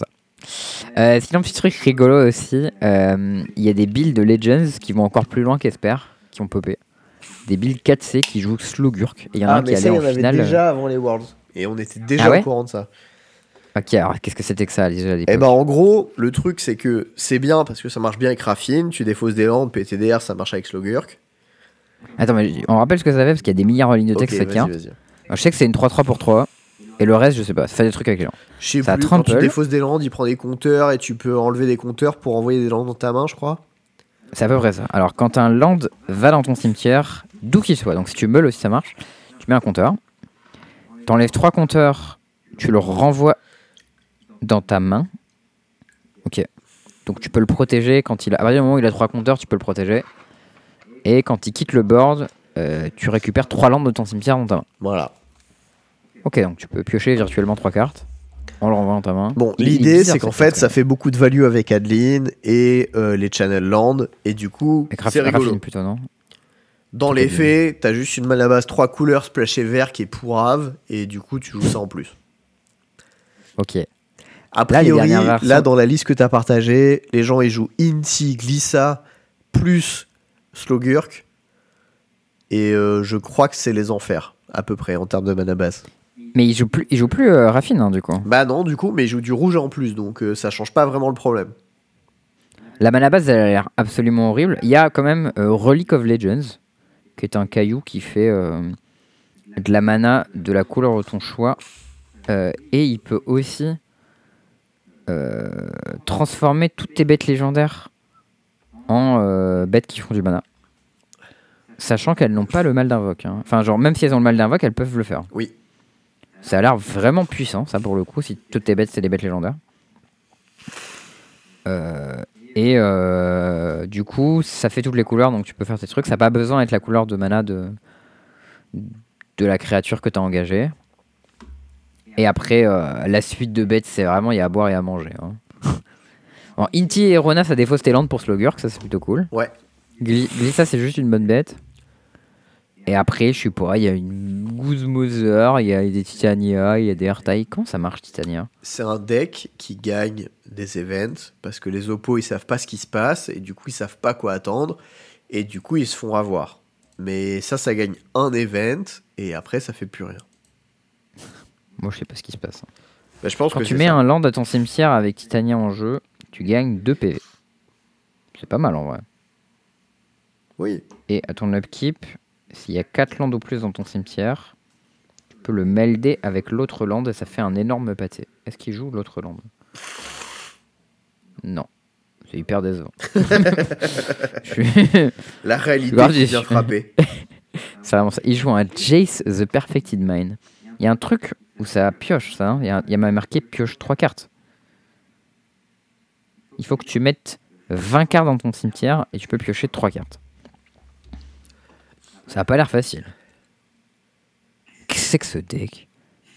Speaker 1: Euh, sinon, petit truc rigolo aussi, euh, il y a des builds de Legends qui vont encore plus loin qu'Esper, qui ont popé. Des builds quatre C qui jouent Slowgurk. Et il y en a
Speaker 2: Ah,
Speaker 1: un qui
Speaker 2: mais
Speaker 1: allait
Speaker 2: ça, il y
Speaker 1: en
Speaker 2: en avait
Speaker 1: finale.
Speaker 2: déjà avant les Worlds. Et on était déjà
Speaker 1: Ah ouais
Speaker 2: au courant de ça.
Speaker 1: Ok, alors qu'est-ce que c'était que ça déjà à l'époque?
Speaker 2: Et bah, en gros, le truc, c'est que c'est bien parce que ça marche bien avec Raffine. Tu défausses des landes, P T D R, ça marche avec Slowgurk.
Speaker 1: Attends, mais on rappelle ce que ça fait parce qu'il y a des milliards de lignes de
Speaker 2: Ok,
Speaker 1: texte, ça
Speaker 2: vas-y,
Speaker 1: tient.
Speaker 2: vas-y.
Speaker 1: Alors, je sais que c'est une trois trois pour trois. Et le reste, je sais pas. Ça fait des trucs avec les gens.
Speaker 2: Je sais
Speaker 1: Ça a
Speaker 2: plus, quand tu
Speaker 1: trample.
Speaker 2: défausses des landes, il prend des compteurs et tu peux enlever des compteurs pour envoyer des landes dans ta main, je crois.
Speaker 1: C'est à peu près ça. Alors, quand un land va dans ton cimetière, d'où qu'il soit, donc si tu meules aussi, ça marche, tu mets un compteur. T'enlèves trois compteurs, tu le renvoies dans ta main. Ok. Donc, tu peux le protéger quand il a. À partir du moment où il a trois compteurs, tu peux le protéger. Et quand il quitte le board, euh, tu récupères trois landes de ton cimetière dans ta main.
Speaker 2: Voilà.
Speaker 1: Ok, donc tu peux piocher virtuellement trois cartes en le renvoyant dans ta main.
Speaker 2: Bon,
Speaker 1: Il- il est
Speaker 2: l'idée,
Speaker 1: bizarre,
Speaker 2: c'est qu'en
Speaker 1: cette
Speaker 2: fait,
Speaker 1: carte,
Speaker 2: ça
Speaker 1: quand
Speaker 2: fait beaucoup de value avec Adeline et euh, les Channel Land. Et du coup,
Speaker 1: même. Avec Raff-
Speaker 2: c'est rigolo.
Speaker 1: Raffine plutôt, non?
Speaker 2: Dans
Speaker 1: Plutôt
Speaker 2: les faits, t'as juste une mana base trois couleurs splashé vert qui est pourrave. Et du coup, tu joues ça en plus.
Speaker 1: Ok.
Speaker 2: A
Speaker 1: Là, les
Speaker 2: priori,
Speaker 1: dernières
Speaker 2: là,
Speaker 1: versions-
Speaker 2: dans la liste que t'as partagée, les gens ils jouent Inti, Glissa, plus Slowgurk. Et euh, je crois que c'est les enfers, à peu près, en termes de mana base.
Speaker 1: Mais il joue plus, il joue plus euh, Raffine, hein, du coup.
Speaker 2: Bah non, du coup, mais ils jouent du rouge en plus, donc euh, ça change pas vraiment le problème.
Speaker 1: La mana base, elle a l'air absolument horrible. Il y a quand même euh, Relic of Legends, qui est un caillou qui fait euh, de la mana de la couleur de ton choix. Euh, et il peut aussi euh, transformer toutes tes bêtes légendaires en euh, bêtes qui font du mana. Sachant qu'elles n'ont pas le mal d'invoque. Hein. Enfin, genre, même si elles ont le mal d'invoque, elles peuvent le faire.
Speaker 2: Oui.
Speaker 1: Ça a l'air vraiment puissant, ça, pour le coup, si toutes tes bêtes, c'est des bêtes légendaires. Euh, et euh, du coup, ça fait toutes les couleurs, donc tu peux faire tes trucs. Ça n'a pas besoin d'être la couleur de mana de, de la créature que tu as engagée. Et après, euh, la suite de bêtes, c'est vraiment, il y a à boire et à manger. Hein. Bon, Inti et Rona, ça défausse tes landes pour Slowgurk, ça c'est plutôt cool.
Speaker 2: Ouais.
Speaker 1: Gli- Glissa, c'est juste une bonne bête. Et après, je sais pas, il y a une Guzmother, il y a des Titania, il y a des Airtai. Comment ça marche, Titania?
Speaker 2: C'est un deck qui gagne des events parce que les oppos ils savent pas ce qui se passe et du coup ils savent pas quoi attendre et du coup ils se font avoir. Mais ça, ça gagne un event et après ça fait plus rien.
Speaker 1: Moi, je sais pas ce qui se passe.
Speaker 2: Bah, je pense
Speaker 1: Quand
Speaker 2: que
Speaker 1: tu
Speaker 2: c'est
Speaker 1: mets
Speaker 2: ça.
Speaker 1: un land à ton cimetière avec Titania en jeu, tu gagnes deux P V. C'est pas mal en vrai.
Speaker 2: Oui.
Speaker 1: Et à ton upkeep, s'il y a quatre lands ou plus dans ton cimetière, tu peux le melder avec l'autre land et ça fait un énorme pâté. Est-ce qu'il joue l'autre land? Non. C'est hyper décevant. Je suis-
Speaker 2: La réalité
Speaker 1: Grave
Speaker 2: qui vient
Speaker 1: déçu.
Speaker 2: frapper.
Speaker 1: C'est vraiment ça. Il joue un Jace the Perfected Mine. Il y a un truc où ça pioche, ça. hein. Il y a, il y a marqué pioche trois cartes. Il faut que tu mettes vingt cartes dans ton cimetière et tu peux piocher trois cartes. Ça a pas l'air facile. Qu'est-ce que c'est que ce deck?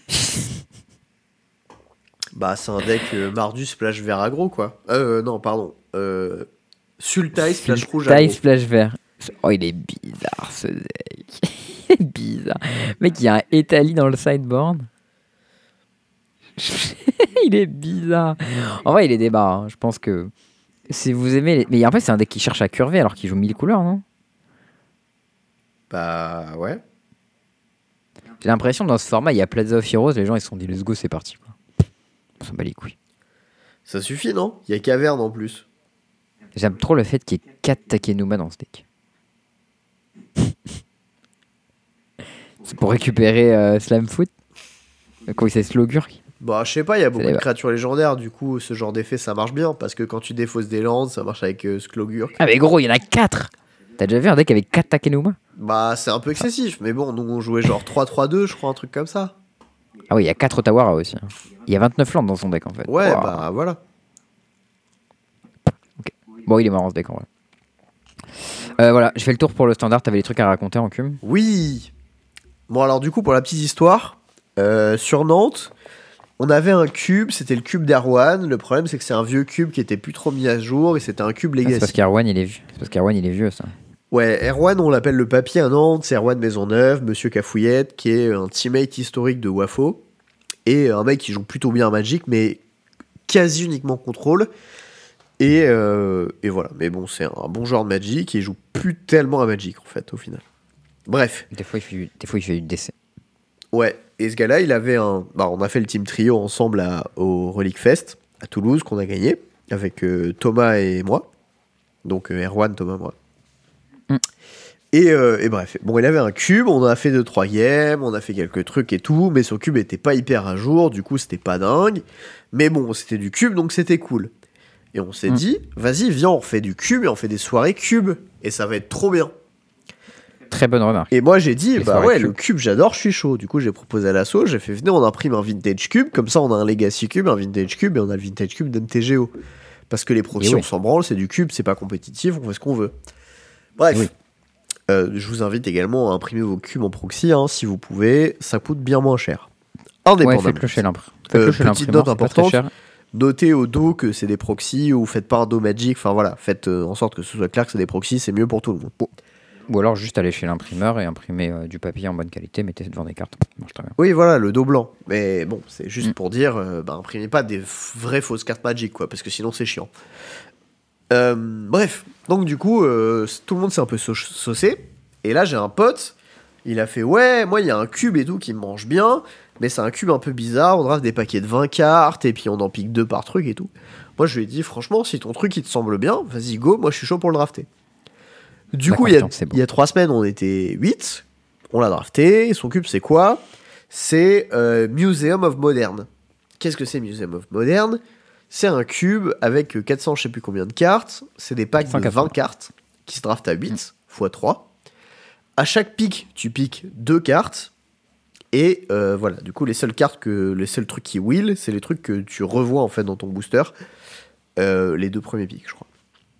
Speaker 2: Bah, c'est un deck euh, Mardus splash vert aggro, quoi. Euh, non, pardon. Euh, Sultai splash rouge
Speaker 1: Taille
Speaker 2: aggro.
Speaker 1: splash vert. Oh, il est bizarre ce deck. Il est bizarre. Mec, il y a un Etali dans le sideboard. Il est bizarre. En vrai, il est débarras. hein. Je pense que si vous aimez. Les... Mais en fait, c'est un deck qui cherche à curver alors qu'il joue mille couleurs, non?
Speaker 2: Bah, ouais.
Speaker 1: J'ai l'impression dans ce format, il y a Plaza of Heroes, les gens ils se sont dit let's go, c'est parti. Quoi. On s'en bat les couilles.
Speaker 2: Ça suffit, non? Il y a Caverne en plus.
Speaker 1: J'aime trop le fait qu'il y ait quatre Takenuma dans ce deck. C'est pour récupérer euh, Slamfoot. Quand il s'est Slowgurk.
Speaker 2: Bah, je sais pas, il y a beaucoup
Speaker 1: les
Speaker 2: de
Speaker 1: bas.
Speaker 2: créatures légendaires, du coup, ce genre d'effet ça marche bien parce que quand tu défausses des lands, ça marche avec euh, Slowgurk.
Speaker 1: Ah mais gros, il y en a quatre. T'as déjà vu un deck avec quatre Takenuma?
Speaker 2: Bah, c'est un peu excessif, mais bon, nous on jouait genre trois trois deux, je crois, un truc comme ça.
Speaker 1: Ah oui, il y a quatre Otawara aussi. hein. Il y a vingt-neuf landes dans son deck en fait.
Speaker 2: Ouais,
Speaker 1: Wow.
Speaker 2: bah voilà.
Speaker 1: Bon, il est marrant ce deck en vrai. Euh, voilà, je fais le tour pour le standard. T'avais des trucs à raconter en cum?
Speaker 2: Oui. Bon, alors du coup, pour la petite histoire, euh, sur Nantes, on avait un cube, c'était le cube d'Erwan. Le problème, c'est que c'est un vieux cube qui était plus trop mis à jour et c'était un cube
Speaker 1: Ah, c'est parce
Speaker 2: Legacy.
Speaker 1: qu'Erwan il est vieux. C'est parce qu'Erwan il est vieux ça.
Speaker 2: Ouais, Erwan, on l'appelle le papier à Nantes, c'est Erwan Maisonneuve, Monsieur Cafouillette, qui est un teammate historique de Wafo, et un mec qui joue plutôt bien à Magic, mais quasi uniquement contrôle. Et, euh, et voilà. Mais bon, c'est un bon joueur de Magic et il joue plus tellement à Magic en fait, au final. Bref.
Speaker 1: Des fois, il fait, du- des fois, il fait du décès.
Speaker 2: Ouais. Et ce gars-là, il avait un. Bah, on a fait le team trio ensemble à- au Relic Fest à Toulouse qu'on a gagné avec euh, Thomas et moi. Donc euh, Erwan, Thomas, moi.
Speaker 1: Mm.
Speaker 2: Et, euh, et bref, bon, il avait un cube, on a fait deux trois games, on a fait quelques trucs et tout, mais son cube était pas hyper à jour, du coup c'était pas dingue. Mais bon, c'était du cube, donc c'était cool. Et on s'est
Speaker 1: Mm.
Speaker 2: dit, vas-y, viens, on fait du cube et on fait des soirées cube. Et ça va être trop bien.
Speaker 1: Très bonne remarque.
Speaker 2: Et moi j'ai dit,
Speaker 1: Les
Speaker 2: bah
Speaker 1: soirées
Speaker 2: ouais,
Speaker 1: cube.
Speaker 2: le cube j'adore, je suis chaud. Du coup j'ai proposé à l'asso, j'ai fait venir, on imprime un vintage cube, comme ça on a un legacy cube, un vintage cube et on a le vintage cube d'M T G O. Parce que les proxys
Speaker 1: Et oui.
Speaker 2: on s'en branle, c'est du cube, c'est pas compétitif, on fait ce qu'on veut. Bref,
Speaker 1: Oui.
Speaker 2: euh, je vous invite également à imprimer vos cubes en proxy, hein, si vous pouvez, ça coûte bien moins cher.
Speaker 1: Ouais,
Speaker 2: Indépendamment.
Speaker 1: faites-le chez l'imprimeur.
Speaker 2: Euh,
Speaker 1: Faites-le chez
Speaker 2: petite
Speaker 1: l'imprimeur,
Speaker 2: note
Speaker 1: c'est pas très
Speaker 2: importante.
Speaker 1: cher.
Speaker 2: Notez au dos que c'est des proxys ou faites pas un dos Magic, enfin voilà, faites euh, en sorte que ce soit clair que c'est des proxys, c'est mieux pour tout le monde.
Speaker 1: Ou alors juste aller chez l'imprimeur et imprimer euh, du papier en bonne qualité, mettez devant des cartes. Ça marche très bien.
Speaker 2: Oui, voilà, le dos blanc. Mais bon, c'est juste
Speaker 1: Mm.
Speaker 2: pour dire, euh, bah, imprimez pas des f- vraies fausses cartes Magic, quoi, parce que sinon c'est chiant. Euh, bref, donc du coup, euh, tout le monde s'est un peu sau- saucé. Et là, j'ai un pote, il a fait, ouais, moi, il y a un cube et tout qui me mange bien, mais c'est un cube un peu bizarre, on draft des paquets de vingt cartes, et puis on en pique deux par truc et tout. Moi, je lui ai dit, franchement, si ton truc, il te semble bien, vas-y, go, moi, je suis chaud pour le drafter. Du
Speaker 1: La
Speaker 2: coup, il y, a,
Speaker 1: confiance, c'est beau.
Speaker 2: il y a trois semaines, on était huit, on l'a drafté, et son cube, c'est quoi? C'est euh, Museum of Modern. Qu'est-ce que c'est Museum of Modern? C'est un cube avec euh, quatre cents, je sais plus combien de cartes. C'est des packs de
Speaker 1: cent quatre-vingts.
Speaker 2: vingt cartes qui se draftent à huit fois trois. À chaque pic, tu piques deux cartes. Et euh, voilà, du coup, les seules cartes que. Les seuls trucs qui wheel, c'est les trucs que tu revois en fait dans ton booster. Euh, les deux premiers pics, je crois.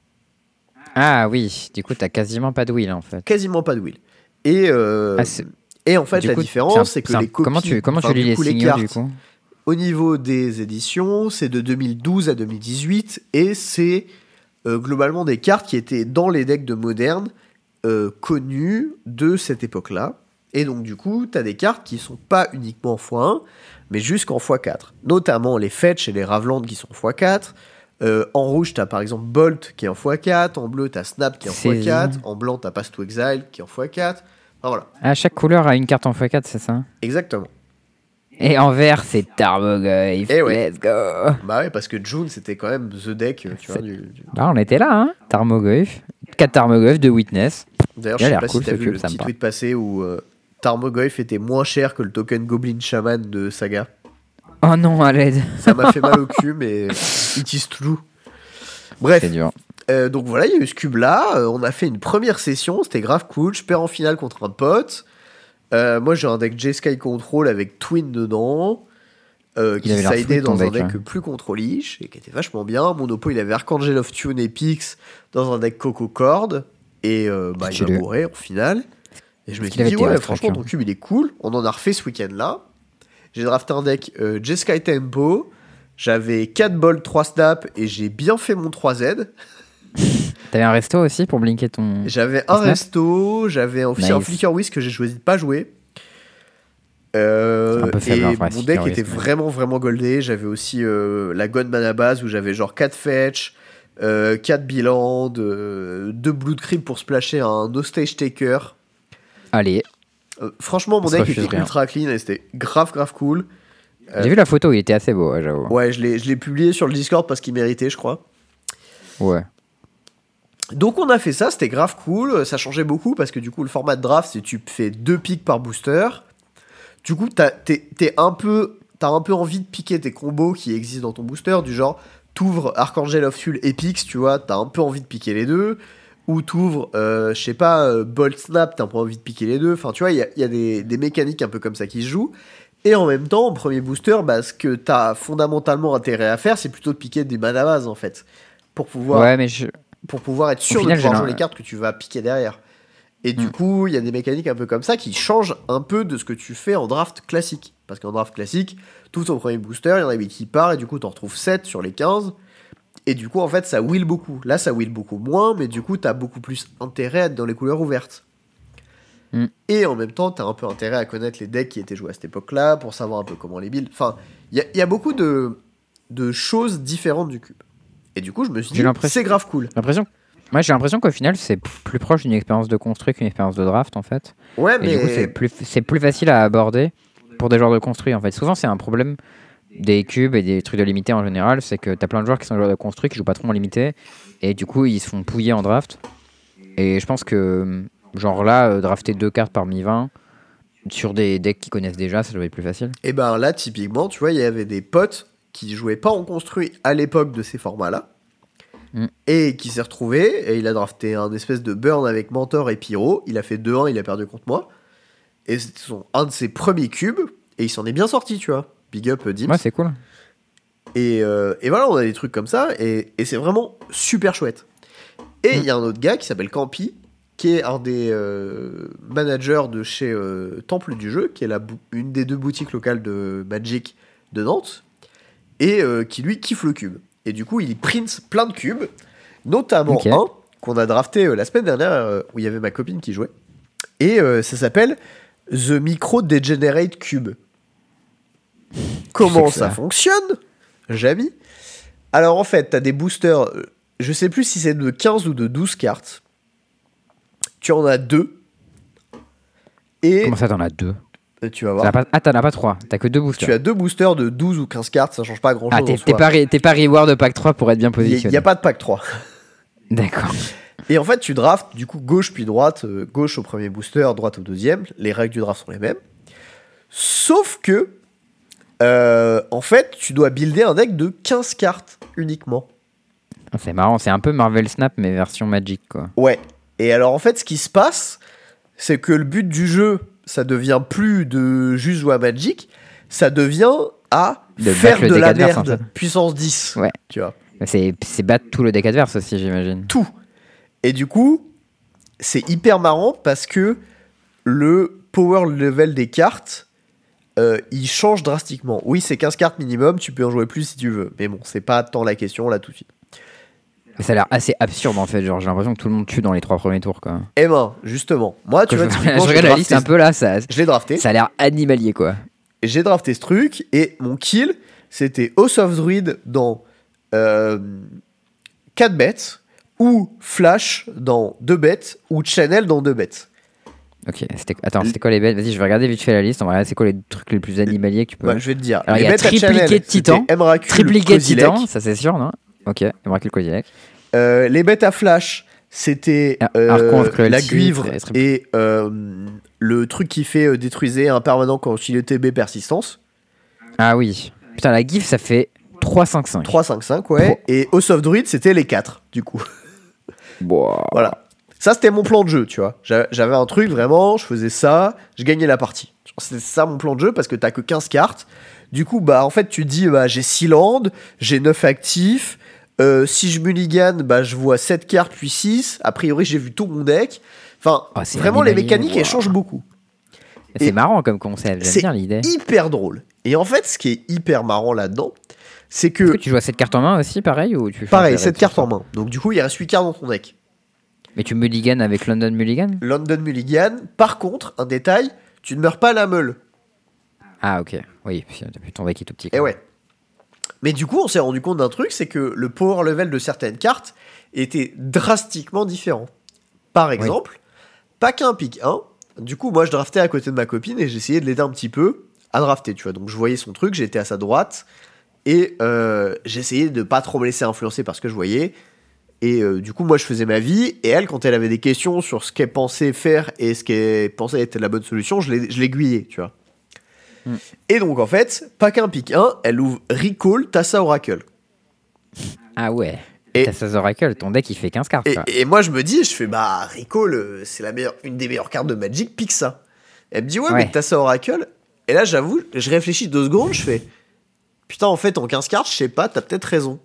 Speaker 1: Ah oui, du coup, t'as quasiment pas de wheel en fait.
Speaker 2: Quasiment pas de wheel. Et, euh,
Speaker 1: Ah, c'est-
Speaker 2: et en fait,
Speaker 1: Du
Speaker 2: la
Speaker 1: coup,
Speaker 2: différence,
Speaker 1: un-
Speaker 2: c'est que
Speaker 1: un-
Speaker 2: les copies.
Speaker 1: Comment tu, comment
Speaker 2: enfin,
Speaker 1: tu lis
Speaker 2: du
Speaker 1: les
Speaker 2: coup,
Speaker 1: signaux
Speaker 2: cartes,
Speaker 1: du coup?
Speaker 2: au niveau des éditions, c'est de deux mille douze à deux mille dix-huit et c'est euh, globalement des cartes qui étaient dans les decks de Modern euh, connus de cette époque-là. Et donc du coup, tu as des cartes qui sont pas uniquement en fois un, mais jusqu'en fois quatre. Notamment les Fetch et les Raveland qui sont en fois quatre. Euh, en rouge, tu as par exemple Bolt qui est en fois quatre. En bleu, tu as Snap qui est en fois
Speaker 1: Saisie.
Speaker 2: quatre. En blanc, tu as Pass to Exile qui est en fois quatre. Enfin voilà,
Speaker 1: Ah, chaque couleur a une carte en fois quatre, c'est ça?
Speaker 2: exactement.
Speaker 1: Et en vert, c'est Tarmogoyf.
Speaker 2: Eh ouais.
Speaker 1: Let's go!
Speaker 2: Bah ouais, parce que June, c'était quand même the deck, euh, tu vois, du, du-
Speaker 1: Là, on était là, hein? Tarmogoyf. quatre Tarmogoyf, deux Witness.
Speaker 2: D'ailleurs,
Speaker 1: Il a
Speaker 2: je sais
Speaker 1: l'air
Speaker 2: pas
Speaker 1: cool,
Speaker 2: si t'as
Speaker 1: ce
Speaker 2: vu
Speaker 1: cube,
Speaker 2: le
Speaker 1: ça me
Speaker 2: petit
Speaker 1: parle.
Speaker 2: tweet passé où euh, Tarmogoyf était moins cher que le token Goblin Shaman de Saga.
Speaker 1: Oh non, à l'aide.
Speaker 2: Ça m'a fait mal au cul, mais it is true. Bref,
Speaker 1: C'est dur.
Speaker 2: euh, donc voilà, il y a eu ce cube-là. euh, on a fait une première session, c'était grave cool. Je perds en finale contre un pote. Euh, moi, j'ai un deck J-Sky Control avec Twin dedans. Euh,
Speaker 1: Il
Speaker 2: qui
Speaker 1: avait l'air
Speaker 2: sidait
Speaker 1: fluide, ton
Speaker 2: dans un
Speaker 1: deck,
Speaker 2: deck
Speaker 1: ouais.
Speaker 2: plus contrôliche et qui était vachement bien. Mon oppo, il avait Archangel of Tune et Pix dans un deck Coco Cord. Et euh, bah, il
Speaker 1: Stylé.
Speaker 2: m'a bourré au final. Et je me
Speaker 1: Est-ce
Speaker 2: suis
Speaker 1: qu'il avait
Speaker 2: dit,
Speaker 1: tes
Speaker 2: ouais,
Speaker 1: restes,
Speaker 2: franchement,
Speaker 1: hein.
Speaker 2: ton cube, il est cool. On en a refait ce week-end-là. J'ai drafté un deck euh, J-Sky Tempo. J'avais quatre bolts, trois snaps et j'ai bien fait mon trois Z.
Speaker 1: T'avais un resto aussi pour blinker ton.
Speaker 2: J'avais
Speaker 1: ton
Speaker 2: un
Speaker 1: snap
Speaker 2: resto, j'avais aussi un
Speaker 1: Nice.
Speaker 2: Flicker Whisk que j'ai choisi de pas jouer. Euh,
Speaker 1: Un peu faible,
Speaker 2: et
Speaker 1: en vrai,
Speaker 2: mon
Speaker 1: Flicker
Speaker 2: deck
Speaker 1: Whisk,
Speaker 2: était
Speaker 1: mais-
Speaker 2: vraiment vraiment goldé. J'avais aussi euh, la God Mana base où j'avais genre quatre fetch, euh, quatre bilans, deux Blood Creep pour splasher un Hostage Taker.
Speaker 1: Allez,
Speaker 2: Euh, franchement, mon
Speaker 1: Ça
Speaker 2: deck
Speaker 1: refuse
Speaker 2: était
Speaker 1: rien.
Speaker 2: ultra clean et c'était grave grave cool. Euh,
Speaker 1: j'ai vu la photo, il était assez beau, ouais, j'avoue.
Speaker 2: Ouais, je l'ai je l'ai publié sur le Discord parce qu'il méritait, je crois.
Speaker 1: Ouais.
Speaker 2: Donc on a fait ça, c'était grave cool, ça changeait beaucoup parce que du coup le format de draft c'est tu fais deux pics par booster. Du coup t'as, t'es, t'es un peu, t'as un peu envie de piquer tes combos qui existent dans ton booster, du genre t'ouvres Archangel of Fuel Epix, tu vois, t'as un peu envie de piquer les deux, ou t'ouvres, euh, je sais pas, euh, Bolt Snap, t'as un peu envie de piquer les deux, enfin tu vois, il y a, y a des, des mécaniques un peu comme ça qui se jouent. Et en même temps, en premier booster, bah, ce que t'as fondamentalement intérêt à faire, c'est plutôt de piquer des mana base en fait, pour pouvoir
Speaker 1: Ouais, mais je.
Speaker 2: pour pouvoir être sûr
Speaker 1: final,
Speaker 2: de pouvoir
Speaker 1: j'ai
Speaker 2: jouer
Speaker 1: l'un-
Speaker 2: les cartes que tu vas piquer derrière. Et du
Speaker 1: Mm.
Speaker 2: coup, il y a des mécaniques un peu comme ça qui changent un peu de ce que tu fais en draft classique. Parce qu'en draft classique, tout ton premier booster, il y en a huit qui part, et du coup, t'en retrouves sept sur les quinze. Et du coup, en fait, ça wheel beaucoup. Là, ça wheel beaucoup moins, mais du coup, t'as beaucoup plus intérêt à être dans les couleurs ouvertes.
Speaker 1: Mm.
Speaker 2: Et en même temps, t'as un peu intérêt à connaître les decks qui étaient joués à cette époque-là, pour savoir un peu comment les build. Enfin, il y, a- il y a beaucoup de... de choses différentes du cube. Et du coup, je me suis
Speaker 1: J'ai
Speaker 2: dit,
Speaker 1: l'impression-
Speaker 2: c'est grave cool.
Speaker 1: L'impression... Moi, j'ai l'impression qu'au final, c'est plus proche d'une expérience de construit qu'une expérience de draft, en fait.
Speaker 2: Ouais,
Speaker 1: Et
Speaker 2: mais
Speaker 1: du coup, c'est plus, c'est plus facile à aborder pour des joueurs de construit, en fait. Souvent, c'est un problème des cubes et des trucs de limité en général, c'est que t'as plein de joueurs qui sont joueurs de construit, qui jouent pas trop en limité, et du coup, ils se font pouiller en draft. Et je pense que, genre là, euh, drafter deux cartes parmi vingt, sur des decks qu'ils connaissent déjà, ça doit être plus facile.
Speaker 2: et ben là, typiquement, tu vois, il y avait des potes qui jouaient pas en construit à l'époque de ces formats-là,
Speaker 1: Mm.
Speaker 2: et qui s'est retrouvé, et il a drafté un espèce de burn avec Mentor et Pyro, il a fait deux un, il a perdu contre moi, et c'était son, un de ses premiers cubes, et il s'en est bien sorti, tu vois. Big up euh, Dims.
Speaker 1: Ouais, c'est cool.
Speaker 2: Et, euh, et voilà, on a des trucs comme ça, et, et c'est vraiment super chouette. Et il
Speaker 1: Mm.
Speaker 2: y a un autre gars qui s'appelle Campi, qui est un des euh, managers de chez euh, Temple du Jeu, qui est la bou- une des deux boutiques locales de Magic de Nantes, et euh, qui lui kiffe le cube. Et du coup, il print plein de cubes, notamment
Speaker 1: Ok.
Speaker 2: un qu'on a drafté euh, la semaine dernière, euh, où il y avait ma copine qui jouait, et euh, ça s'appelle The Micro Degenerate Cube. Comment
Speaker 1: C'est que
Speaker 2: ça
Speaker 1: ça.
Speaker 2: fonctionne, Jamy? Alors en fait, t'as des boosters, euh, je sais plus si c'est de quinze ou de douze cartes. Tu en as deux. Et
Speaker 1: Comment ça, t'en as deux?
Speaker 2: euh, tu vas
Speaker 1: T'en
Speaker 2: voir.
Speaker 1: as pas... Ah, t'en as pas trois, t'as que deux boosters.
Speaker 2: Tu as deux boosters de douze ou quinze cartes, ça change pas grand
Speaker 1: Ah,
Speaker 2: chose.
Speaker 1: t'es t'es pas, re- t'es pas reward de pack trois pour être bien
Speaker 2: Il n'y
Speaker 1: positionné.
Speaker 2: a pas de pack trois.
Speaker 1: D'accord.
Speaker 2: Et en fait, tu drafts du coup gauche puis droite, euh, gauche au premier booster, droite au deuxième. Les règles du draft sont les mêmes. Sauf que, euh, en fait, tu dois builder un deck de quinze cartes uniquement.
Speaker 1: Ah, c'est marrant, c'est un peu Marvel Snap, mais version Magic, quoi.
Speaker 2: Ouais. Et alors, en fait, ce qui se passe, c'est que le but du jeu, ça devient plus de juste jouer à Magic, ça devient à
Speaker 1: De
Speaker 2: faire
Speaker 1: battre le
Speaker 2: de
Speaker 1: deck
Speaker 2: la
Speaker 1: adverse,
Speaker 2: merde.
Speaker 1: en fait.
Speaker 2: Puissance dix.
Speaker 1: Ouais.
Speaker 2: Tu vois.
Speaker 1: C'est c'est battre tout le deck adverse aussi, j'imagine.
Speaker 2: Tout. Et du coup, c'est hyper marrant parce que le power level des cartes, euh, il change drastiquement. Oui, c'est quinze cartes minimum, tu peux en jouer plus si tu veux. Mais bon, c'est pas tant la question là tout de suite.
Speaker 1: Mais ça a l'air assez absurde en fait, genre j'ai l'impression que tout le monde tue dans les trois premiers tours, quoi.
Speaker 2: Eh ben, justement, moi, tu
Speaker 1: Quand
Speaker 2: vois,
Speaker 1: je,
Speaker 2: typiquement,
Speaker 1: je
Speaker 2: j'ai
Speaker 1: regarde la
Speaker 2: drafté,
Speaker 1: liste un peu là, ça,
Speaker 2: je l'ai drafté.
Speaker 1: ça a l'air animalier, quoi.
Speaker 2: J'ai drafté ce truc et mon kill, c'était House of Druid dans euh, quatre bêtes, ou Flash dans deux bêtes, ou Channel dans deux bêtes.
Speaker 1: Ok, c'était... attends, c'était quoi les bêtes? Vas-y, je vais regarder vite fait la liste, on va regarder c'est quoi les trucs les plus animaliers que tu peux...
Speaker 2: Bah, je vais te dire.
Speaker 1: Alors, il y a
Speaker 2: bêtes à
Speaker 1: tripliqué
Speaker 2: Channel,
Speaker 1: de Titan,
Speaker 2: c'était Emrakul,
Speaker 1: Tripliqué de
Speaker 2: Kozilek.
Speaker 1: Titan, ça c'est sûr, non? Ok, Emrakul Kozilek.
Speaker 2: Euh, les bêtes à Flash, c'était
Speaker 1: Ah,
Speaker 2: euh,
Speaker 1: Archon, Cruelty,
Speaker 2: la cuivre
Speaker 1: très- très-
Speaker 2: et euh, le truc qui fait euh, détruiser un permanent quand il est T B persistance.
Speaker 1: Ah oui. Putain, la GIF ça fait trois cinq cinq.
Speaker 2: trois cinq cinq, ouais.
Speaker 1: Pro.
Speaker 2: Et House of Druid, c'était les quatre, du coup.
Speaker 1: Wow.
Speaker 2: Voilà. Ça, c'était mon plan de jeu, tu vois. J'a- J'avais un truc, vraiment, je faisais ça, je gagnais la partie. C'était ça mon plan de jeu, parce que t'as que quinze cartes. Du coup, bah, en fait, tu dis, bah, j'ai six lands, j'ai neuf actifs. Euh, si je mulligan, bah, je vois sept cartes, puis six. A priori, j'ai vu tout mon deck. Enfin,
Speaker 1: Oh, c'est
Speaker 2: vraiment, les
Speaker 1: animalier,
Speaker 2: mécaniques, elles
Speaker 1: wow.
Speaker 2: changent beaucoup.
Speaker 1: C'est
Speaker 2: Et
Speaker 1: marrant comme concept,
Speaker 2: c'est
Speaker 1: j'aime bien l'idée.
Speaker 2: hyper drôle. Et en fait, ce qui est hyper marrant là-dedans, c'est que,
Speaker 1: Est-ce que tu joues à cette carte en main aussi, pareil ou tu fais un
Speaker 2: pareil,
Speaker 1: peu
Speaker 2: cette
Speaker 1: avec
Speaker 2: carte
Speaker 1: ça
Speaker 2: en main. Donc, du coup, il reste huit cartes dans ton deck.
Speaker 1: Mais tu mulligan avec London Mulligan?
Speaker 2: London Mulligan. Par contre, un détail, tu ne meurs pas à la meule.
Speaker 1: Ah ok, oui, puis depuis ton deck est tout petit.
Speaker 2: Et
Speaker 1: quoi.
Speaker 2: ouais. Mais du coup, on s'est rendu compte d'un truc, c'est que le power level de certaines cartes était drastiquement différent. Par exemple, pack un, pick un. Du coup, moi, je draftais à côté de ma copine et j'essayais de l'aider un petit peu à drafter, tu vois. Donc, je voyais son truc, j'étais à sa droite et euh, j'essayais de pas trop me laisser influencer par ce que je voyais. Et euh, du coup, moi, je faisais ma vie. Et elle, quand elle avait des questions sur ce qu'elle pensait faire et ce qu'elle pensait être la bonne solution, je l'ai- je l'aiguillais, tu vois.
Speaker 1: Mm.
Speaker 2: Et donc, en fait, pack un, pick un, elle ouvre Recall, Tassa Oracle.
Speaker 1: Ah ouais.
Speaker 2: Et-
Speaker 1: Et t'as Saz Oracle, ton deck il fait quinze cartes.
Speaker 2: Et,
Speaker 1: quoi.
Speaker 2: et moi, je me dis, je fais, bah, Recall, euh, c'est la meilleure, une des meilleures cartes de Magic, pique ça. Elle me dit, ouais,
Speaker 1: Ouais.
Speaker 2: mais Tassa Oracle. Et là, j'avoue, je réfléchis deux secondes, je fais, putain, en fait, en quinze cartes, je sais pas, t'as peut-être raison.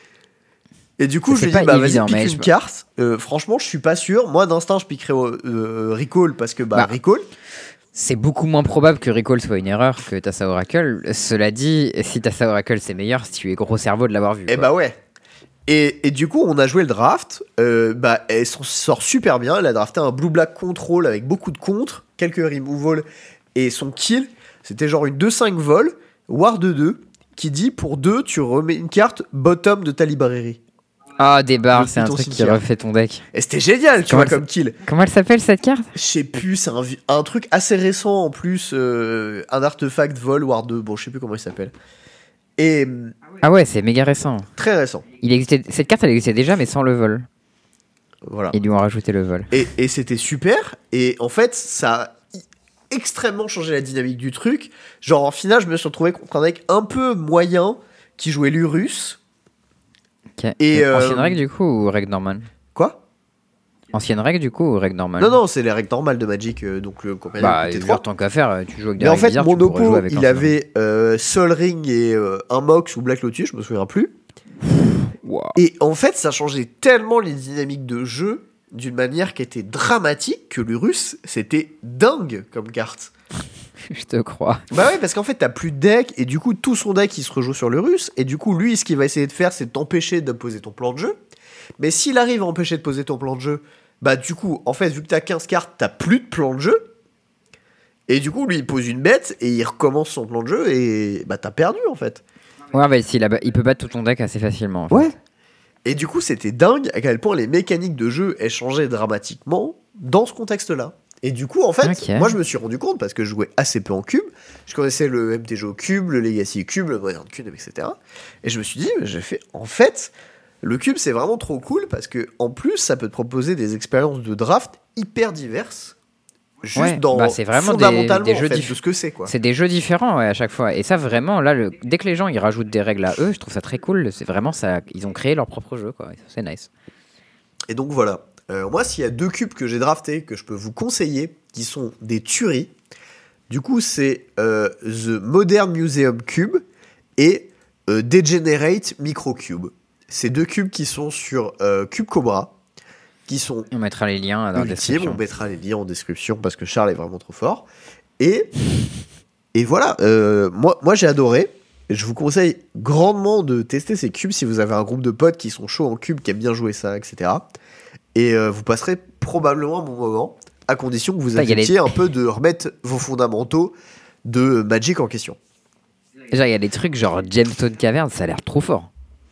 Speaker 2: Et du coup,
Speaker 1: C'est
Speaker 2: je lui
Speaker 1: pas
Speaker 2: dis, bah, vas-y,
Speaker 1: évident,
Speaker 2: pique
Speaker 1: mais
Speaker 2: une
Speaker 1: je-
Speaker 2: carte. Euh, franchement, je suis pas sûr. Moi, d'instinct, je piquerais euh, Recall parce que, bah,
Speaker 1: Bah,
Speaker 2: Recall.
Speaker 1: C'est beaucoup moins probable que Recall soit une erreur que Tassa Oracle. Cela dit, si Tassa Oracle c'est meilleur, si tu es gros cerveau de l'avoir vu.
Speaker 2: Et
Speaker 1: quoi.
Speaker 2: bah ouais. Et, et du coup, on a joué le draft. Euh, bah, elle s'en sort super bien. Elle a drafté un Blue Black Control avec beaucoup de contre, quelques removal. Et son kill, c'était genre une deux cinq vol, War deux deux. qui dit pour deux, tu remets une carte bottom de ta librairie.
Speaker 1: Ah, des barres,
Speaker 2: Le
Speaker 1: c'est un
Speaker 2: Python
Speaker 1: truc qui
Speaker 2: cimetière.
Speaker 1: refait ton deck.
Speaker 2: Et c'était génial, tu
Speaker 1: Comment
Speaker 2: vois,
Speaker 1: elle
Speaker 2: comme kill.
Speaker 1: Comment elle s'appelle cette carte?
Speaker 2: Je sais plus, c'est un, vi- un truc assez récent en plus, euh, un artefact vol War deux, bon, je sais plus comment il s'appelle. Et hum,
Speaker 1: Ah ouais, c'est méga récent.
Speaker 2: très récent.
Speaker 1: Il existait... Cette carte, elle existait déjà, mais sans le vol.
Speaker 2: Voilà.
Speaker 1: Ils lui ont rajouté le vol.
Speaker 2: Et, et c'était super. Et en fait, ça a i- extrêmement changé la dynamique du truc. Genre, en finale, je me suis retrouvé contre un deck un peu moyen qui jouait l'Urus.
Speaker 1: Ok.
Speaker 2: Et,
Speaker 1: Euh, Ancienne
Speaker 2: euh,
Speaker 1: règle du coup ou règle normale?
Speaker 2: Quoi?
Speaker 1: Ancienne règle du coup ou règle normale?
Speaker 2: Non, non, c'est les règles normales de Magic, euh, donc le compagnon
Speaker 1: Bah,
Speaker 2: T
Speaker 1: il
Speaker 2: trois.
Speaker 1: tant qu'à faire, euh, tu joues avec des
Speaker 2: Mais en
Speaker 1: règles
Speaker 2: fait,
Speaker 1: bizarres,
Speaker 2: mon
Speaker 1: tu pourrais jouer
Speaker 2: oppo,
Speaker 1: avec
Speaker 2: il
Speaker 1: l'ancienne
Speaker 2: avait euh, Sol Ring et euh, un Mox ou Black Lotus, je me souviens plus.
Speaker 1: règle. Wow.
Speaker 2: Et en fait, ça changeait tellement les dynamiques de jeu d'une manière qui était dramatique que l'Urus, c'était dingue comme carte.
Speaker 1: Je te crois.
Speaker 2: Bah ouais, parce qu'en fait, t'as plus de deck, et du coup, tout son deck, il se rejoue sur l'Urus, et du coup, lui, ce qu'il va essayer de faire, c'est de t'empêcher de poser ton plan de jeu. Mais s'il arrive à empêcher de poser ton plan de jeu, bah du coup, en fait, vu que t'as quinze cartes, t'as plus de plan de jeu. Et du coup, lui, il pose une bête, et il recommence son plan de jeu, et bah t'as perdu, en fait.
Speaker 1: Ouais, bah, si, là, il peut battre tout ton deck assez facilement. En fait.
Speaker 2: Ouais. Et du coup, c'était dingue à quel point les mécaniques de jeu aient changé dramatiquement dans ce contexte-là. Et du coup, en fait,
Speaker 1: Ok.
Speaker 2: moi, je me suis rendu compte, parce que je jouais assez peu en cube, je connaissais le M T G O cube, le Legacy cube, le Modern cube, et cetera. Et je me suis dit, mais j'ai fait, en fait, le cube, c'est vraiment trop cool, parce que en plus, ça peut te proposer des expériences de draft hyper diverses, juste
Speaker 1: Ouais,
Speaker 2: dans
Speaker 1: bah, c'est vraiment des-
Speaker 2: fondamentalement
Speaker 1: des
Speaker 2: en
Speaker 1: jeux
Speaker 2: fait,
Speaker 1: diff-
Speaker 2: de ce que c'est, quoi.
Speaker 1: C'est des jeux différents ouais, à chaque fois. Et ça, vraiment, là, le... dès que les gens ils rajoutent des règles à eux, je trouve ça très cool. C'est vraiment ça. Ils ont créé leur propre jeu, quoi. Et ça, c'est nice.
Speaker 2: Et donc voilà. Euh, moi, s'il y a deux cubes que j'ai draftés, que je peux vous conseiller, qui sont des tueries, du coup, c'est euh, The Modern Museum Cube et euh, Degenerate Micro Cube. Ces deux cubes qui sont sur euh, Cube Cobra, qui sont
Speaker 1: On mettra les liens dans la
Speaker 2: ultimes.
Speaker 1: description.
Speaker 2: On mettra les liens en description parce que Charles est vraiment trop fort. Et, et voilà, euh, moi, moi j'ai adoré. Je vous conseille grandement de tester ces cubes si vous avez un groupe de potes qui sont chauds en cube, qui aiment bien jouer ça, et cetera. Et euh, vous passerez probablement un bon moment, à condition que vous
Speaker 1: Ça, y a les-
Speaker 2: acceptiez un peu de remettre vos fondamentaux de Magic en question.
Speaker 1: Déjà, il y a des trucs genre Gemstone Cavern, ça a l'air trop fort.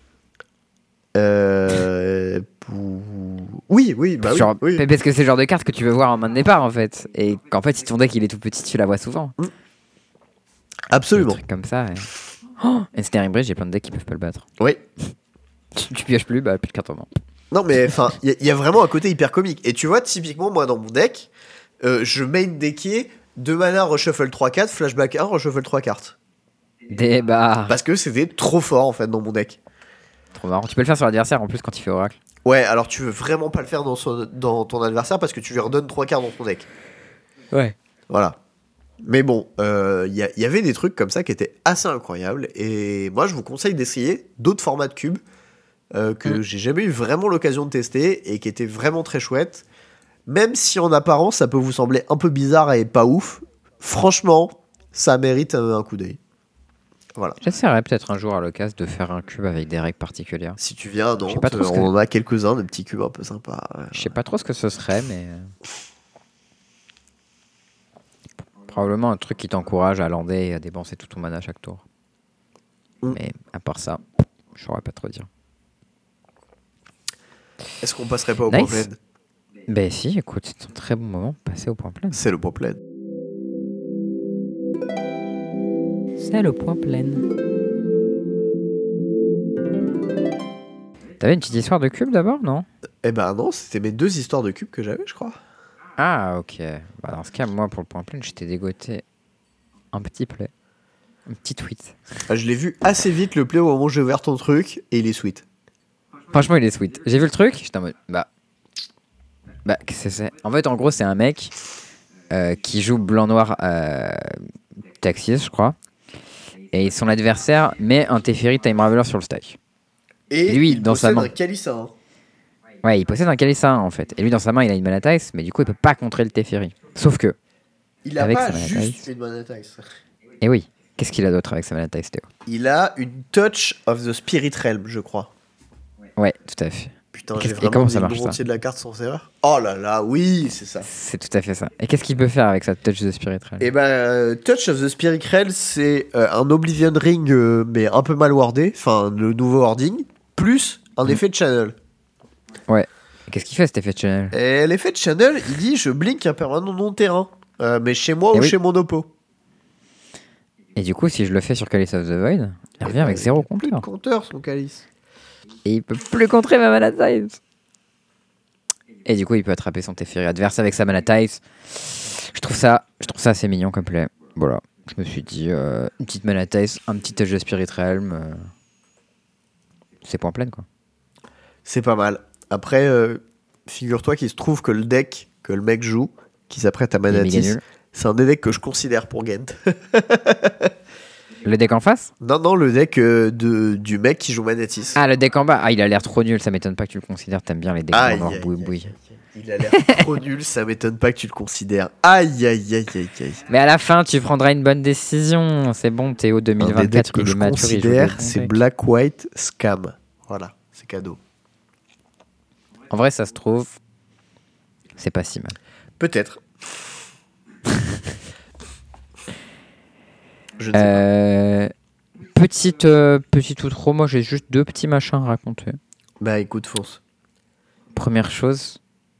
Speaker 2: Euh... pou- Oui, oui, bah oui,
Speaker 1: Genre-
Speaker 2: oui.
Speaker 1: Parce que c'est le genre de carte que tu veux voir en main de départ, en fait. Et qu'en fait, si ton deck il est tout petit, tu la vois souvent.
Speaker 2: Absolument.
Speaker 1: Des trucs comme ça. Et... Oh, Ensnaring Bridge, j'ai plein de decks qui peuvent pas le battre.
Speaker 2: Oui.
Speaker 1: Tu, tu pioches plus, bah plus de cartes en main.
Speaker 2: Non, mais enfin, il y, y a vraiment un côté hyper comique. Et tu vois, typiquement, moi, dans mon deck, euh, je main decké deux mana, reshuffle trois quatre, flashback un, reshuffle trois cartes.
Speaker 1: Des bah.
Speaker 2: Parce que c'était trop fort, en fait, dans mon deck.
Speaker 1: Trop marrant. Tu peux le faire sur l'adversaire en plus quand il fait Oracle.
Speaker 2: Ouais, alors tu veux vraiment pas le faire dans, son- dans ton adversaire parce que tu lui redonnes trois cartes dans ton deck.
Speaker 1: Ouais.
Speaker 2: Voilà. Mais bon, il euh, y, y avait des trucs comme ça qui étaient assez incroyables. Et moi, je vous conseille d'essayer d'autres formats de cubes euh, que
Speaker 1: Mm.
Speaker 2: j'ai jamais eu vraiment l'occasion de tester et qui étaient vraiment très chouettes. Même si en apparence, ça peut vous sembler un peu bizarre et pas ouf, franchement, ça mérite un, un coup d'œil. Voilà.
Speaker 1: J'essaierai peut-être un jour à l'occasion de faire un cube avec des règles particulières.
Speaker 2: Si tu viens à
Speaker 1: Je sais
Speaker 2: Nantes,
Speaker 1: pas trop ce que-
Speaker 2: on en a quelques-uns, des petits cubes un peu sympas.
Speaker 1: Je sais pas trop ce que ce serait, mais. euh, Probablement un truc qui t'encourage à lander et à dépenser tout ton mana chaque tour.
Speaker 2: Mm.
Speaker 1: Mais à part ça, je saurais pas trop dire.
Speaker 2: Est-ce qu'on passerait pas au
Speaker 1: Nice.
Speaker 2: point plein?
Speaker 1: Ben si, écoute, c'est un très bon moment de passer au point plein.
Speaker 2: C'est le point plein.
Speaker 1: C'est le point plein. T'avais une petite histoire de cube d'abord, non?
Speaker 2: Eh ben non, c'était mes deux histoires de cubes que j'avais, je crois.
Speaker 1: Ah, ok. Bah, dans ce cas, moi, pour le point plein, j'étais dégoté un petit play. Un petit tweet.
Speaker 2: Ah, je l'ai vu assez vite le play au moment où j'ai ouvert ton truc et il est sweet.
Speaker 1: Franchement, il est sweet. J'ai vu le truc, j'étais en mode, bah... Bah, qu'est-ce que c'est? En fait, en gros, c'est un mec euh, qui joue blanc-noir euh, Taxis, je crois. Et son adversaire met un Teferi Time Raveler sur le stack.
Speaker 2: Et
Speaker 1: Lui,
Speaker 2: il
Speaker 1: dans sa
Speaker 2: possède
Speaker 1: main.
Speaker 2: un Kalissa. Hein.
Speaker 1: Ouais, il possède un Kalissa, en fait. Et lui, dans sa main, il a une Mana Tice, mais du coup, il peut pas contrer le Teferi. Sauf que...
Speaker 2: Il a
Speaker 1: Avec
Speaker 2: pas
Speaker 1: sa Mana
Speaker 2: juste
Speaker 1: Tice.
Speaker 2: une Mana Tice.
Speaker 1: Et oui, qu'est-ce qu'il a d'autre avec sa Mana Tice, Théo?
Speaker 2: Il a une Touch of the Spirit Realm, je crois.
Speaker 1: Ouais, tout à fait.
Speaker 2: Putain,
Speaker 1: Et
Speaker 2: j'ai
Speaker 1: qu'est-ce- et
Speaker 2: vraiment
Speaker 1: comment
Speaker 2: dit
Speaker 1: ça
Speaker 2: le
Speaker 1: marche,
Speaker 2: nom
Speaker 1: ça
Speaker 2: entier de la carte sans erreur. Oh là là, oui, c'est ça.
Speaker 1: C'est tout à fait ça. Et qu'est-ce qu'il peut faire avec sa Touch the Spirit Realm?
Speaker 2: Et bah, euh, Touch of the Spirit Realm, c'est euh, un Oblivion Ring, euh, mais un peu mal wordé, enfin, le nouveau wording, plus un
Speaker 1: Mm.
Speaker 2: effet de channel.
Speaker 1: Ouais. Et qu'est-ce qu'il fait cet effet de channel?
Speaker 2: Et l'effet de channel, il dit je blink un permanent non-terrain, euh, mais chez moi
Speaker 1: Eh
Speaker 2: ou
Speaker 1: oui.
Speaker 2: chez mon oppo.
Speaker 1: Et du coup, si je le fais sur Chalice of the Void, il
Speaker 2: Et
Speaker 1: revient
Speaker 2: bah,
Speaker 1: avec
Speaker 2: il
Speaker 1: zéro
Speaker 2: a Plus de
Speaker 1: compteur.
Speaker 2: compteur, son calice.
Speaker 1: Et il peut plus contrer ma mana Tiles. Et du coup, il peut attraper son Teferi adverse avec sa mana Tiles. Je trouve ça, je trouve ça assez mignon comme play. Voilà. Je me suis dit, euh, une petite mana Tiles, un petit touch de Spirit Realm. euh, C'est point plein, quoi.
Speaker 2: C'est pas mal. Après, euh, figure-toi qu'il se trouve que le deck que le mec joue, qui s'apprête à
Speaker 1: Il est méga
Speaker 2: Manatis,
Speaker 1: nul.
Speaker 2: c'est un des decks que je considère pour Gent.
Speaker 1: Le deck en face?
Speaker 2: non, non, le deck euh, de, du mec qui joue Manatis.
Speaker 1: Ah, le deck en bas. Ah, il a l'air trop nul. Ça m'étonne pas que tu le considères. T'aimes bien les decks
Speaker 2: Aïe,
Speaker 1: noirs
Speaker 2: aïe,
Speaker 1: boui
Speaker 2: aïe,
Speaker 1: boui.
Speaker 2: aïe, aïe. Il a l'air trop nul, ça m'étonne pas que tu le considères. Aïe, aïe, aïe, aïe, aïe.
Speaker 1: Mais à la fin, tu prendras une bonne décision. C'est bon, Théo
Speaker 2: Un des decks
Speaker 1: deux mille vingt-quatre.
Speaker 2: que
Speaker 1: Il
Speaker 2: je
Speaker 1: est mature. il joue des
Speaker 2: considère,
Speaker 1: bons
Speaker 2: c'est
Speaker 1: decks.
Speaker 2: Black White Scam. Voilà, c'est cadeau.
Speaker 1: En vrai, ça se trouve, c'est pas si mal.
Speaker 2: Peut-être. Je ne sais pas.
Speaker 1: Euh, petite, euh, petite outro, moi j'ai juste deux petits machins à raconter.
Speaker 2: Bah écoute, fonce.
Speaker 1: Première chose,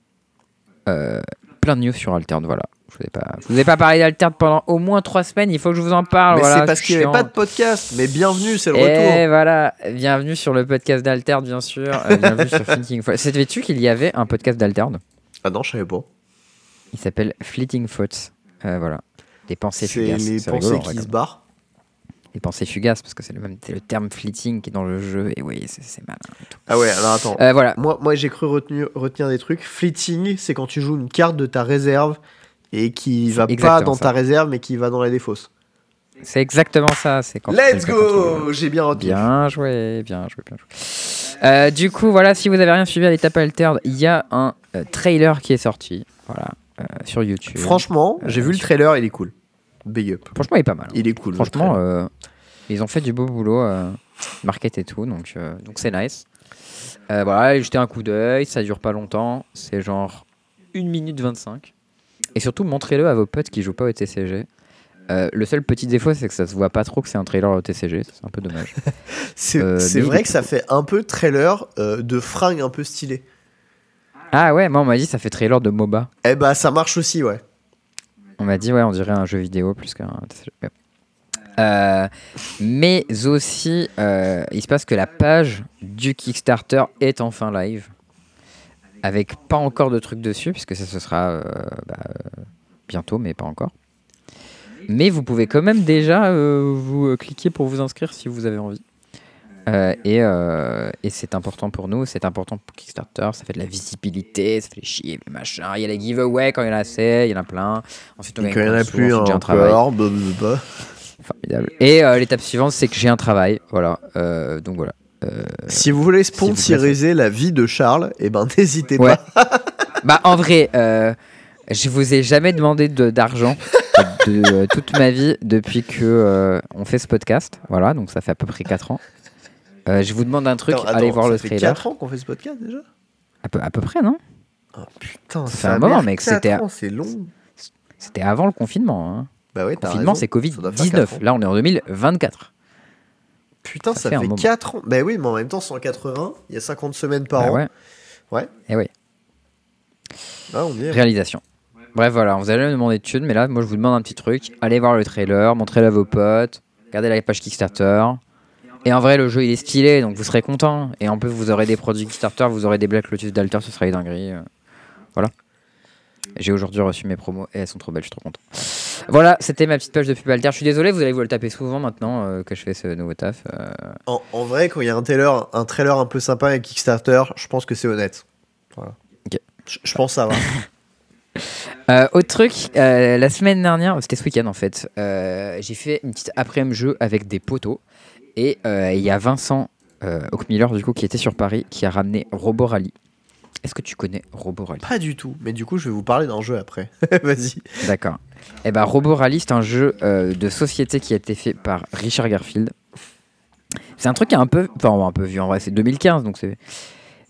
Speaker 1: euh, plein de news sur Alterne, voilà. Je vous ai pas, je vous ai pas parlé d'Alterne pendant au moins trois semaines, il faut que je vous en parle.
Speaker 2: Mais
Speaker 1: voilà,
Speaker 2: c'est parce qu'il n'y avait
Speaker 1: chiant.
Speaker 2: pas de podcast. Mais bienvenue, c'est le
Speaker 1: Et
Speaker 2: retour.
Speaker 1: voilà, bienvenue sur le podcast d'Alterne, bien sûr. Euh, bienvenue sur Fleeting Thoughts. Savais-tu qu'il y avait un podcast d'Alterne?
Speaker 2: Ah non, je savais pas.
Speaker 1: Il s'appelle Fleeting Thoughts. Euh, voilà. Des pensées
Speaker 2: C'est
Speaker 1: fugaces.
Speaker 2: les
Speaker 1: C'est
Speaker 2: pensées
Speaker 1: rigolo, en
Speaker 2: qui
Speaker 1: vrai,
Speaker 2: se
Speaker 1: comme-
Speaker 2: barrent.
Speaker 1: Des pensées fugaces, parce que c'est le, même, c'est le terme fleeting qui est dans le jeu. Et oui, c'est, c'est malin. et tout.
Speaker 2: Ah ouais, alors attends.
Speaker 1: Euh, voilà.
Speaker 2: Moi, moi j'ai cru retenir, retenir des trucs. Fleeting, c'est quand tu joues une carte de ta réserve et qui va pas
Speaker 1: exactement
Speaker 2: dans
Speaker 1: ça.
Speaker 2: ta réserve mais qui va dans la défausse.
Speaker 1: C'est exactement ça. C'est quand
Speaker 2: Let's
Speaker 1: c'est le cas quand
Speaker 2: go. J'ai bien
Speaker 1: on-
Speaker 2: retenu.
Speaker 1: Bien joué, bien joué, bien joué. Euh, du coup, voilà, si vous avez rien suivi à l'étape alterne, il y a un euh, trailer qui est sorti, voilà, euh, sur YouTube.
Speaker 2: Franchement,
Speaker 1: Euh,
Speaker 2: j'ai vu le
Speaker 1: sur-
Speaker 2: trailer, il est cool. Big up.
Speaker 1: Franchement, il est pas mal.
Speaker 2: Il est cool. le
Speaker 1: Franchement,
Speaker 2: trailer.
Speaker 1: euh, ils ont fait du beau boulot, euh, market et tout, donc euh, donc c'est nice. Euh, voilà, allez jeter un coup d'œil, ça dure pas longtemps, c'est genre une minute vingt-cinq. Et surtout, montrez-le à vos potes qui jouent pas au T C G. Euh, le seul petit défaut, c'est que ça se voit pas trop que c'est un trailer au T C G, c'est un peu dommage.
Speaker 2: c'est
Speaker 1: euh,
Speaker 2: c'est
Speaker 1: mais il
Speaker 2: vrai
Speaker 1: est
Speaker 2: que ça fait un peu trailer euh, de fringues un peu stylé.
Speaker 1: Ah ouais, moi on m'a dit ça fait trailer de MOBA.
Speaker 2: Eh bah, ça marche aussi, ouais.
Speaker 1: On m'a dit ouais, on dirait un jeu vidéo plus qu'un T C G. Ouais. Euh, mais aussi, euh, il se passe que la page du Kickstarter est enfin live, avec pas encore de trucs dessus, puisque ça ce sera euh, bah, euh, bientôt, mais pas encore. Mais vous pouvez quand même déjà euh, vous euh, cliquer pour vous inscrire si vous avez envie. Euh, et euh, et c'est important pour nous, c'est important pour Kickstarter, ça fait de la visibilité, ça fait des chiffres, des machins. Il y a les giveaways quand il y en a assez, il y en a plein. Ensuite, on
Speaker 2: Et
Speaker 1: gagne
Speaker 2: quand il y en
Speaker 1: plein
Speaker 2: a
Speaker 1: de sous,
Speaker 2: plus
Speaker 1: ensuite, j'ai un travail.
Speaker 2: encore, blablabla.
Speaker 1: Formidable. Et euh, l'étape suivante, c'est que j'ai un travail. Voilà. Euh, donc voilà. Euh,
Speaker 2: Si vous voulez
Speaker 1: s'il vous plaît,
Speaker 2: sponsoriser la vie de Charles, eh ben n'hésitez
Speaker 1: Ouais.
Speaker 2: pas.
Speaker 1: bah en vrai, euh, je vous ai jamais demandé de- d'argent de, euh, toute ma vie depuis que euh, on fait ce podcast. Voilà. Donc ça fait à peu près quatre ans. Euh, je vous demande un truc.
Speaker 2: Attends,
Speaker 1: allez
Speaker 2: attends,
Speaker 1: voir
Speaker 2: ça
Speaker 1: le
Speaker 2: fait
Speaker 1: trailer.
Speaker 2: quatre ans qu'on fait ce podcast déjà.
Speaker 1: À peu, à peu près, non?
Speaker 2: Oh putain,
Speaker 1: Ça fait un moment, mec, c'était à-
Speaker 2: ans, c'est long.
Speaker 1: C'était avant le confinement. Hein.
Speaker 2: Bah ouais,
Speaker 1: Le
Speaker 2: t'as
Speaker 1: confinement,
Speaker 2: raison.
Speaker 1: c'est covid
Speaker 2: Ça doit faire
Speaker 1: dix-neuf.
Speaker 2: quatre ans.
Speaker 1: Là, on est en deux mille vingt-quatre.
Speaker 2: Putain,
Speaker 1: Ça
Speaker 2: ça,
Speaker 1: fait un
Speaker 2: fait
Speaker 1: moment.
Speaker 2: quatre ans. Bah oui, mais en même temps, cent quatre-vingts, il y a cinquante semaines par
Speaker 1: Bah
Speaker 2: an.
Speaker 1: ouais.
Speaker 2: Ouais.
Speaker 1: Et oui.
Speaker 2: Ah, on y est.
Speaker 1: Réalisation. Bref, voilà, on vous allez me demander de thunes, mais là, moi, je vous demande un petit truc. Allez voir le trailer, montrez-le à vos potes, regardez la page Kickstarter. Et en vrai, le jeu, il est stylé, donc vous serez content. Et en plus, vous aurez des produits Kickstarter, vous aurez des Black Lotus d'Alter, ce sera des dingueries. euh, Voilà. J'ai aujourd'hui reçu mes promos et elles sont trop belles, je suis trop content. Voilà, c'était ma petite page de pub Alter. Je suis désolé, vous allez vous le taper souvent maintenant euh, que je fais ce nouveau taf. euh.
Speaker 2: En, en vrai, quand il y a un trailer, un trailer un peu sympa avec Kickstarter, je pense que c'est honnête. Voilà.
Speaker 1: Ok.
Speaker 2: Je, je pense que ça va.
Speaker 1: Euh, autre truc, euh, la semaine dernière, c'était ce week-end en fait, euh, j'ai fait une petite après-midi jeu avec des potos. Et euh, il y a Vincent euh, Oakmiller, du coup, qui était sur Paris, qui a ramené Robo Rally. Est-ce que tu connais Robo Rally?
Speaker 2: Pas du tout. Mais du coup, je vais vous parler d'un jeu après. Vas-y.
Speaker 1: D'accord. Eh ben, Robo Rally, c'est un jeu euh, de société qui a été fait par Richard Garfield. C'est un truc qui est un peu, enfin, un peu vieux en vrai, c'est deux mille quinze, donc c'est,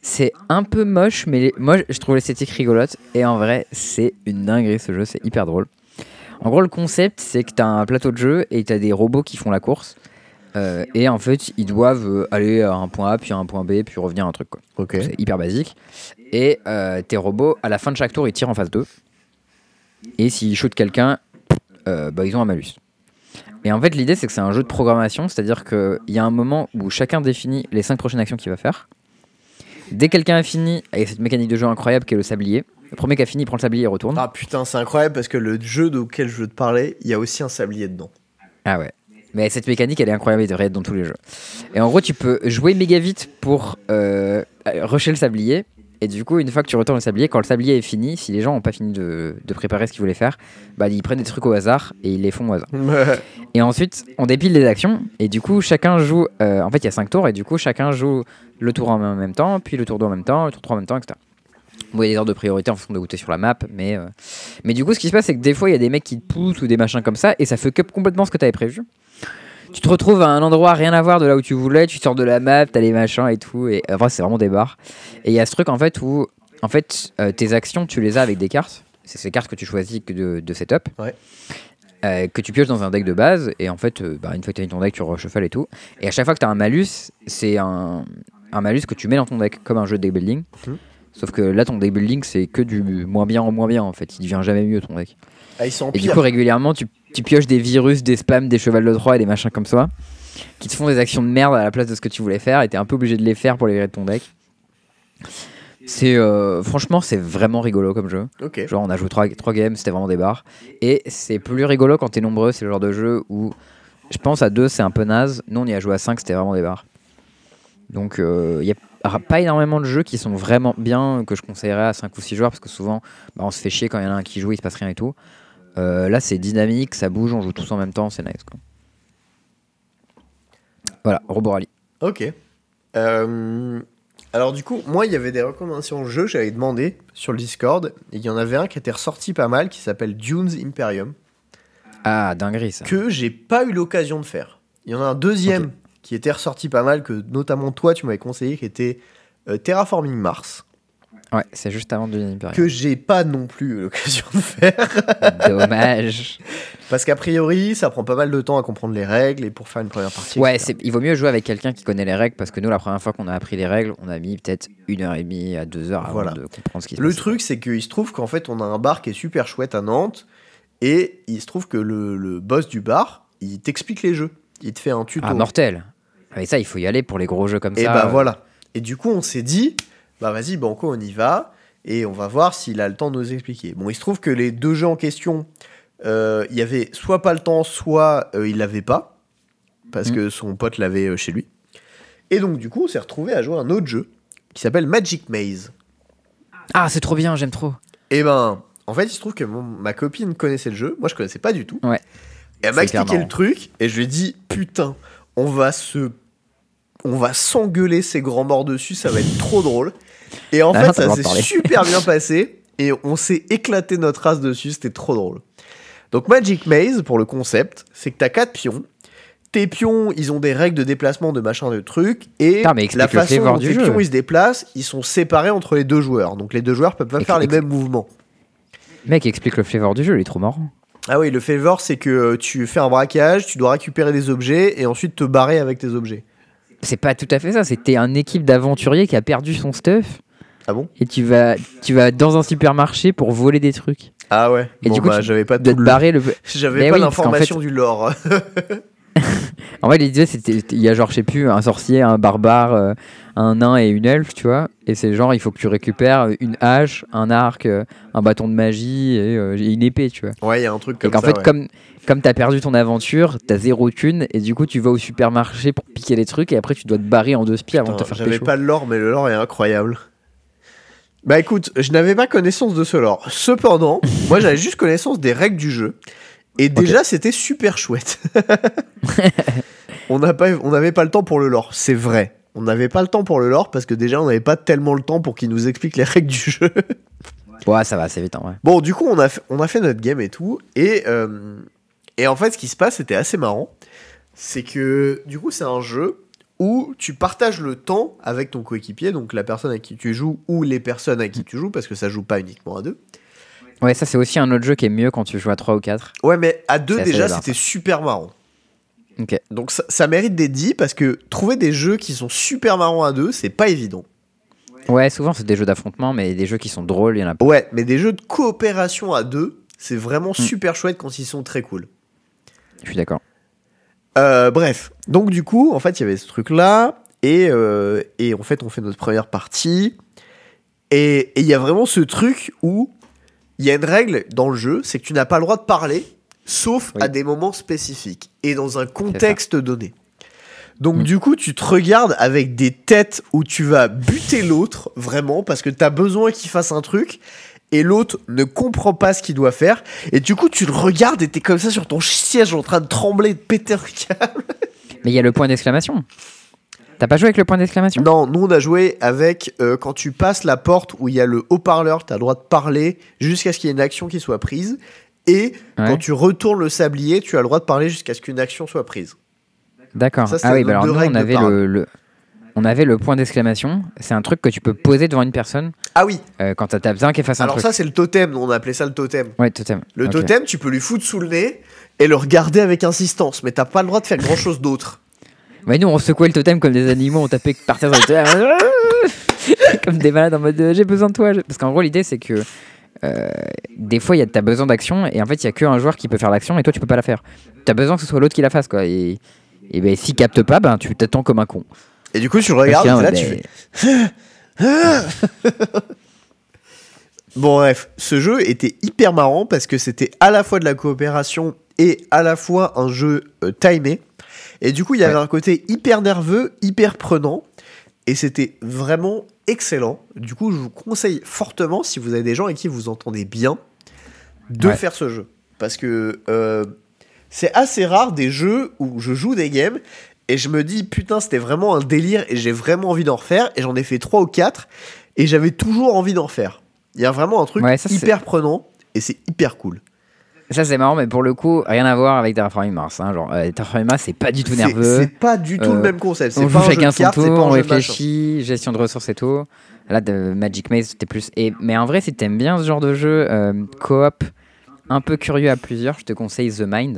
Speaker 1: C'est un peu moche, mais les- moi je trouve l'esthétique rigolote. Et en vrai, c'est une dinguerie ce jeu, c'est hyper drôle. En gros, le concept, c'est que t'as un plateau de jeu et t'as des robots qui font la course. Euh, et en fait, ils doivent euh, aller à un point A, puis à un point B, puis revenir à un truc, quoi.
Speaker 2: Ok.
Speaker 1: Donc, c'est hyper basique. Et euh, tes robots, à la fin de chaque tour, ils tirent en phase deux. Et s'ils shootent quelqu'un, euh, bah, ils ont un malus. Et en fait, l'idée, c'est que c'est un jeu de programmation, c'est-à-dire qu'il y a un moment où chacun définit les cinq prochaines actions qu'il va faire. Dès que quelqu'un a fini, avec cette mécanique de jeu incroyable qui est le sablier, le premier qui a fini, il prend le sablier et retourne.
Speaker 2: Ah putain, c'est incroyable parce que le jeu auquel je veux te parler, il y a aussi un sablier dedans.
Speaker 1: Ah ouais. Mais cette mécanique, elle est incroyable, elle devrait être dans tous les jeux. Et en gros, tu peux jouer méga vite pour euh, rusher le sablier. Et du coup, une fois que tu retournes le sablier, quand le sablier est fini, si les gens n'ont pas fini de, de préparer ce qu'ils voulaient faire, bah, ils prennent des trucs au hasard et ils les font au hasard. Et ensuite, on dépile les actions. Et du coup, chacun joue. Euh, en fait, il y a cinq tours. Et du coup, chacun joue le tour en même temps, puis le tour deux en même temps, le tour trois en même temps, et cetera. Bon, il y a des ordres de priorité en fonction de où t'es sur la map. Mais, euh... mais du coup, ce qui se passe, c'est que des fois, il y a des mecs qui te poussent ou des machins comme ça. Et ça fuck up complètement ce que t'avais prévu. Tu te retrouves à un endroit rien à voir de là où tu voulais, tu sors de la map, t'as les machins et tout, et en vrai c'est vraiment des barres. Et il y a ce truc en fait où en fait euh, tes actions tu les as avec des cartes, c'est ces cartes que tu choisis que de, de setup,
Speaker 2: Ouais.
Speaker 1: euh, que tu pioches dans un deck de base, et en fait euh, bah, une fois que tu as mis ton deck tu reshuffles et tout. Et à chaque fois que tu as un malus, c'est un, un malus que tu mets dans ton deck comme un jeu de deck building. Mmh. Sauf que là ton deck building c'est que du moins bien en moins bien en fait, il devient jamais mieux ton deck.
Speaker 2: Ah, ils sont en
Speaker 1: et
Speaker 2: pire.
Speaker 1: du coup régulièrement tu Tu pioches des virus, des spams, des chevals de Troie et des machins comme ça qui te font des actions de merde à la place de ce que tu voulais faire et t'es un peu obligé de les faire pour les virer de ton deck. C'est euh, franchement c'est vraiment rigolo comme jeu.
Speaker 2: Okay.
Speaker 1: Genre on a joué trois games, c'était vraiment des barres. Et c'est plus rigolo quand t'es nombreux, c'est le genre de jeu où je pense à deux c'est un peu naze. Nous on y a joué à cinq, c'était vraiment des barres. Donc il euh, y a pas énormément de jeux qui sont vraiment bien que je conseillerais à cinq ou six joueurs parce que souvent bah, on se fait chier quand il y en a un qui joue, il se passe rien et tout. Euh, là c'est dynamique, ça bouge, on joue tous en même temps, c'est nice quoi. Voilà, Robo Rally.
Speaker 2: Ok. Euh, alors du coup, moi il y avait des recommandations de jeux, j'avais demandé sur le Discord, et il y en avait un qui était ressorti pas mal, qui s'appelle Dunes Imperium.
Speaker 1: Ah, dinguerie ça.
Speaker 2: Que j'ai pas eu l'occasion de faire. Il y en a un deuxième okay. qui était ressorti pas mal, que notamment toi tu m'avais conseillé, qui était euh, Terraforming Mars.
Speaker 1: Ouais, c'est juste avant Dunes Imperium.
Speaker 2: Que j'ai pas non plus eu l'occasion de faire.
Speaker 1: Dommage.
Speaker 2: Parce qu'a priori, ça prend pas mal de temps à comprendre les règles et pour faire une première partie.
Speaker 1: Ouais, c'est, il vaut mieux jouer avec quelqu'un qui connaît les règles parce que nous, la première fois qu'on a appris les règles, on a mis peut-être une heure et demie à deux heures avant voilà. de comprendre ce qui se passe.
Speaker 2: Le truc, c'est qu'il se trouve qu'en fait, on a un bar qui est super chouette à Nantes et il se trouve que le, le boss du bar, il t'explique les jeux. Il te fait un tuto.
Speaker 1: Ah, mortel. Mais ça, il faut y aller pour les gros jeux comme
Speaker 2: et
Speaker 1: ça.
Speaker 2: Et bah
Speaker 1: euh...
Speaker 2: voilà. Et du coup, on s'est dit, bah vas-y, Banco, on y va et on va voir s'il a le temps de nous expliquer. Bon, il se trouve que les deux jeux en question. Il euh, y avait soit pas le temps, soit euh, il l'avait pas, parce mmh. que son pote l'avait euh, chez lui. Et donc, du coup, on s'est retrouvé à jouer à un autre jeu qui s'appelle Magic Maze.
Speaker 1: Ah, c'est trop bien, j'aime trop.
Speaker 2: Et ben, en fait, il se trouve que mon, ma copine connaissait le jeu, moi je connaissais pas du tout.
Speaker 1: Ouais.
Speaker 2: Et elle m'a expliqué le truc, et je lui ai dit, putain, on va se. On va s'engueuler ces grands morts dessus, ça va être trop drôle. Et en ah, fait, ça s'est parler. super bien passé, et on s'est éclaté notre race dessus, c'était trop drôle. Donc Magic Maze, pour le concept, c'est que t'as quatre pions. Tes pions, ils ont des règles de déplacement, de machin, de trucs. Et
Speaker 1: Putain,
Speaker 2: la façon dont
Speaker 1: tes
Speaker 2: tes pions ils se déplacent, ils sont séparés entre les deux joueurs. Donc les deux joueurs peuvent pas Ex- faire les ex- mêmes mouvements.
Speaker 1: Mec, explique le flavor du jeu, il est trop marrant.
Speaker 2: Ah oui, le flavor, c'est que tu fais un braquage, tu dois récupérer des objets et ensuite te barrer avec tes objets.
Speaker 1: C'est pas tout à fait ça, c'est que t'es une équipe d'aventuriers qui a perdu son stuff.
Speaker 2: Ah bon ?
Speaker 1: Et tu vas, tu vas dans un supermarché pour voler des trucs.
Speaker 2: Ah ouais.
Speaker 1: Et
Speaker 2: bon,
Speaker 1: du coup,
Speaker 2: bah,
Speaker 1: tu
Speaker 2: j'avais pas
Speaker 1: tout
Speaker 2: le...
Speaker 1: barrer le.
Speaker 2: J'avais
Speaker 1: Mais
Speaker 2: pas
Speaker 1: oui,
Speaker 2: l'information
Speaker 1: fait...
Speaker 2: du lore.
Speaker 1: En vrai, l'idée c'était, il y a genre je sais plus un sorcier, un barbare, euh, un nain et une elfe, tu vois. Et c'est genre il faut que tu récupères une hache, un arc, euh, un bâton de magie et euh, une épée, tu vois.
Speaker 2: Ouais, il y a un truc comme
Speaker 1: et qu'en
Speaker 2: ça.
Speaker 1: fait,
Speaker 2: ouais.
Speaker 1: comme comme t'as perdu ton aventure, t'as zéro thune et du coup tu vas au supermarché pour piquer les trucs et après tu dois te barrer en deux spies avant de te faire pécho.
Speaker 2: J'avais pas le lore, mais le lore est incroyable. Bah écoute, je n'avais pas connaissance de ce lore. Cependant, moi j'avais juste connaissance des règles du jeu. Et déjà, okay. C'était super chouette. on n'a pas, on n'avait pas le temps pour le lore, c'est vrai. On n'avait pas le temps pour le lore parce que déjà, on n'avait pas tellement le temps pour qu'il nous explique les règles du jeu.
Speaker 1: Ouais, ça va assez vite, en vrai.
Speaker 2: Bon, du coup, on a fait, on a fait notre game et tout. Et, euh, et en fait, ce qui se passe, c'était assez marrant. C'est que, du coup, c'est un jeu où tu partages le temps avec ton coéquipier, donc la personne avec qui tu joues ou les personnes avec qui tu joues, parce que ça joue pas uniquement à deux.
Speaker 1: Ouais, ça c'est aussi un autre jeu qui est mieux quand tu joues à trois ou quatre.
Speaker 2: Ouais, mais à deux,
Speaker 1: C'est assez
Speaker 2: déjà,
Speaker 1: bizarre,
Speaker 2: c'était super marrant.
Speaker 1: Ok.
Speaker 2: Donc ça, ça mérite d'être dit, parce que trouver des jeux qui sont super marrants à deux, c'est pas évident.
Speaker 1: Ouais, souvent c'est des jeux d'affrontement, mais des jeux qui sont drôles, il y en a pas.
Speaker 2: Ouais, mais des jeux de coopération à deux, c'est vraiment mm. super chouette quand ils sont très cool.
Speaker 1: Je suis d'accord.
Speaker 2: Euh, bref, donc du coup, en fait, il y avait ce truc-là, et, euh, et en fait, on fait notre première partie, et il y a vraiment ce truc où il y a une règle dans le jeu, c'est que tu n'as pas le droit de parler, sauf oui. à des moments spécifiques, et dans un contexte donné. Donc mmh. du coup, tu te regardes avec des têtes où tu vas buter l'autre, vraiment, parce que tu as besoin qu'il fasse un truc, et l'autre ne comprend pas ce qu'il doit faire, et du coup, tu le regardes et t'es comme ça sur ton siège en train de trembler, de péter le câble.
Speaker 1: Mais il y a le point d'exclamation. T'as pas joué avec le point d'exclamation ?
Speaker 2: Non, nous on a joué avec, euh, quand tu passes la porte où il y a le haut-parleur, t'as le droit de parler jusqu'à ce qu'il y ait une action qui soit prise, et ouais. quand tu retournes le sablier, tu as le droit de parler jusqu'à ce qu'une action soit prise.
Speaker 1: D'accord. Ça, ah oui, bah alors nous on avait le, le, on avait le point d'exclamation. C'est un truc que tu peux poser devant une personne.
Speaker 2: Ah oui.
Speaker 1: Euh, quand t'as besoin qu'elle fasse un
Speaker 2: alors
Speaker 1: truc.
Speaker 2: Alors ça c'est le totem, on appelait ça le totem.
Speaker 1: Ouais, totem.
Speaker 2: Le
Speaker 1: okay.
Speaker 2: totem, tu peux lui foutre sous le nez et le regarder avec insistance, mais t'as pas le droit de faire grand chose d'autre.
Speaker 1: Mais nous on secouait le totem comme des animaux, on tapait par terre comme des malades en mode euh, j'ai besoin de toi. Parce qu'en gros l'idée c'est que euh, des fois t'as besoin d'action et en fait il y a qu'un joueur qui peut faire l'action et toi tu peux pas la faire. T'as besoin que ce soit l'autre qui la fasse quoi. Et Et ben s'il capte pas, ben tu t'attends comme un con.
Speaker 2: Et du coup, tu le regardes, et là, ben... tu fais. Bon, bref, ce jeu était hyper marrant parce que c'était à la fois de la coopération et à la fois un jeu euh, timé. Et du coup, il y avait ouais. un côté hyper nerveux, hyper prenant. Et c'était vraiment excellent. Du coup, je vous conseille fortement, si vous avez des gens avec qui vous entendez bien, de ouais. faire ce jeu. Parce que. Euh, c'est assez rare des jeux où je joue des games et je me dis putain c'était vraiment un délire et j'ai vraiment envie d'en refaire et j'en ai fait trois ou quatre et j'avais toujours envie d'en refaire. Il y a vraiment un truc ouais, ça, hyper c'est... prenant et c'est hyper cool.
Speaker 1: Ça c'est marrant mais pour le coup rien à voir avec Terraforming Mars. Hein. Genre euh, Terraforming Mars c'est pas du tout
Speaker 2: c'est,
Speaker 1: nerveux.
Speaker 2: C'est pas du tout euh, le même concept. C'est
Speaker 1: on
Speaker 2: pas
Speaker 1: joue chacun son tour, on
Speaker 2: réfléchit,
Speaker 1: gestion de ressources et tout. Là de Magic Maze c'était plus. Et mais en vrai si t'aimes bien ce genre de jeu euh, coop un peu curieux à plusieurs, je te conseille The Mind.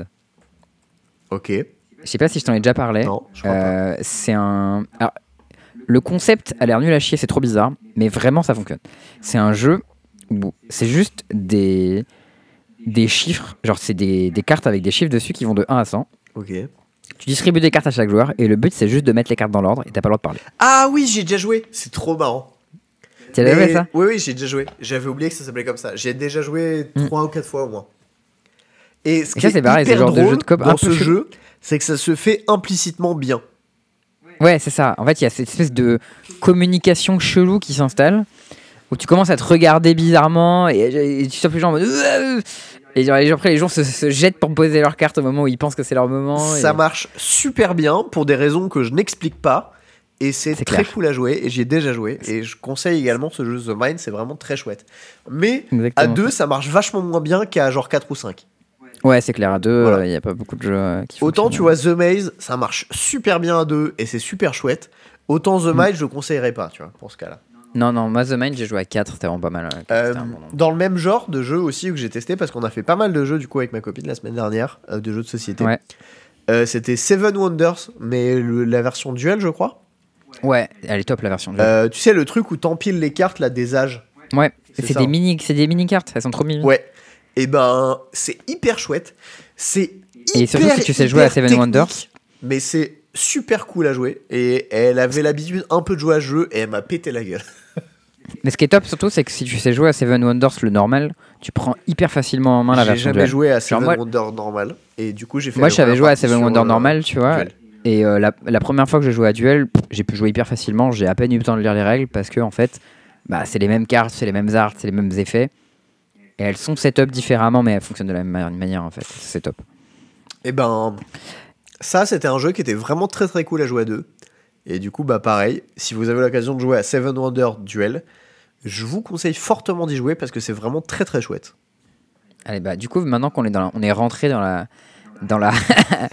Speaker 2: Ok.
Speaker 1: Je sais pas si je t'en ai déjà parlé.
Speaker 2: Non, je crois
Speaker 1: euh,
Speaker 2: pas.
Speaker 1: C'est un. Alors, le concept a l'air nul à chier, c'est trop bizarre, mais vraiment ça fonctionne. C'est un jeu où c'est juste des des chiffres, genre c'est des, des cartes avec des chiffres dessus qui vont de un à cent.
Speaker 2: Ok.
Speaker 1: Tu distribues des cartes à chaque joueur et le but c'est juste de mettre les cartes dans l'ordre et t'as pas le droit de parler.
Speaker 2: Ah oui, j'ai déjà joué. C'est trop marrant.
Speaker 1: Tu as déjà joué ça ?
Speaker 2: Oui, oui, j'ai déjà joué. J'avais oublié que ça s'appelait comme ça. J'ai déjà joué trois mm. ou quatre fois au moins. Et ce et qui ça, est c'est pareil, hyper c'est genre drôle de jeu de coop dans un ce peu jeu, c'est que ça se fait implicitement bien.
Speaker 1: Ouais, c'est ça. En fait, il y a cette espèce de communication chelou qui s'installe, où tu commences à te regarder bizarrement, et, et tu sors plus genre en mode... Et genre, après, les gens se, se jettent pour poser leurs cartes au moment où ils pensent que c'est leur moment.
Speaker 2: Ça
Speaker 1: et...
Speaker 2: marche super bien, pour des raisons que je n'explique pas, et c'est, c'est très clair. Cool à jouer, et j'y ai déjà joué, et je conseille également ce jeu The Mind, c'est vraiment très chouette. Mais exactement. À deux, ça marche vachement moins bien qu'à genre quatre ou cinq.
Speaker 1: Ouais, c'est clair, à deux, il voilà. n'y euh, a pas beaucoup de jeux euh, qui font.
Speaker 2: Autant, tu vois, The Maze, ça marche super bien à deux, et c'est super chouette. Autant The Mind, mm. je le conseillerais pas, tu vois, pour ce cas-là.
Speaker 1: Non, non, moi, The Mind, j'ai joué à quatre, c'était vraiment pas mal.
Speaker 2: Euh, bon dans le même genre de jeu aussi que j'ai testé, parce qu'on a fait pas mal de jeux, du coup, avec ma copine la semaine dernière, euh, de jeux de société.
Speaker 1: Ouais.
Speaker 2: Euh, c'était Seven Wonders, mais le, la version duel, je crois.
Speaker 1: Ouais, elle est top, la version duel.
Speaker 2: Euh, tu sais, le truc où t'empiles les cartes, là, des âges.
Speaker 1: Ouais, c'est, c'est, des, mini, c'est des mini-cartes, elles sont trop mimi.
Speaker 2: Ouais. Et ben, c'est hyper chouette. C'est hyper,
Speaker 1: et surtout si tu sais jouer à Seven Wonders.
Speaker 2: Mais c'est super cool à jouer. Et elle avait l'habitude un peu de jouer à ce jeu et elle m'a pété la gueule.
Speaker 1: Mais ce qui est top surtout, c'est que si tu sais jouer à Seven Wonders le normal, tu prends hyper facilement en main la
Speaker 2: j'ai
Speaker 1: version
Speaker 2: duel. J'ai jamais joué à
Speaker 1: Seven
Speaker 2: moi, Wonders normal. Et du coup, j'ai fait.
Speaker 1: Moi, j'avais joué à Seven Wonders
Speaker 2: euh,
Speaker 1: normal, tu vois. Duel. Et euh, la, la première fois que j'ai joué à Duel, j'ai pu jouer hyper facilement. J'ai à peine eu le temps de lire les règles parce que en fait, bah, c'est les mêmes cartes, c'est les mêmes arts, c'est les mêmes effets. Et elles sont set-up différemment, mais elles fonctionnent de la même manière, en fait. C'est top.
Speaker 2: Et ben, ça, c'était un jeu qui était vraiment très très cool à jouer à deux. Et du coup, bah pareil, si vous avez l'occasion de jouer à Seven Wonders Duel, je vous conseille fortement d'y jouer parce que c'est vraiment très très chouette.
Speaker 1: Allez, bah du coup, maintenant qu'on est dans la, on est rentré dans la, dans la,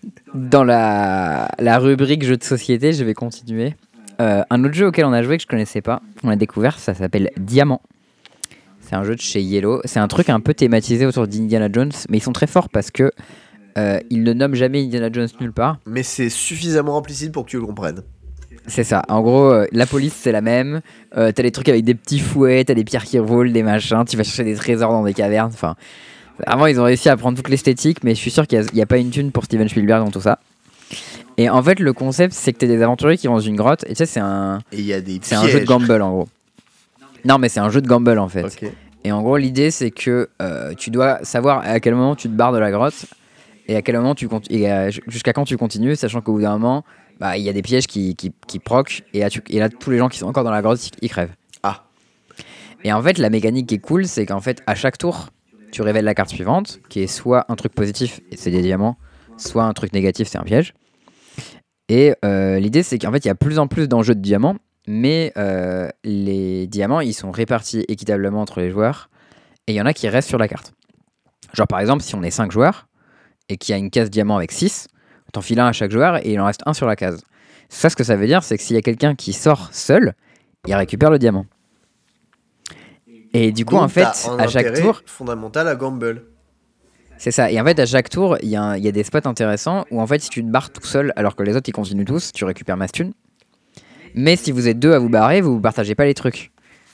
Speaker 1: Dans la, la rubrique jeux de société, je vais continuer. Euh, un autre jeu auquel on a joué que je connaissais pas, on a découvert, ça s'appelle Diamant. C'est un jeu de chez Yellow. C'est un truc un peu thématisé autour d'Indiana Jones, mais ils sont très forts parce que euh, ils ne nomment jamais Indiana Jones nulle part.
Speaker 2: Mais c'est suffisamment implicite pour que tu le comprennes.
Speaker 1: C'est ça. En gros, euh, la police c'est la même. Euh, t'as des trucs avec des petits fouets, t'as des pierres qui roulent, des machins. Tu vas chercher des trésors dans des cavernes. Enfin, avant ils ont réussi à prendre toute l'esthétique, mais je suis sûr qu'il n'y a, a pas une thune pour Steven Spielberg dans tout ça. Et en fait, le concept c'est que t'es des aventuriers qui vont dans une grotte. Et tu sais, c'est un,
Speaker 2: Et il y a des
Speaker 1: c'est un jeu de gamble en gros. Non, mais c'est un jeu de gamble en fait.
Speaker 2: Ok.
Speaker 1: Et en gros, l'idée c'est que euh, tu dois savoir à quel moment tu te barres de la grotte et à quel moment tu cont- et euh, jusqu'à quand tu continues, sachant qu'au bout d'un moment, bah il y a des pièges qui qui, qui proquent et là, tu- et là tous les gens qui sont encore dans la grotte, ils crèvent.
Speaker 2: Ah.
Speaker 1: Et en fait, la mécanique qui est cool, c'est qu'en fait, à chaque tour, tu révèles la carte suivante, qui est soit un truc positif et c'est des diamants, soit un truc négatif, c'est un piège. Et euh, l'idée, c'est qu'en fait, il y a plus en plus d'enjeux de diamants, mais euh, les diamants, ils sont répartis équitablement entre les joueurs, et il y en a qui restent sur la carte. Genre, par exemple, si on est cinq joueurs, et qu'il y a une case diamant avec six, t'en files un à chaque joueur, et il en reste un sur la case. Ça, ce que ça veut dire, c'est que s'il y a quelqu'un qui sort seul, il récupère le diamant. Et du coup,
Speaker 2: Donc,
Speaker 1: en fait,
Speaker 2: t'as un
Speaker 1: à chaque
Speaker 2: intérêt
Speaker 1: tour,
Speaker 2: fondamental à gamble.
Speaker 1: c'est ça. Et en fait, à chaque tour, il y, a un- il y a des spots intéressants où en fait, si tu te barres tout seul alors que les autres ils continuent tous, tu récupères masse thune. Mais si vous êtes deux à vous barrer, vous ne partagez pas les trucs.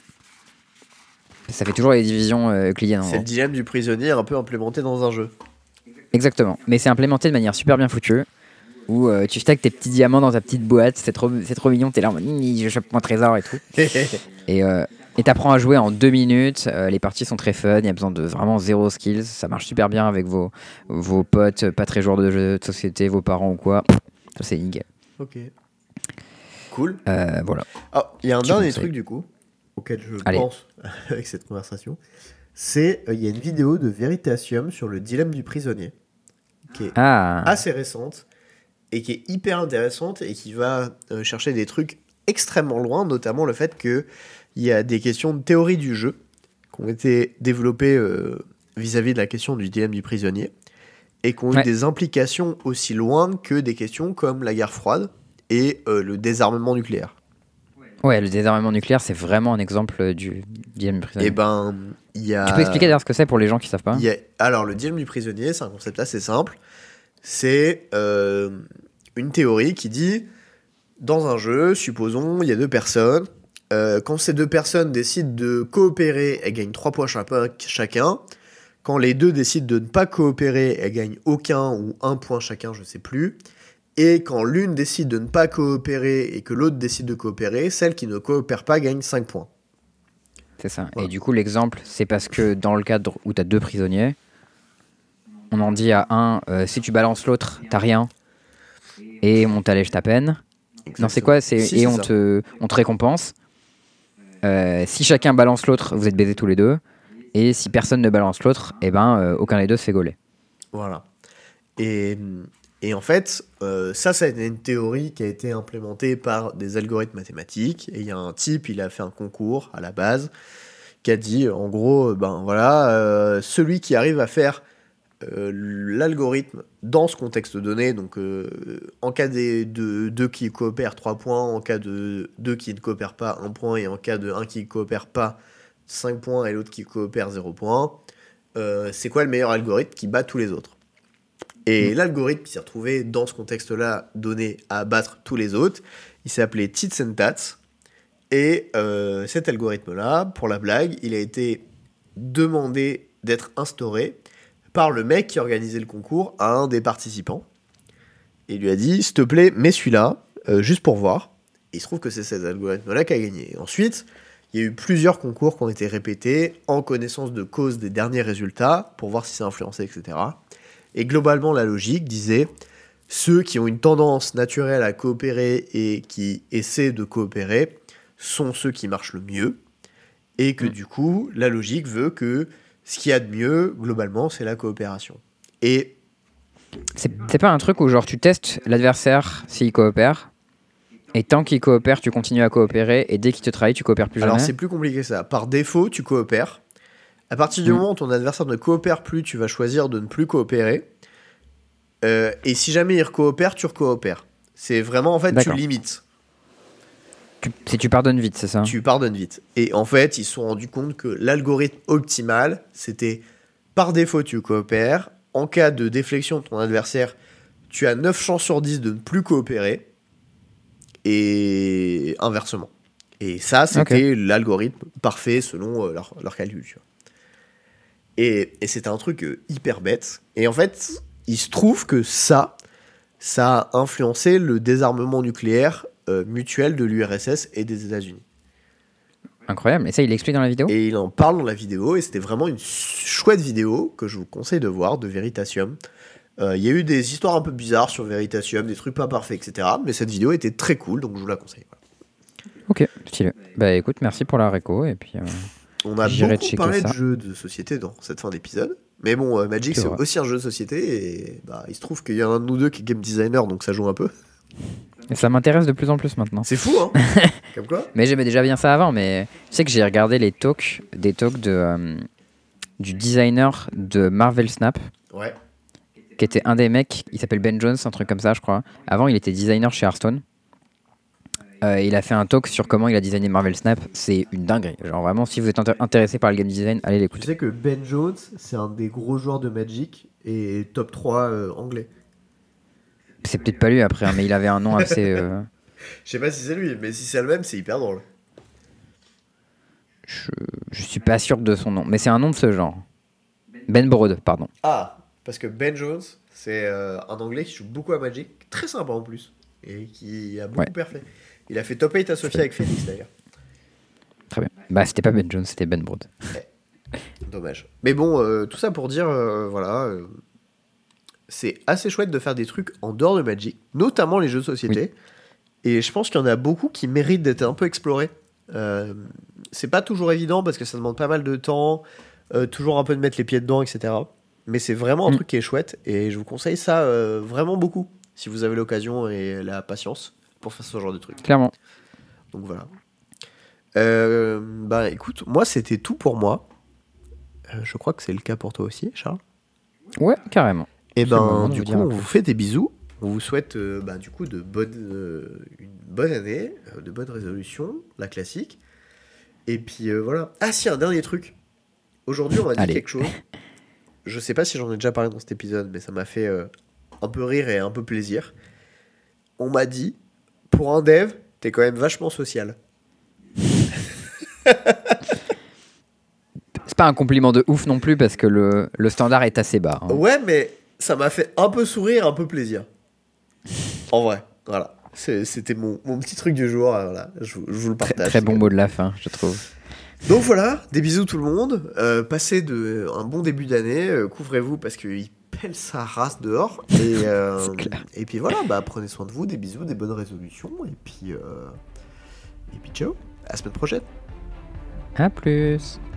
Speaker 1: Ça fait toujours les divisions euh, euclidiennes. en
Speaker 2: C'est
Speaker 1: gros.
Speaker 2: le dilemme du prisonnier un peu implémenté dans un jeu.
Speaker 1: Exactement. Mais c'est implémenté de manière super bien foutue. Où euh, tu stacks tes petits diamants dans ta petite boîte, c'est trop, c'est trop mignon, t'es là en mode Nini, je chope mon trésor et tout. Et euh, et t'apprends à jouer en deux minutes, euh, les parties sont très fun, il y a besoin de vraiment zéro skills, ça marche super bien avec vos, vos potes, pas très joueurs de jeux de société, vos parents ou quoi. Ça c'est nickel.
Speaker 2: Ok. Cool.
Speaker 1: Euh, voilà.
Speaker 2: Ah, il y a un
Speaker 1: Tu
Speaker 2: dernier
Speaker 1: conseilles.
Speaker 2: truc du coup, auquel je
Speaker 1: Allez.
Speaker 2: pense avec cette conversation. C'est, euh, il y a une vidéo de Veritasium sur le dilemme du prisonnier, qui est
Speaker 1: Ah,
Speaker 2: assez récente et qui est hyper intéressante et qui va euh, chercher des trucs extrêmement loin, notamment le fait qu'il y a des questions de théorie du jeu qui ont été développées euh, vis-à-vis de la question du dilemme du prisonnier et qui ont
Speaker 1: Ouais.
Speaker 2: eu des implications aussi loin que des questions comme la guerre froide et euh, le désarmement nucléaire.
Speaker 1: ouais, le désarmement nucléaire, c'est vraiment un exemple du dilemme du prisonnier.
Speaker 2: Et ben, il y a...
Speaker 1: Tu peux expliquer d'ailleurs ce que c'est pour les gens qui savent pas
Speaker 2: il y a- Alors, le dilemme du prisonnier, c'est un concept assez simple. C'est euh, une théorie qui dit, dans un jeu, supposons, il y a deux personnes. Euh, quand ces deux personnes décident de coopérer, elles gagnent trois points chapa- chacun. Quand les deux décident de ne pas coopérer, elles gagnent aucun ou un point chacun, je sais plus. Et quand l'une décide de ne pas coopérer et que l'autre décide de coopérer, celle qui ne coopère pas gagne cinq points.
Speaker 1: C'est ça.
Speaker 2: Voilà.
Speaker 1: Et du coup, l'exemple, c'est parce que dans le cadre où tu as deux prisonniers, on en dit à un, euh, si tu balances l'autre, t'as rien. Et on t'allège ta peine. Non, c'est quoi c'est,
Speaker 2: Si,
Speaker 1: Et
Speaker 2: c'est
Speaker 1: on
Speaker 2: ça.
Speaker 1: te, on te récompense. Euh, si chacun balance l'autre, vous êtes baisés tous les deux. Et si personne ne balance l'autre, eh ben, euh, aucun des deux se fait gauler.
Speaker 2: Voilà. Et, et en fait, euh, ça, ça a été une théorie qui a été implémentée par des algorithmes mathématiques. Et il y a un type, il a fait un concours à la base, qui a dit, en gros, euh, ben voilà, euh, celui qui arrive à faire euh, l'algorithme dans ce contexte donné, donc euh, en cas des- de deux qui coopèrent, trois points, en cas de deux qui ne coopèrent pas, un point, et en cas de un qui ne coopère pas, cinq points, et l'autre qui coopère, zéro point. Euh, c'est quoi le meilleur algorithme qui bat tous les autres? Et l'algorithme qui s'est retrouvé dans ce contexte-là donné à battre tous les autres, il s'est appelé Tits and Tats. Et euh, cet algorithme-là, pour la blague, il a été demandé d'être instauré par le mec qui organisait le concours à un des participants. Et il lui a dit, s'il te plaît, mets celui-là, euh, juste pour voir. Et il se trouve que c'est cet algorithme-là qui a gagné. Et ensuite, il y a eu plusieurs concours qui ont été répétés en connaissance de cause des derniers résultats, pour voir si ça influençait, et cetera. Et globalement, la logique disait, ceux qui ont une tendance naturelle à coopérer et qui essaient de coopérer sont ceux qui marchent le mieux. Et que
Speaker 1: Mm.
Speaker 2: du coup, la logique veut que ce qu'il y a de mieux, globalement, c'est la coopération. Et
Speaker 1: C'est, c'est pas un truc où genre tu testes l'adversaire s'il coopère. Et tant qu'il coopère, tu continues à coopérer. Et dès qu'il te trahit, tu coopères plus
Speaker 2: alors,
Speaker 1: jamais.
Speaker 2: c'est plus compliqué que ça. Par défaut, tu coopères. À partir du
Speaker 1: Mm.
Speaker 2: moment où ton adversaire ne coopère plus, tu vas choisir de ne plus coopérer. Euh, et si jamais ils recoopèrent, tu recoopères. C'est vraiment, en fait,
Speaker 1: D'accord.
Speaker 2: tu limites.
Speaker 1: Tu, si tu pardonnes vite, c'est ça?
Speaker 2: Tu pardonnes vite. Et en fait, ils se sont rendus compte que l'algorithme optimal, c'était par défaut, tu coopères. En cas de déflexion de ton adversaire, tu as neuf chances sur dix de ne plus coopérer. Et inversement. Et ça, c'était okay. l'algorithme parfait selon euh, leur, leur calcul. Tu vois. Et, et c'était un truc euh, hyper bête. Et en fait, il se trouve que ça, ça a influencé le désarmement nucléaire euh, mutuel de l'U R S S et des États-Unis.
Speaker 1: Incroyable. Et ça, il l'explique dans la vidéo ?
Speaker 2: Et il en parle dans la vidéo. Et c'était vraiment une chouette vidéo que je vous conseille de voir, de Veritasium. Il euh, y a eu des histoires un peu bizarres sur Veritasium, des trucs pas parfaits, et cetera. Mais cette vidéo était très cool, donc je vous la conseille. Voilà.
Speaker 1: Ok, stylé. Bah écoute, merci pour la réco. Et puis, euh,
Speaker 2: on a beaucoup parlé ça. de jeux de société dans cette fin d'épisode. Mais bon, euh, Magic, c'est, c'est aussi un jeu de société. Et bah, il se trouve qu'il y a un de nous deux qui est game designer, donc ça joue un peu.
Speaker 1: Et ça m'intéresse de plus en plus maintenant.
Speaker 2: C'est fou, hein. Comme quoi.
Speaker 1: Mais j'aimais déjà bien ça avant. Mais tu sais que j'ai regardé les talks, des talks de, euh, du designer de Marvel Snap.
Speaker 2: Ouais.
Speaker 1: Qui était un des mecs, il s'appelle Ben Jones, un truc comme ça, je crois. Avant, il était designer chez Hearthstone. Euh, il a fait un talk sur comment il a designé Marvel Snap. C'est une dinguerie. Genre vraiment, si vous êtes inter- intéressé par le game design, allez l'écouter.
Speaker 2: Tu sais que Ben Jones, c'est un des gros joueurs de Magic et top trois euh, anglais.
Speaker 1: C'est peut-être pas lui après, hein, mais il avait un nom assez... Euh...
Speaker 2: Je sais pas si c'est lui, mais si c'est le même, c'est hyper drôle.
Speaker 1: Je, je suis pas sûr de son nom, mais c'est un nom de ce genre. Ben Brode, pardon.
Speaker 2: Ah, parce que Ben Jones, c'est euh, un anglais qui joue beaucoup à Magic, très sympa en plus, et qui a beaucoup ouais. perfait. Il a fait top huit à Sofia avec Phoenix d'ailleurs.
Speaker 1: Très bien. Bah c'était pas Ben Jones, c'était Ben Brode.
Speaker 2: Ouais. Dommage. Mais bon, euh, tout ça pour dire, euh, voilà, euh, c'est assez chouette de faire des trucs en dehors de Magic, notamment les jeux de société. Oui. Et je pense qu'il y en a beaucoup qui méritent d'être un peu explorés. Euh, c'est pas toujours évident parce que ça demande pas mal de temps, euh, toujours un peu de mettre les pieds dedans, et cetera. Mais c'est vraiment un mmh. truc qui est chouette et je vous conseille ça euh, vraiment beaucoup si vous avez l'occasion et la patience pour faire ce genre de truc.
Speaker 1: Clairement.
Speaker 2: Donc voilà. Euh, bah écoute, moi c'était tout pour moi. Euh, je crois que c'est le cas pour toi aussi, Charles.
Speaker 1: Ouais, carrément.
Speaker 2: Et ben du coup, on vous fait des bisous. On vous souhaite euh, bah, du coup de bonne, euh, une bonne année, euh, de bonnes résolutions, la classique. Et puis euh, voilà. Ah si, un dernier truc. Aujourd'hui, on m'a dit Allez. quelque chose. Je sais pas si j'en ai déjà parlé dans cet épisode, mais ça m'a fait euh, un peu rire et un peu plaisir. On m'a dit, pour un dev, t'es quand même vachement social.
Speaker 1: C'est pas un compliment de ouf non plus parce que le, le standard est assez bas. Hein.
Speaker 2: Ouais, mais ça m'a fait un peu sourire, un peu plaisir. En vrai, voilà. C'est, c'était mon, mon petit truc du jour. Voilà. Je, je vous le partage.
Speaker 1: Très, très bon mot de la fin, je trouve.
Speaker 2: Donc voilà, des bisous tout le monde. Euh, passez de, un bon début d'année. Euh, couvrez-vous parce qu'il pèle sa race dehors. Et, euh, et puis voilà, bah, prenez soin de vous. Des bisous, des bonnes résolutions. Et puis, euh, et puis ciao. À la semaine prochaine.
Speaker 1: À plus.